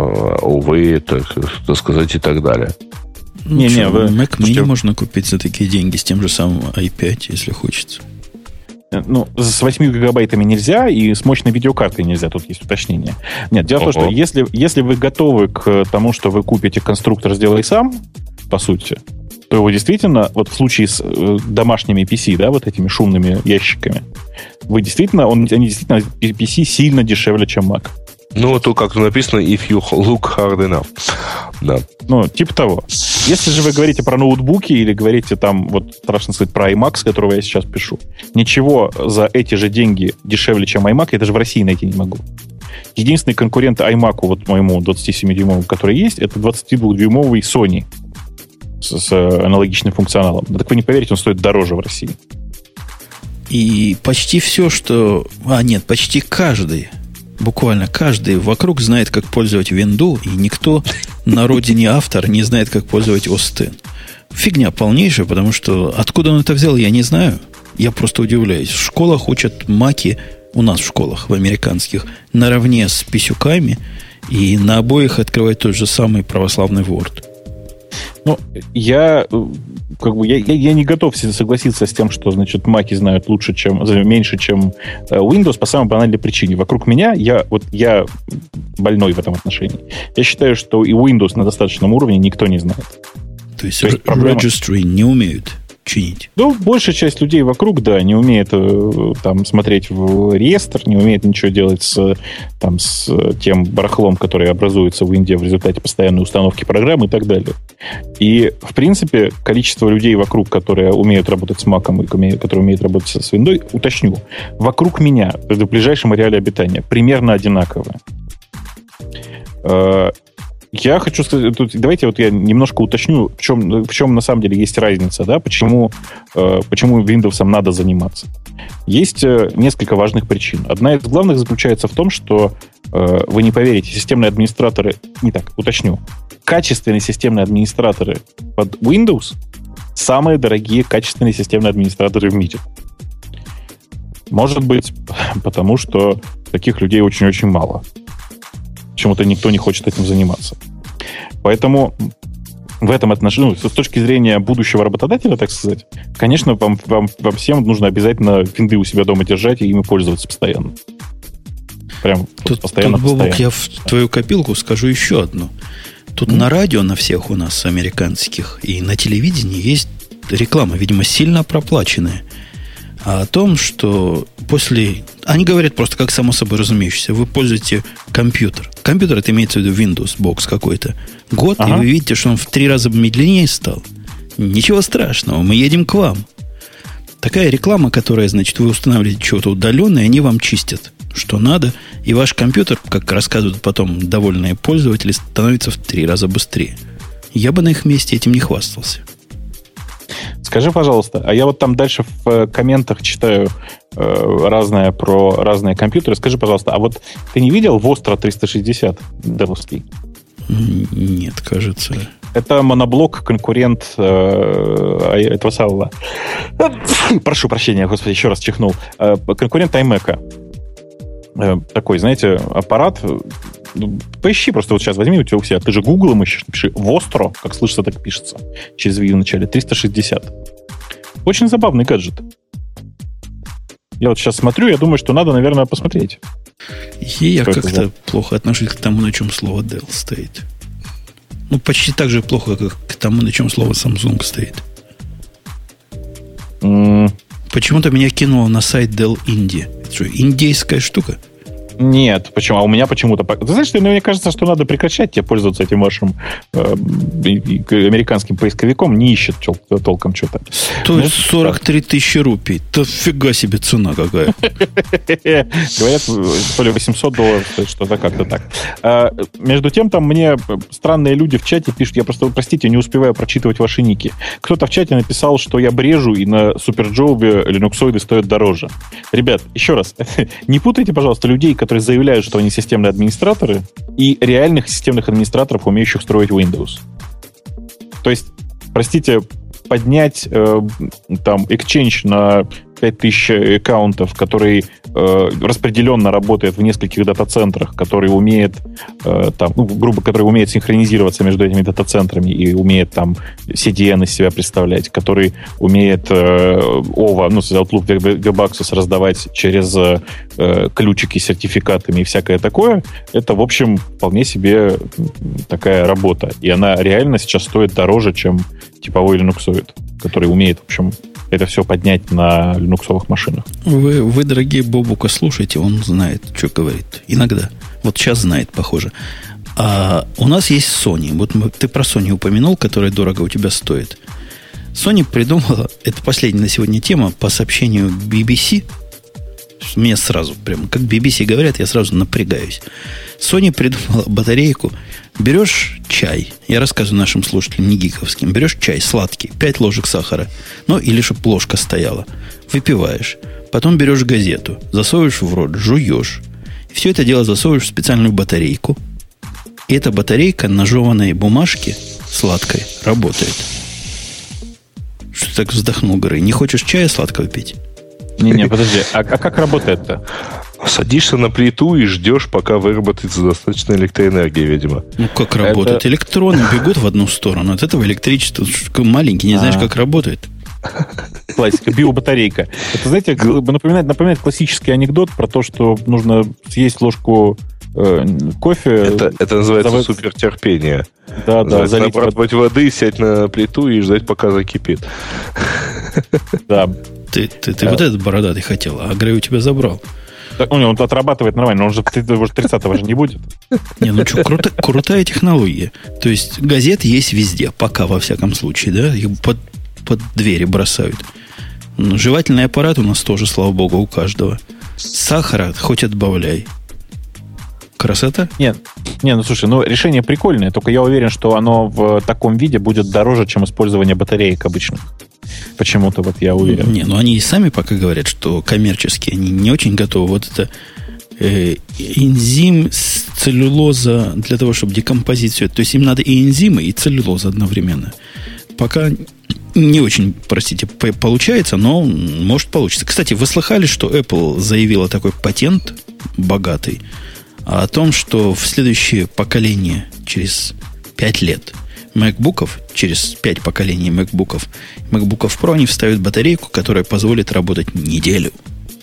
увы, так, так сказать, и так далее. Ну, не, не, вы... Mac Mini можно купить за такие деньги с тем же самым ай пять, если хочется. Ну, с восьмью гигабайтами нельзя, и с мощной видеокартой нельзя, тут есть уточнение. Нет, дело Ого. в том, что если, если вы готовы к тому, что вы купите конструктор «Сделай сам», по сути, то его действительно, вот в случае с э, домашними пи си, да, вот этими шумными ящиками, вы действительно, он, они действительно, пи си сильно дешевле, чем Mac. Ну, тут как-то написано «if you look hard enough». Да. Ну, типа того. Если же вы говорите про ноутбуки или говорите там, вот, страшно сказать, про iMac, с которого я сейчас пишу, ничего за эти же деньги дешевле, чем iMac, я даже в России найти не могу. Единственный конкурент iMac, вот моему двадцатисемидюймовому, который есть, это двадцатидвухдюймовый Sony с, с аналогичным функционалом. Так вы не поверите, он стоит дороже в России. И почти все, что... А, нет, почти каждый... Буквально каждый вокруг знает, как пользовать винду, и никто на родине автор не знает, как пользовать о эс икс. Фигня полнейшая, потому что откуда он это взял, я не знаю. Я просто удивляюсь. В школах учат маки, у нас в школах, в американских, наравне с писюками, и на обоих открывать тот же самый православный Word. Ну, я как бы я, я, я не готов согласиться с тем, что, значит, маки знают лучше, чем меньше, чем Windows, по самой банальной причине. Вокруг меня я вот я больной в этом отношении. Я считаю, что и Windows на достаточном уровне никто не знает. То есть, То есть проблема... registry не умеют чинить. Ну, большая часть людей вокруг, да, не умеет э, там смотреть в реестр, не умеет ничего делать с, там, с тем барахлом, который образуется в Windows в результате постоянной установки программ и так далее. И, в принципе, количество людей вокруг, которые умеют работать с Mac и которые умеют работать с Windows, уточню, вокруг меня, в ближайшем ареале обитания, примерно одинаковое. Я хочу сказать, тут, давайте вот я немножко уточню, в чем, в чем на самом деле есть разница, да, почему, э, почему Windows надо заниматься. Есть э, несколько важных причин. Одна из главных заключается в том, что э, вы не поверите, системные администраторы, не так, уточню, качественные системные администраторы под Windows самые дорогие качественные системные администраторы в мире. Может быть, потому что таких людей очень-очень мало. Почему-то никто не хочет этим заниматься. Поэтому в этом отношении, ну, с точки зрения будущего работодателя, так сказать, конечно, вам, вам, вам всем нужно обязательно винды у себя дома держать и ими пользоваться постоянно. Прям тут, постоянно, тут, Бобок, постоянно. Я в твою копилку скажу еще одну. Тут mm-hmm. на радио, на всех у нас американских, и на телевидении есть реклама, видимо, сильно проплаченная. А о том, что после... Они говорят просто как само собой разумеющееся. Вы пользуете компьютер. Компьютер, это имеется в виду Windows Box какой-то. Год, ага. И вы видите, что он в три раза медленнее стал. Ничего страшного, мы едем к вам. Такая реклама, которая, значит, вы устанавливаете что-то удаленное, они вам чистят, что надо. И ваш компьютер, как рассказывают потом довольные пользователи, становится в три раза быстрее. Я бы на их месте этим не хвастался. Скажи, пожалуйста, а я вот там дальше в комментах читаю э, разное про разные компьютеры. Скажи, пожалуйста, а вот ты не видел Vostro триста шестьдесят Dell-овский? Нет, кажется. Это моноблок, конкурент э, этого самого... Прошу прощения, господи, еще раз чихнул. Э, конкурент iMac. Э, такой, знаете, аппарат... Поищи просто вот сейчас, возьми у тебя у себя. Ты же гуглом ищешь, напиши Vostro, как слышится, так пишется. Через V в начале. триста шестьдесят. Очень забавный гаджет. Я вот сейчас смотрю, я думаю, что надо, наверное, посмотреть. И я как-то плохо отношусь к тому, на чем слово Dell стоит. Ну, почти так же плохо, как к тому, на чем слово Samsung стоит. Mm. Почему-то меня кинуло на сайт Dell India. Это что, индейская штука? Нет, почему? А у меня почему-то... Ты знаешь, мне кажется, что надо прекращать тебе пользоваться этим вашим э, американским поисковиком. Не ищет толком что-то. Стоит сорок три тысячи рупий. Да фига себе цена какая. Говорят, то ли восемьсот долларов стоит, что-то как-то так. Между тем, там мне странные люди в чате пишут. Я просто, простите, не успеваю прочитывать ваши ники. Кто-то в чате написал, что я брежу, и на SuperJob линуксоиды стоят дороже. Ребят, еще раз, не путайте, пожалуйста, людей, которые заявляют, что они системные администраторы, и реальных системных администраторов, умеющих строить Windows. То есть, простите, поднять э, там Exchange на пять тысяч аккаунтов, который э, распределенно работает в нескольких дата-центрах, который умеет, э, там, ну, грубо, который умеет синхронизироваться между этими дата-центрами и умеет там си ди эн из себя представлять, который умеет э, ОВА, ну, Outlook WebAccess раздавать через э, ключики с сертификатами и всякое такое, это, в общем, вполне себе такая работа. И она реально сейчас стоит дороже, чем типовой линуксоид, который умеет, в общем, это все поднять на линуксовых машинах. Вы, вы, дорогие Бобука, слушайте, он знает, что говорит. Иногда. Вот сейчас знает, похоже. А у нас есть Sony. Вот мы, ты про Sony упомянул, которая дорого у тебя стоит. Sony придумала, это последняя на сегодня тема, по сообщению би би си. Мне сразу, прям, как би би си говорят, я сразу напрягаюсь. Sony придумала батарейку. Берешь чай, я рассказываю нашим слушателям, не гиковским, берешь чай сладкий, пять ложек сахара, ну или чтобы ложка стояла, выпиваешь, потом берешь газету, засовываешь в рот, жуешь, и все это дело засовываешь в специальную батарейку, и эта батарейка на жеванной бумажке сладкой работает. ты так вздохнул, Грей? Не хочешь чая сладкого пить? Не-не, подожди. А, а как работает-то? Садишься на плиту и ждешь, пока выработается достаточно электроэнергии, видимо. Ну, как работает? Это... Электроны бегут в одну сторону. От этого электричество маленький, не знаешь, А-а-а. как работает. Классика, биобатарейка. Это, знаете, напоминает, напоминает классический анекдот про то, что нужно съесть ложку э, кофе. Это, это называется завод... супертерпение. Да, да. Набрать воды, сядь на плиту и ждать, пока закипит. Да. Ты, ты, ты да. вот этот бородатый хотел, а Грей у тебя забрал. Так, он отрабатывает нормально, он же тридцатого же не будет. Не, ну что, круто, крутая технология. То есть газеты есть везде, пока во всяком случае, да, их под, под двери бросают. Ну, жевательный аппарат у нас тоже, слава богу, у каждого. Сахара хоть отбавляй. Красота? Нет, не, ну слушай, ну решение прикольное, только я уверен, что оно в таком виде будет дороже, чем использование батареек обычных. Почему-то вот я уверен. Не, ну они и сами пока говорят, что коммерчески они не очень готовы. Вот это э, энзим с целлюлоза для того, чтобы декомпозицию. То есть им надо и энзимы, и целлюлоза одновременно. Пока не очень, простите, получается, но может получится. Кстати, вы слыхали, что Apple заявила такой патент богатый о том, что в следующее поколение, через пять лет, MacBook'ов, через пять поколений MacBook'ов, MacBook'ов Pro, они вставят батарейку, которая позволит работать неделю.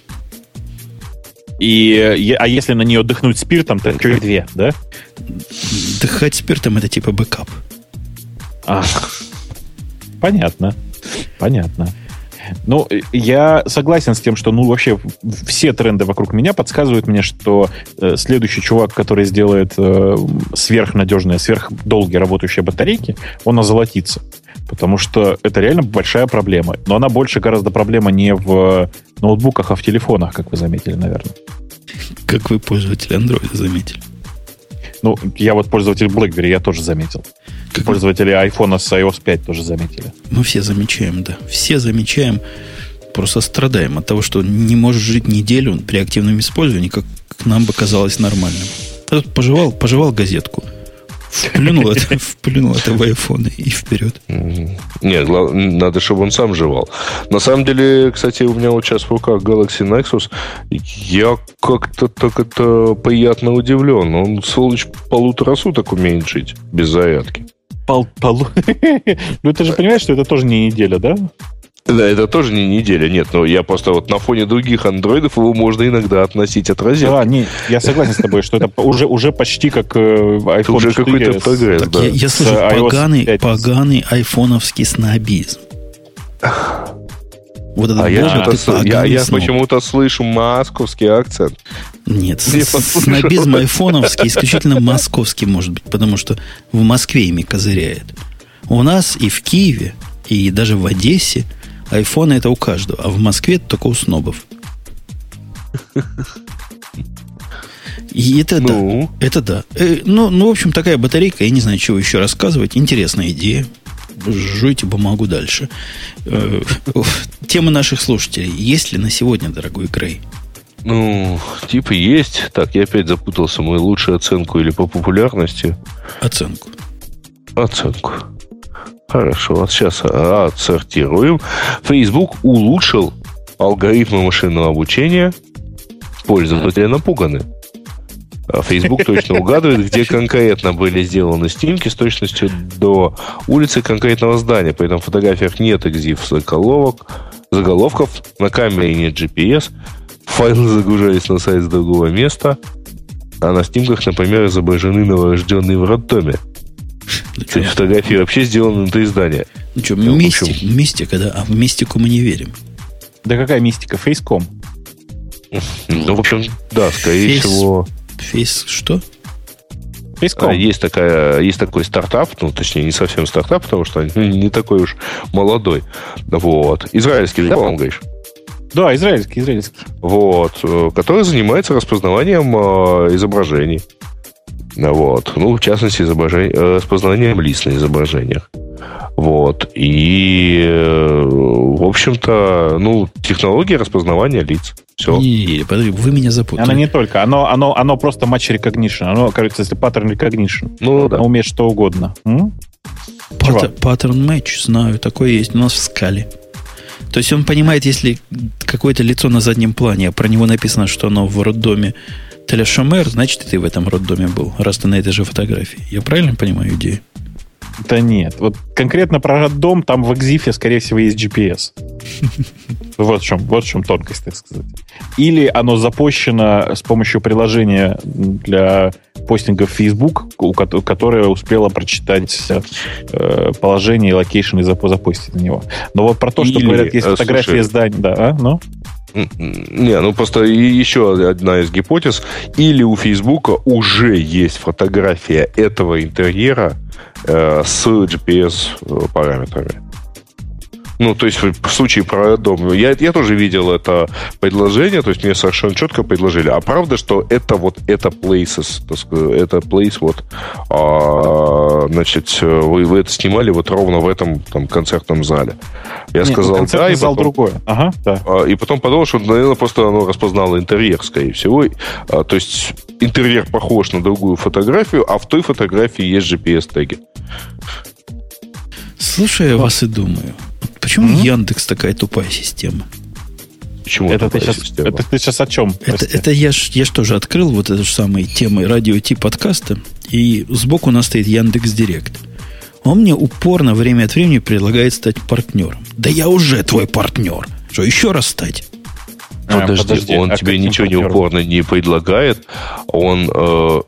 И, а если на нее дыхнуть спиртом, то чуть две, да? Дыхать спиртом это типа бэкап. А, понятно. Понятно. Ну, я согласен с тем, что, ну, вообще все тренды вокруг меня подсказывают мне, что э, следующий чувак, который сделает э, сверхнадежные, сверхдолгие работающие батарейки, он озолотится. Потому что это реально большая проблема. Но она больше гораздо проблема не в ноутбуках, а в телефонах, как вы заметили, наверное. Как вы, пользователи Android, заметили? Ну, я вот пользователь BlackBerry, я тоже заметил. Как пользователи iPhone с ай о эс пять тоже заметили. Мы все замечаем, да. Все замечаем. Просто страдаем от того, что не можешь жить неделю при активном использовании, как, как нам бы казалось нормальным. А тут пожевал, пожевал газетку. Вплюнул это, вплюнул это в iPhone и вперед. Нет, надо, чтобы он сам жевал. На самом деле, кстати, у меня вот сейчас в руках Galaxy Nexus. Я как-то так это приятно удивлен. Он, сволочь, полутора суток умеет жить без зарядки. Пол, полу... Ну, ты же понимаешь, что это тоже не неделя, да? Да, это тоже не неделя, нет, но я просто вот на фоне других андроидов его можно иногда относить от розетки. Да, не, я согласен с тобой, что это уже, уже почти как iPhone это уже какой-то прогресс, да. Я, я слышу поганый, поганый айфоновский снобизм. Вот это а я, я, я почему-то слышу московский акцент. Нет, снобизм айфоновский исключительно московский может быть, потому что в Москве ими козыряет. У нас и в Киеве, и даже в Одессе айфоны это у каждого, а в Москве это только у снобов. И это ну. да. Это да. Э, ну, ну, в общем, такая батарейка, я не знаю, чего еще рассказывать. Интересная идея. Жуйте бумагу дальше. Э, тема наших слушателей. Есть ли на сегодня, дорогой Грей? Ну, типа есть. Так, я опять запутался. Мою лучшую оценку или по популярности? Оценку. Оценку. Хорошо, вот сейчас отсортируем. Facebook улучшил алгоритмы машинного обучения. Пользователи напуганы. Facebook точно угадывает, где конкретно были сделаны снимки с точностью до улицы конкретного здания. При этом в фотографиях нет экзиф заголовок, заголовков, на камере нет джи пи эс, файлы загружались на сайт с другого места, а на снимках, например, изображены новорожденные в роддоме. Ну, то есть фотографии вообще сделаны внутри здания. Ну что, ну, мистик, общем... мистика, да? А в мистику мы не верим. Да какая мистика? Фейском. Ну, в общем, да, скорее Фейс... всего... Фейс что? Фейском. А, есть, такая, есть такой стартап, ну, точнее, не совсем стартап, потому что он не такой уж молодой. Вот. Израильский, да, по-моему, говоришь? Да, израильский, израильский. Вот. Который занимается распознаванием э, изображений. Вот. Ну, в частности, изображение, распознанием лиц на изображениях. Вот. И, в общем-то, ну, технология распознавания лиц. Все. Не, не, не, подожди, вы меня запутали. Она не только. Оно, оно, оно просто match recognition. Оно, кажется, если pattern recognition. Ну, да. Оно умеет что угодно. М? Pattern match, знаю, такое есть у нас в скале. То есть он понимает, если какое-то лицо на заднем плане, а про него написано, что оно в роддоме Телешомер, значит, и ты в этом роддоме был, раз ты на этой же фотографии. Я правильно понимаю идею? Да нет. Вот конкретно про роддом, там в Экзифе, скорее всего, есть джи пи эс. Вот в чем, вот в чем тонкость, так сказать. Или оно запущено с помощью приложения для постинга в Facebook, которое успело прочитать э, положение и локейшн и запустить на него. Но вот про то, что Или, говорят, есть фотография слушай, здания, да, а? Ну? Не, ну просто еще одна из гипотез. Или у Фейсбука уже есть фотография этого интерьера э, с джи пи эс параметрами. Ну, то есть, в случае про дом, я, я тоже видел это предложение, то есть, мне совершенно четко предложили. А правда, что это вот, это places, так сказать, это place, вот, а, значит, вы, вы это снимали вот ровно в этом там концертном зале. Я Нет, сказал, да, и зал потом, другое. Ага, да. А, и потом подумал, что, наверное, просто оно распознало интерьер, скорее всего. А, то есть, интерьер похож на другую фотографию, а в той фотографии есть джи пи эс-теги. Слушай, я вас и думаю. Почему mm-hmm. Яндекс такая тупая система? Почему это, ты сейчас, это ты сейчас о чем? Это, это я ж, я ж тоже открыл вот эту же самую тему радио Ти подкаста, и сбоку у нас стоит Яндекс.Директ. Он мне упорно время от времени предлагает стать партнером. Да я уже твой партнер. Что, еще раз стать? А, подожди, подожди, он а тебе ничего партнером? не упорно не предлагает. Он... Э...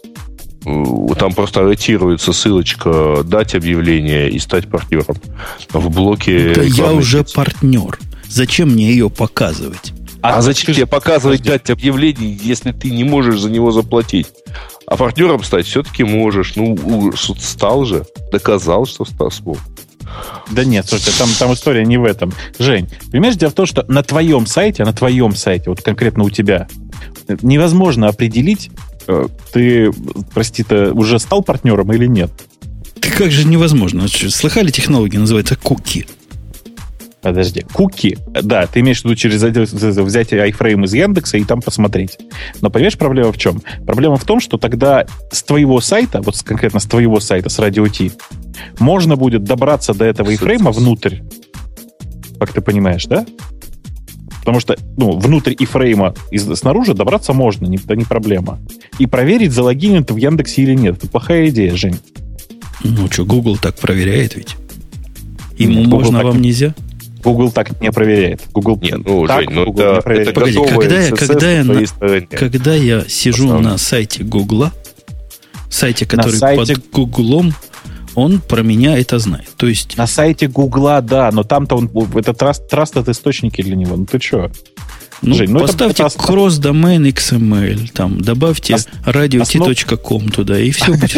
Там просто ротируется ссылочка «Дать объявление» и «Стать партнером». В блоке... Да я уже лица. партнер. Зачем мне ее показывать? А, а зачем тебе показывать подожди. «Дать объявление», если ты не можешь за него заплатить? А партнером стать все-таки можешь. Ну, стал же. Доказал, что стал смог. Да нет, слушайте, там, там история не в этом. Жень, понимаешь, дело в том, что на твоем сайте, на твоем сайте, вот конкретно у тебя, невозможно определить, ты, прости, ты уже стал партнером или нет? Да как же невозможно? Слыхали, технология называется куки? Подожди, куки, да, ты имеешь в виду через взять iFrame из Яндекса и там посмотреть. Но понимаешь, проблема в чем? Проблема в том, что тогда с твоего сайта, вот конкретно с твоего сайта, с радио Ти, можно будет добраться до этого iFrame внутрь. Как ты понимаешь, да? Потому что, ну, внутрь ифрейма снаружи добраться можно, не, это не проблема. И проверить, залогинен ты в Яндексе или нет. Это плохая идея, Жень. Ну что, Google так проверяет ведь? Ему Нет, можно, так, вам нельзя? Google так не проверяет. Google Нет, ну, так, Жень, ну, Google это, не проверяет. это Погоди, когда я, когда, я на, когда я сижу Основном. на сайте Гугла, сайте, который сайте... под Гуглом, он про меня это знает. То есть... На сайте Гугла, да, но там-то он, это траст, трастед источники для него. Ну ты что? Ну, Жень, ну поставьте это, это... cross-domain икс эм эль, там, добавьте Ос... радио ти точка ком туда, и все будет.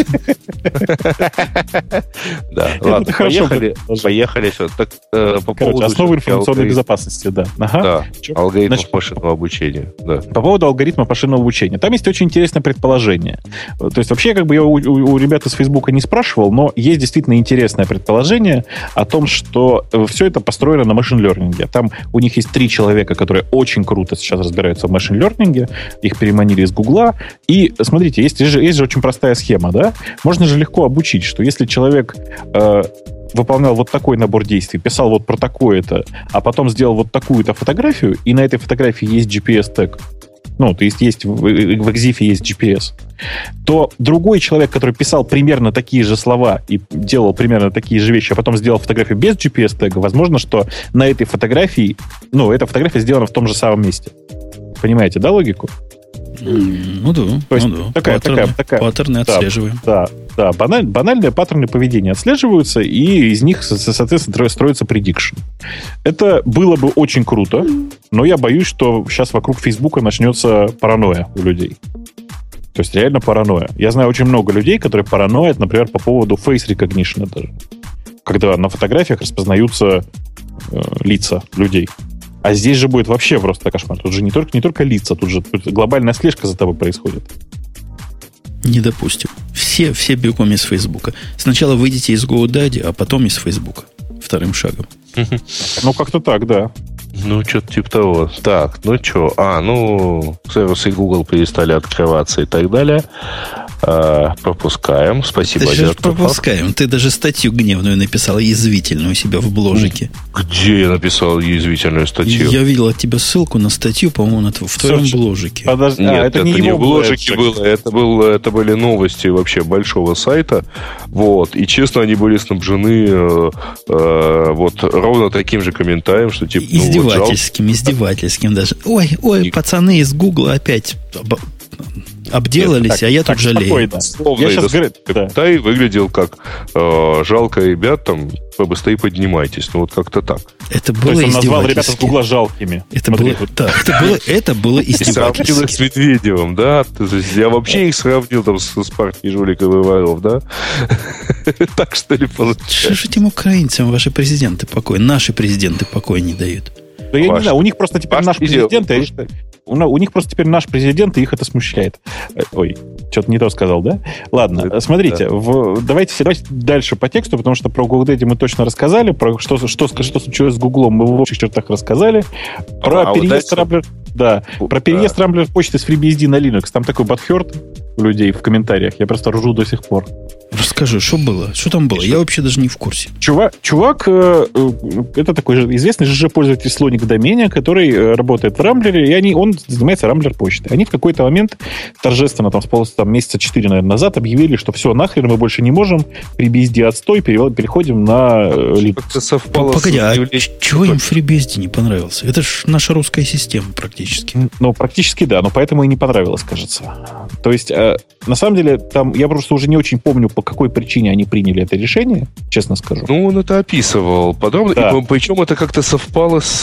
Да, ладно, поехали. Поехали. По поводу основы информационной безопасности, да. Да, алгоритмов машинного обучения. По поводу алгоритма машинного обучения. Там есть очень интересное предположение. То есть вообще, как бы я у ребят из Фейсбука не спрашивал, но есть действительно интересное предположение о том, что все это построено на машин-лернинге. Там у них есть три человека, которые очень круто сейчас разбираются в машин-лернинге, их переманили из Гугла. И смотрите, есть, есть, же, есть же очень простая схема, да? Можно же легко обучить, что если человек э, выполнял вот такой набор действий, писал вот про такое-то, а потом сделал вот такую-то фотографию, и на этой фотографии есть джи пи эс-тег, ну, то есть, есть в, в Экзифе есть джи пи эс, то другой человек, который писал примерно такие же слова и делал примерно такие же вещи, а потом сделал фотографию без джи пи эс-тега, возможно, что на этой фотографии, ну, эта фотография сделана в том же самом месте. Понимаете, да, логику? Ну да, то есть ну, да. Такая, паттерны, такая, такая, паттерны да, отслеживаем. Да, да, баналь, банальные паттерны поведения отслеживаются, и из них, соответственно, строится предикшн. Это было бы очень круто, но я боюсь, что сейчас вокруг Фейсбука начнется паранойя у людей. То есть реально паранойя. Я знаю очень много людей, которые параноят, например, по поводу face recognition даже. Когда на фотографиях распознаются э, лица людей. А здесь же будет вообще просто кошмар. Тут же не только, не только лица, тут же тут глобальная слежка за тобой происходит. Не допустим. Все, все бегом из Фейсбука. Сначала выйдите из GoDaddy, а потом из Фейсбука. Вторым шагом. Ну, как-то так, да. Ну, что-то типа того. Так, ну что? А, ну, сервисы Google перестали открываться и так далее. А, пропускаем. Спасибо. Ты пропускаем. Ты даже статью гневную написал, язвительную у себя в бложике. Где я написал язвительную статью? Я видел от тебя ссылку на статью, по-моему, на, в твоем Слушай, бложике. Подожди, Нет, а, это, это не, не в бложике было. Это, был, это были новости вообще большого сайта. Вот. И, честно, они были снабжены э, э, вот ровно таким же комментарием, что типа... Издевательским, ну, вот, издевательским даже. Ой, ой, и... пацаны из Гугла опять... обделались, Нет, так, а я так, тут жалею. Словно я сейчас говорю, да. И выглядел как э, жалко ребят, там, побыстрее поднимайтесь. Ну, вот как-то так. Это было То есть он назвал ребят из Гугла жалкими. Это было, да, это было, это было издевательски. Сравнил их с Медведевым, да? Я вообще их сравнил там с, с партией жуликов и воров, да? Так что ли получается? Что же этим украинцам ваши президенты покоя, наши президенты покоя не дают? Да я не знаю, у них просто теперь наш президент... У них просто теперь наш президент, и их это смущает. Ой, что-то не то сказал, да? Ладно, это, смотрите, да. в, давайте, давайте дальше по тексту, потому что про GoDaddy мы точно рассказали, про что, что, что случилось с Гуглом мы в общих чертах рассказали. Про а, переезд вот Рамблер... Да, про переезд да. Рамблер почты с FreeBSD на Linux. Там такой бадхерт у людей в комментариях. Я просто ржу до сих пор. Расскажи, что было? Что там было? Что? Я вообще даже не в курсе. Чувак, чувак э, это такой же известный же пользователь слоник в домене, который э, работает в Рамблере, и они, он занимается Рамблер почтой. Они в какой-то момент торжественно, там, с пол, там, месяца четыре, наверное, назад объявили, что все, нахрен мы больше не можем, FreeBSD отстой, переходим на Linux. Погоди, а чего им FreeBSD не понравился? Это же наша русская система практически. Ну, практически да, но поэтому и не понравилось, кажется. То есть, э, на самом деле, там, я просто уже не очень помню, по какой причине они приняли это решение, честно скажу. Ну, он это описывал подробно, да. И, причем это как-то совпало с,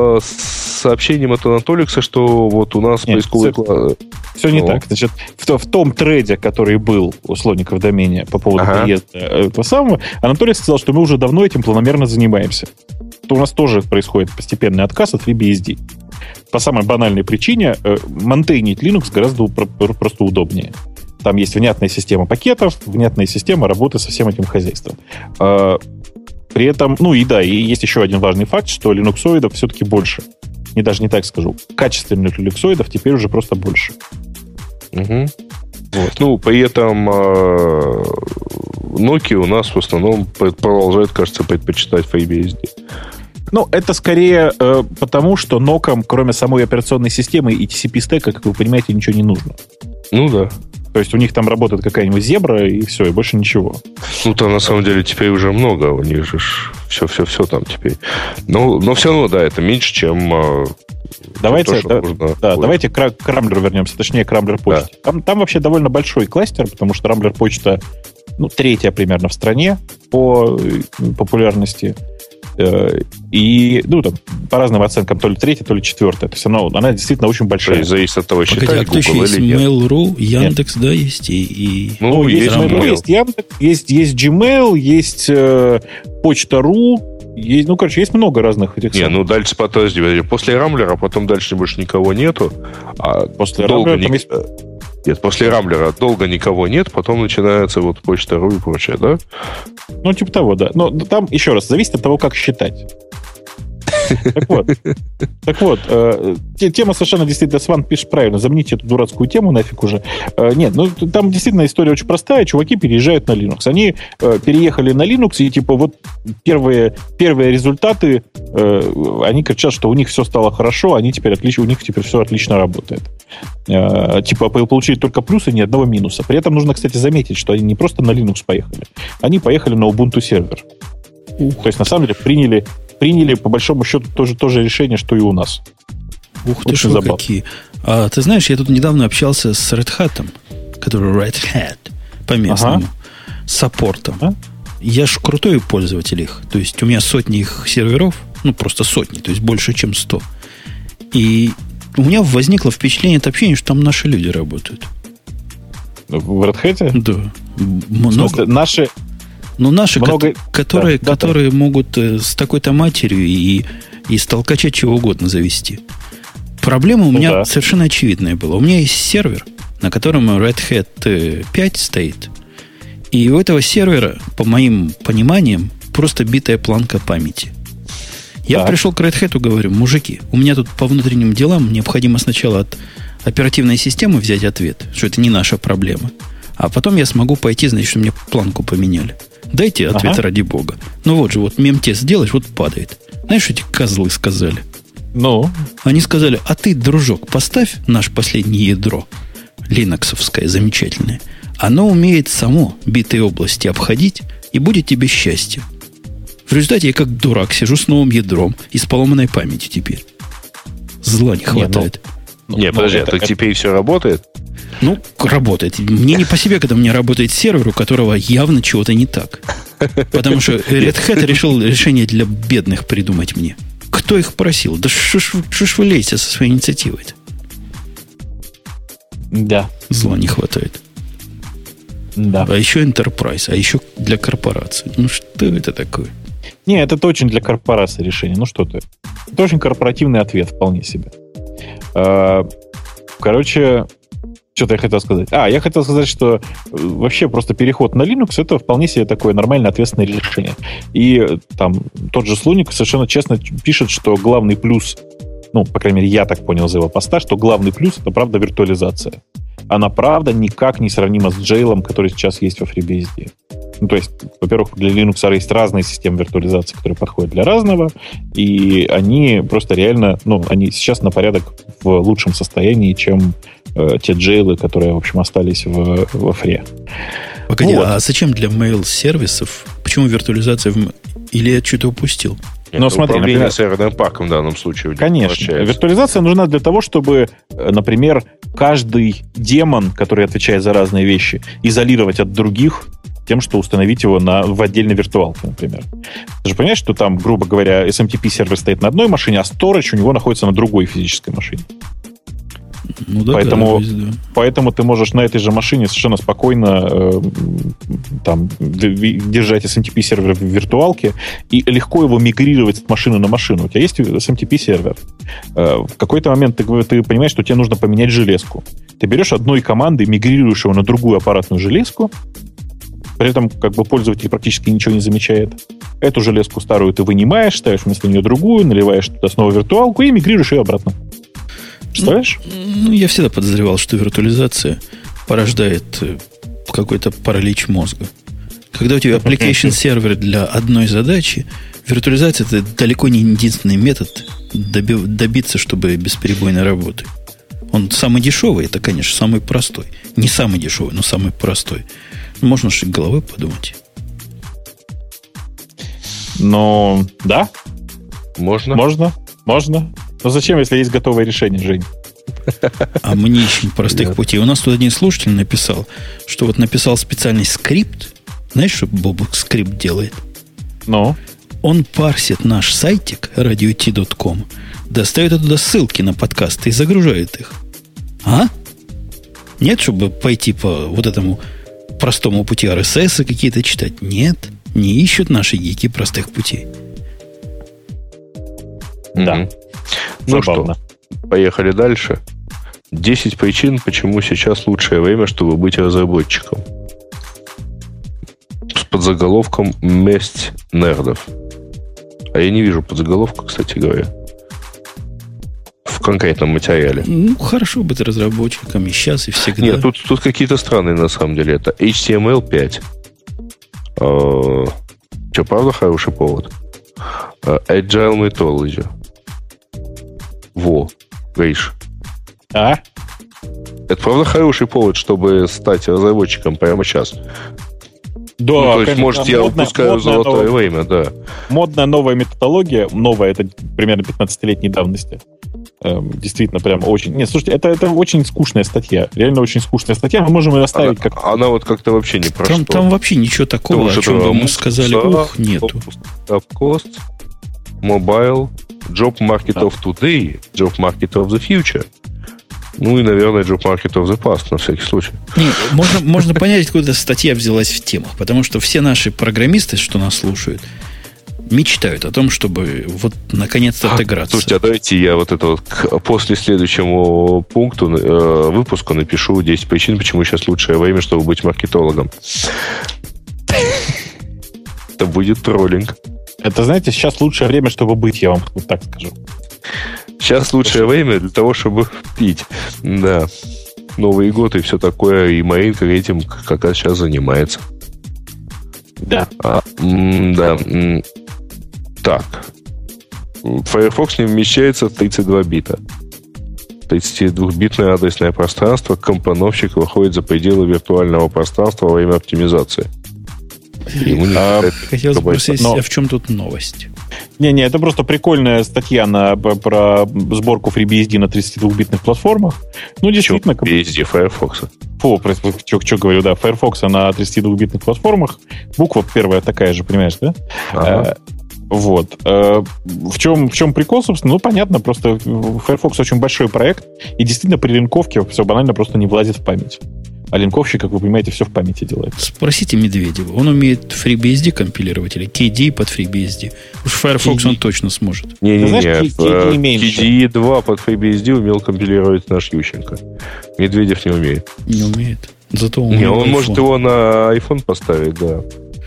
с сообщением от Анатоликса, что вот у нас Нет, поисковый класс... Все не так. Значит, в, в том треде, который был у слоника в домене по поводу ага. переезда этого самого, Анатоликс сказал, что мы уже давно этим планомерно занимаемся. То у нас тоже происходит постепенный отказ от FreeBSD. По самой банальной причине, э, монтейнить Linux гораздо упро- просто удобнее. Там есть внятная система пакетов, внятная система работы со всем этим хозяйством. Э, при этом, ну и да, и есть еще один важный факт, что линуксоидов все-таки больше. И даже не так скажу. Качественных линуксоидов теперь уже просто больше. Угу. Вот. Ну, при этом э, Nokia у нас в основном продолжает, кажется, предпочитать FreeBSD. Ну, это скорее э, потому, что Nokia, кроме самой операционной системы и ти си пи-стека, как вы понимаете, ничего не нужно. Ну да. То есть у них там работает какая-нибудь зебра, и все, и больше ничего. Ну, там на самом деле теперь уже много. У них же все-все-все там теперь. Но, но все равно, да, это меньше, чем... Давайте, то, да, да, давайте к, к Рамблеру вернемся, точнее, к Рамблер почте. Да. Там, там вообще довольно большой кластер, потому что Рамблер почта, ну, третья примерно в стране по популярности. И, ну, там, по разным оценкам, то ли третья, то ли четвертая. То есть она, она действительно очень большая. Зависит от того, считать Google или нет. Есть Mail.ru, Яндекс, нет. Да, есть и... и... Ну, ну, есть Mail.ru, есть Яндекс, есть, есть Gmail, есть э, Почта.ру, есть, ну, короче, есть много разных этих... Не, самых. Ну, дальше, подожди, после Рамблера, потом дальше больше никого нету. А после Рамблера ник... есть... Нет, после Рамблера долго никого нет, потом начинается вот Почта.ру и прочее, да? Ну, типа того, да. Но там, еще раз, зависит от того, как считать. Так вот, так вот э, тема совершенно действительно, Сван пишет правильно, замените эту дурацкую тему нафиг уже. Э, нет, ну там действительно история очень простая, чуваки переезжают на Linux. Они э, переехали на Linux, и типа вот первые, первые результаты, э, они кричат, что у них все стало хорошо, они теперь отлично, у них теперь все отлично работает. Э, типа получили только плюсы, ни одного минуса. При этом нужно, кстати, заметить, что они не просто на Linux поехали, они поехали на Ubuntu сервер. Ух. То есть, на самом деле, приняли Приняли, по большому счету, тоже, тоже решение, что и у нас. Ух ты, что какие. А, ты знаешь, я тут недавно общался с Red Hat, который Red Hat по-местному, ага. с саппортом. А? Я ж крутой пользователь их. То есть, у меня сотни их серверов, ну, просто сотни, то есть, больше, чем сто. И у меня возникло впечатление от общения, что там наши люди работают. В Red Hat? Да. Много. В смысле, наши... Ну, наши, Много... ко- которые, да, которые да, могут э, с такой-то матерью и, и с толкача чего угодно завести. Проблема у ну, меня да. совершенно очевидная была. У меня есть сервер, на котором Red Hat пять стоит. И у этого сервера, по моим пониманиям, просто битая планка памяти. Я так. пришел к Red Hat и говорю, мужики, у меня тут по внутренним делам необходимо сначала от оперативной системы взять ответ, что это не наша проблема. А потом я смогу пойти, значит, что мне планку поменяли. Дайте ответ ага. ради бога. Ну вот же, вот мем-тест сделаешь, вот падает. Знаешь, что эти козлы сказали? Ну? Они сказали, а ты, дружок, поставь наше последнее ядро, линоксовское, замечательное. Оно умеет само битые области обходить, и будет тебе счастье. В результате я как дурак сижу с новым ядром и с поломанной памятью теперь. Зла не хватает. Не, ну, не подожди, это, а так это... теперь все работает? Ну, работает. Мне не по себе, когда у меня работает сервер, у которого явно чего-то не так. Потому что Red Hat решил решение для бедных придумать мне. Кто их просил? Да что ж, ж вы лезете со своей инициативой-то? Да. Зла не хватает. Да. А еще Enterprise, а еще для корпорации. Ну, что это такое? Не, это очень для корпорации решение. Ну, что ты. Это очень корпоративный ответ, вполне себе. Короче, что-то я хотел сказать. А, я хотел сказать, что вообще просто переход на Linux — это вполне себе такое нормальное ответственное решение. И там тот же Слоник совершенно честно пишет, что главный плюс, ну, по крайней мере, я так понял из его поста, что главный плюс — это, правда, виртуализация. Она, правда, никак не сравнима с джейлом, который сейчас есть во FreeBSD. Ну, то есть, во-первых, для Linux есть разные системы виртуализации, которые подходят для разного, и они просто реально, ну, они сейчас на порядок в лучшем состоянии, чем э, те джейлы, которые, в общем, остались в, во фре. Погоди, вот. А зачем для mail-сервисов? Почему виртуализация в... Или я что-то упустил? Нет, Но смотри, управление например, серверным парком в данном случае. Конечно. Виртуализация нужна для того, чтобы, например, каждый демон, который отвечает за разные вещи, изолировать от других тем, что установить его на, в отдельной виртуалке, например. Ты же понимаешь, что там, грубо говоря, эс эм ти пи-сервер стоит на одной машине, а storage у него находится на другой физической машине. Ну, да, поэтому, да. поэтому ты можешь на этой же машине совершенно спокойно э, там, держать эс эм ти пи-сервер в виртуалке и легко его мигрировать с машины на машину. У тебя есть эс эм ти пи-сервер. Э, в какой-то момент ты, ты понимаешь, что тебе нужно поменять железку. Ты берешь одной командой, мигрируешь его на другую аппаратную железку, при этом как бы пользователь практически ничего не замечает. Эту железку старую ты вынимаешь, ставишь вместо нее другую, наливаешь туда снова виртуалку и мигрируешь ее обратно. Представляешь? Ну, я всегда подозревал, что виртуализация порождает какой-то паралич мозга. Когда у тебя application сервер для одной задачи, виртуализация — это далеко не единственный метод доби- добиться, чтобы бесперебойной работы. Он самый дешевый, это, конечно, самый простой. Не самый дешевый, но самый простой. Можно же головой подумать. Ну, да. Можно. Можно. Можно. Но зачем, если есть готовое решение, Жень? А мне очень простых Нет. путей. У нас тут один слушатель написал, что вот написал специальный скрипт. Знаешь, что Бобук скрипт делает? Ну? Он парсит наш сайтик радио ти точка ком, достает оттуда ссылки на подкасты и загружает их. А? Нет, чтобы пойти по вот этому простому пути ар эс эс какие-то читать? Нет. Не ищут наши гики простых путей. Да. Mm-hmm. Ну Забавно. Что, поехали дальше. десять причин, почему сейчас лучшее время, чтобы быть разработчиком. С подзаголовком «Месть нердов». А я не вижу подзаголовка, кстати говоря. В конкретном материале. Ну, хорошо быть разработчиком и сейчас, и всегда. Нет, тут, тут какие-то странные, на самом деле. Это эйч ти эм эл пять. Uh, что, правда, хороший повод? Uh, Agile Methodology. Во, видишь. А? Это правда хороший повод, чтобы стать разработчиком прямо сейчас. Да, ну, то есть, конечно, может, я модная, упускаю модная золотое новая, время, да. Модная новая методология, новая, это примерно пятнадцатилетней давности. Эм, действительно, прям очень... Нет, слушайте, это, это очень скучная статья. Реально очень скучная статья. Мы можем ее оставить она, как... Она вот как-то вообще не про там, что. Там вообще ничего такого, Потому о чем бы мы сказали, ух, нету. Cost, mobile, job market да. of today, job market of the future. Ну и, наверное, job market of the past, на всякий случай. Нет, можно, можно понять, откуда статья взялась в темах. Потому что все наши программисты, что нас слушают, мечтают о том, чтобы вот наконец-то отыграться. Слушайте, а давайте я вот это вот к, после следующему пункту э, выпуска напишу десять причин, почему сейчас лучшее время, чтобы быть маркетологом. Это будет троллинг. Это, знаете, сейчас лучшее время, чтобы быть, я вам вот так скажу. Сейчас лучшее время для того, чтобы пить. Да. Новый год и все такое, и Маринка этим как раз сейчас занимается. Да. А, м- да. М- так. Firefox не вмещается в тридцать два бита. тридцатидвухбитное адресное пространство компоновщик выходит за пределы виртуального пространства во время оптимизации. А, хотелось бы спросить, но... а в чем тут новость? Не-не, это просто прикольная статья на, про сборку FreeBSD на тридцатидвухбитных платформах. Ну, действительно... FreeBSD, Firefox. Фу, что говорю, да, Firefox на тридцатидвухбитных платформах. Буква первая такая же, понимаешь, да? Ага. Вот. В чем, в чем прикол, собственно? Ну, понятно, просто Firefox очень большой проект, и действительно при линковке все банально просто не влазит в память. А линковщик, как вы понимаете, все в памяти делает. Спросите Медведева. Он умеет FreeBSD компилировать или кей ди под FreeBSD? Уж Firefox кей ди он точно сможет. Не-не-не. кей ди два под FreeBSD умел компилировать наш Ющенко. Медведев не умеет. Не умеет. Зато он не, он iPhone. Может его на iPhone поставить, да.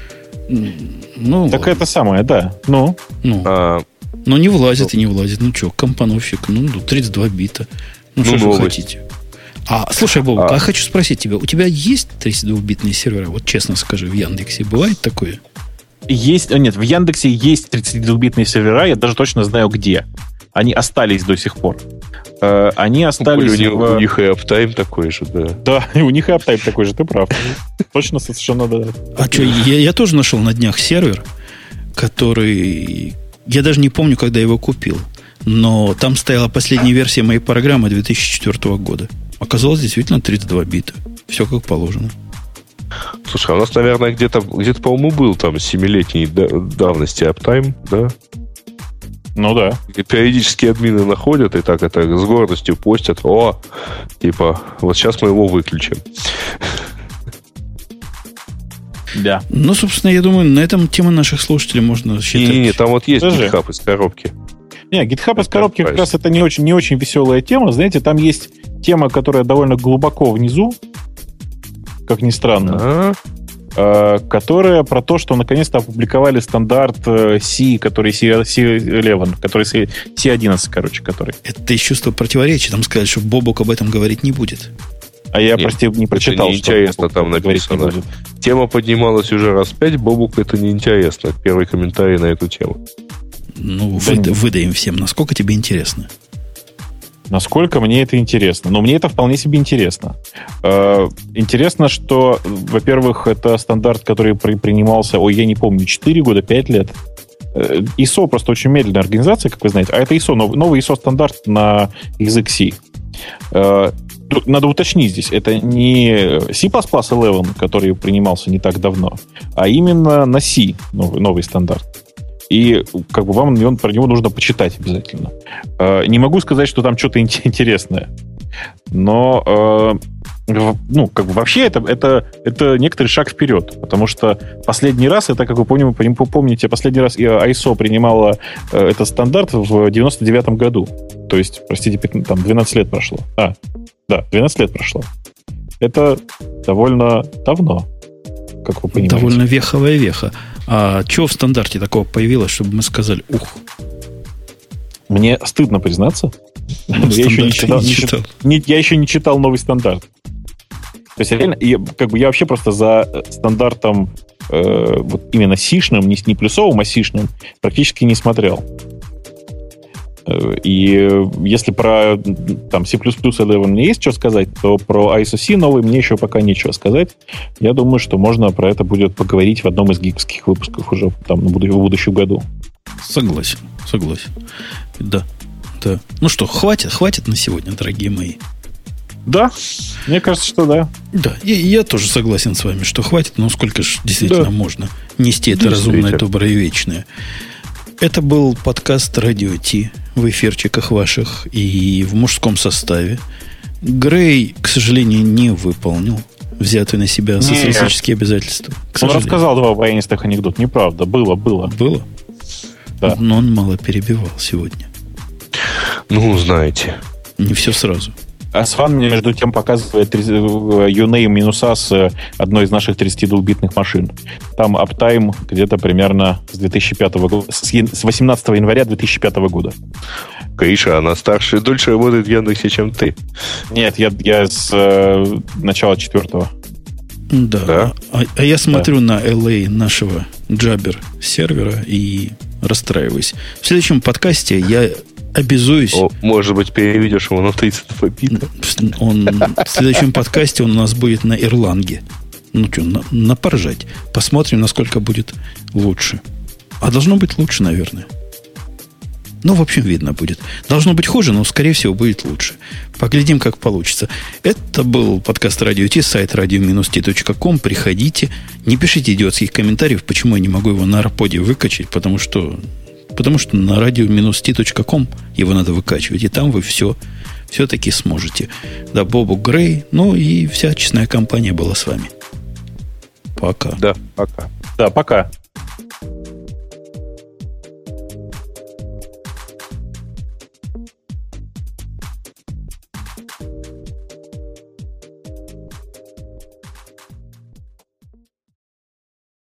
Ну, так ладно. Это самое, да. Ну, ну. А, но не влазит ну. и не влазит. Ну что, компоновщик, ну, тридцать два бита. Ну, ну что ну, же вы хотите? А, слушай, Бобок, а. а хочу спросить тебя, у тебя есть тридцатидвухбитные сервера? Вот честно скажи, в Яндексе бывает такое? Есть, нет, в Яндексе есть тридцатидвухбитные сервера, я даже точно знаю где. Они остались до сих пор. Э, они остались... У, в... у них и аптайм такой же, да. Да, и у них и аптайм такой же, ты прав. Точно, совершенно, да. А что, я, я тоже нашел на днях сервер, который... Я даже не помню, когда его купил. Но там стояла последняя версия моей программы две тысячи четвёртого года. Оказалось, действительно тридцать два бита. Все как положено. Слушай, а у нас, наверное, где-то, где-то по-моему, был там семилетней давности аптайм, да? Ну да. И периодически админы находят и так это с гордостью постят. О, типа, вот сейчас мы его выключим. Да. Ну, собственно, я думаю, на этом тему наших слушателей можно считать. Не-не-не, там вот есть GitHub из коробки. Не, GitHub из коробки как раз это не очень, не очень веселая тема. Знаете, там есть тема, которая довольно глубоко внизу, как ни странно, А-а-а. которая про то, что наконец-то опубликовали стандарт C, который си одиннадцать, который си одиннадцать, короче, который. Это из чувства противоречия. Там сказали, что Бобок об этом говорить не будет. А я, Нет, прости, не прочитал, это неинтересно, что там написано. Тема поднималась уже раз пять, Бобуку это неинтересно. Первый комментарий на эту тему. Ну, да выда- выдаем всем. Насколько тебе интересно? Насколько мне это интересно? Ну, мне это вполне себе интересно. Э, интересно, что, во-первых, это стандарт, который при- принимался, ой, я не помню, четыре года, пять лет. Э, ай эс о просто очень медленная организация, как вы знаете. А это ай эс о, нов- новый ай эс о-стандарт на язык C. Э, надо уточнить здесь, это не си одиннадцать, который принимался не так давно, а именно на C новый, новый стандарт. И как бы вам он, про него нужно почитать обязательно. Э, не могу сказать, что там что-то интересное. Но э, ну, как бы вообще это, это, это некоторый шаг вперед. Потому что последний раз, это, как вы помните, помните, последний раз ай эс о принимала э, этот стандарт в девяносто девятом году. То есть, простите, там двенадцать лет прошло. А, да, двенадцать лет прошло. Это довольно давно, как вы понимаете. Довольно веховая веха. А что в стандарте такого появилось, чтобы мы сказали «ух»? Мне стыдно признаться. Ну, я, еще не читал, не читал. Не, я еще не читал новый стандарт. То есть, реально, я, как бы, я вообще просто за стандартом э, вот именно сишным, не, не плюсовым, а сишным, практически не смотрел. И если про там, C++ одиннадцать мне есть что сказать, то про ай эс о си новый мне еще пока нечего сказать. Я думаю, что можно про это будет поговорить в одном из гиковских выпусков уже там, в будущем году. Согласен, согласен. Да, да. Ну что, хватит, хватит на сегодня, дорогие мои. Да, мне кажется, что да. Да, я, я тоже согласен с вами, что хватит, но сколько же действительно да. можно нести это разумное, доброе и вечное. Это был подкаст Радио Ти в эфирчиках ваших и в мужском составе. Грей, к сожалению, не выполнил взятые на себя социалистические обязательства. Он рассказал два баянистых анекдота. Неправда. Было, было. Было? Да. Но он мало перебивал сегодня. Ну, знаете. Не все сразу. Асфан мне, между тем, показывает Uname-A с одной из наших тридцатидвухбитных машин. Там аптайм где-то примерно с две тысячи пятого года, с восемнадцатого января две тысячи пятого года. Гриша, она старше, дольше работает в Яндексе, чем ты. Нет, я, я с э, начала четвертого. Да. да? А, а я смотрю да. на эл эй нашего Jabber сервера и расстраиваюсь. В следующем подкасте я обязуюсь... О, может быть, переведешь его на тридцать эф пи? Он, в следующем подкасте он у нас будет на Erlang. Ну что, на, на поржать. Посмотрим, насколько будет лучше. А должно быть лучше, наверное. Ну, в общем, видно будет. Должно быть хуже, но, скорее всего, будет лучше. Поглядим, как получится. Это был подкаст Радио Ти, сайт радио ти точка ком. Приходите. Не пишите идиотских комментариев, почему я не могу его на арподе выкачать, потому что, потому что на радио ти точка ком его надо выкачивать, и там вы все, все-таки сможете. Да, Бобу Грей, ну и вся честная компания была с вами. Пока. Да, пока. Да, пока.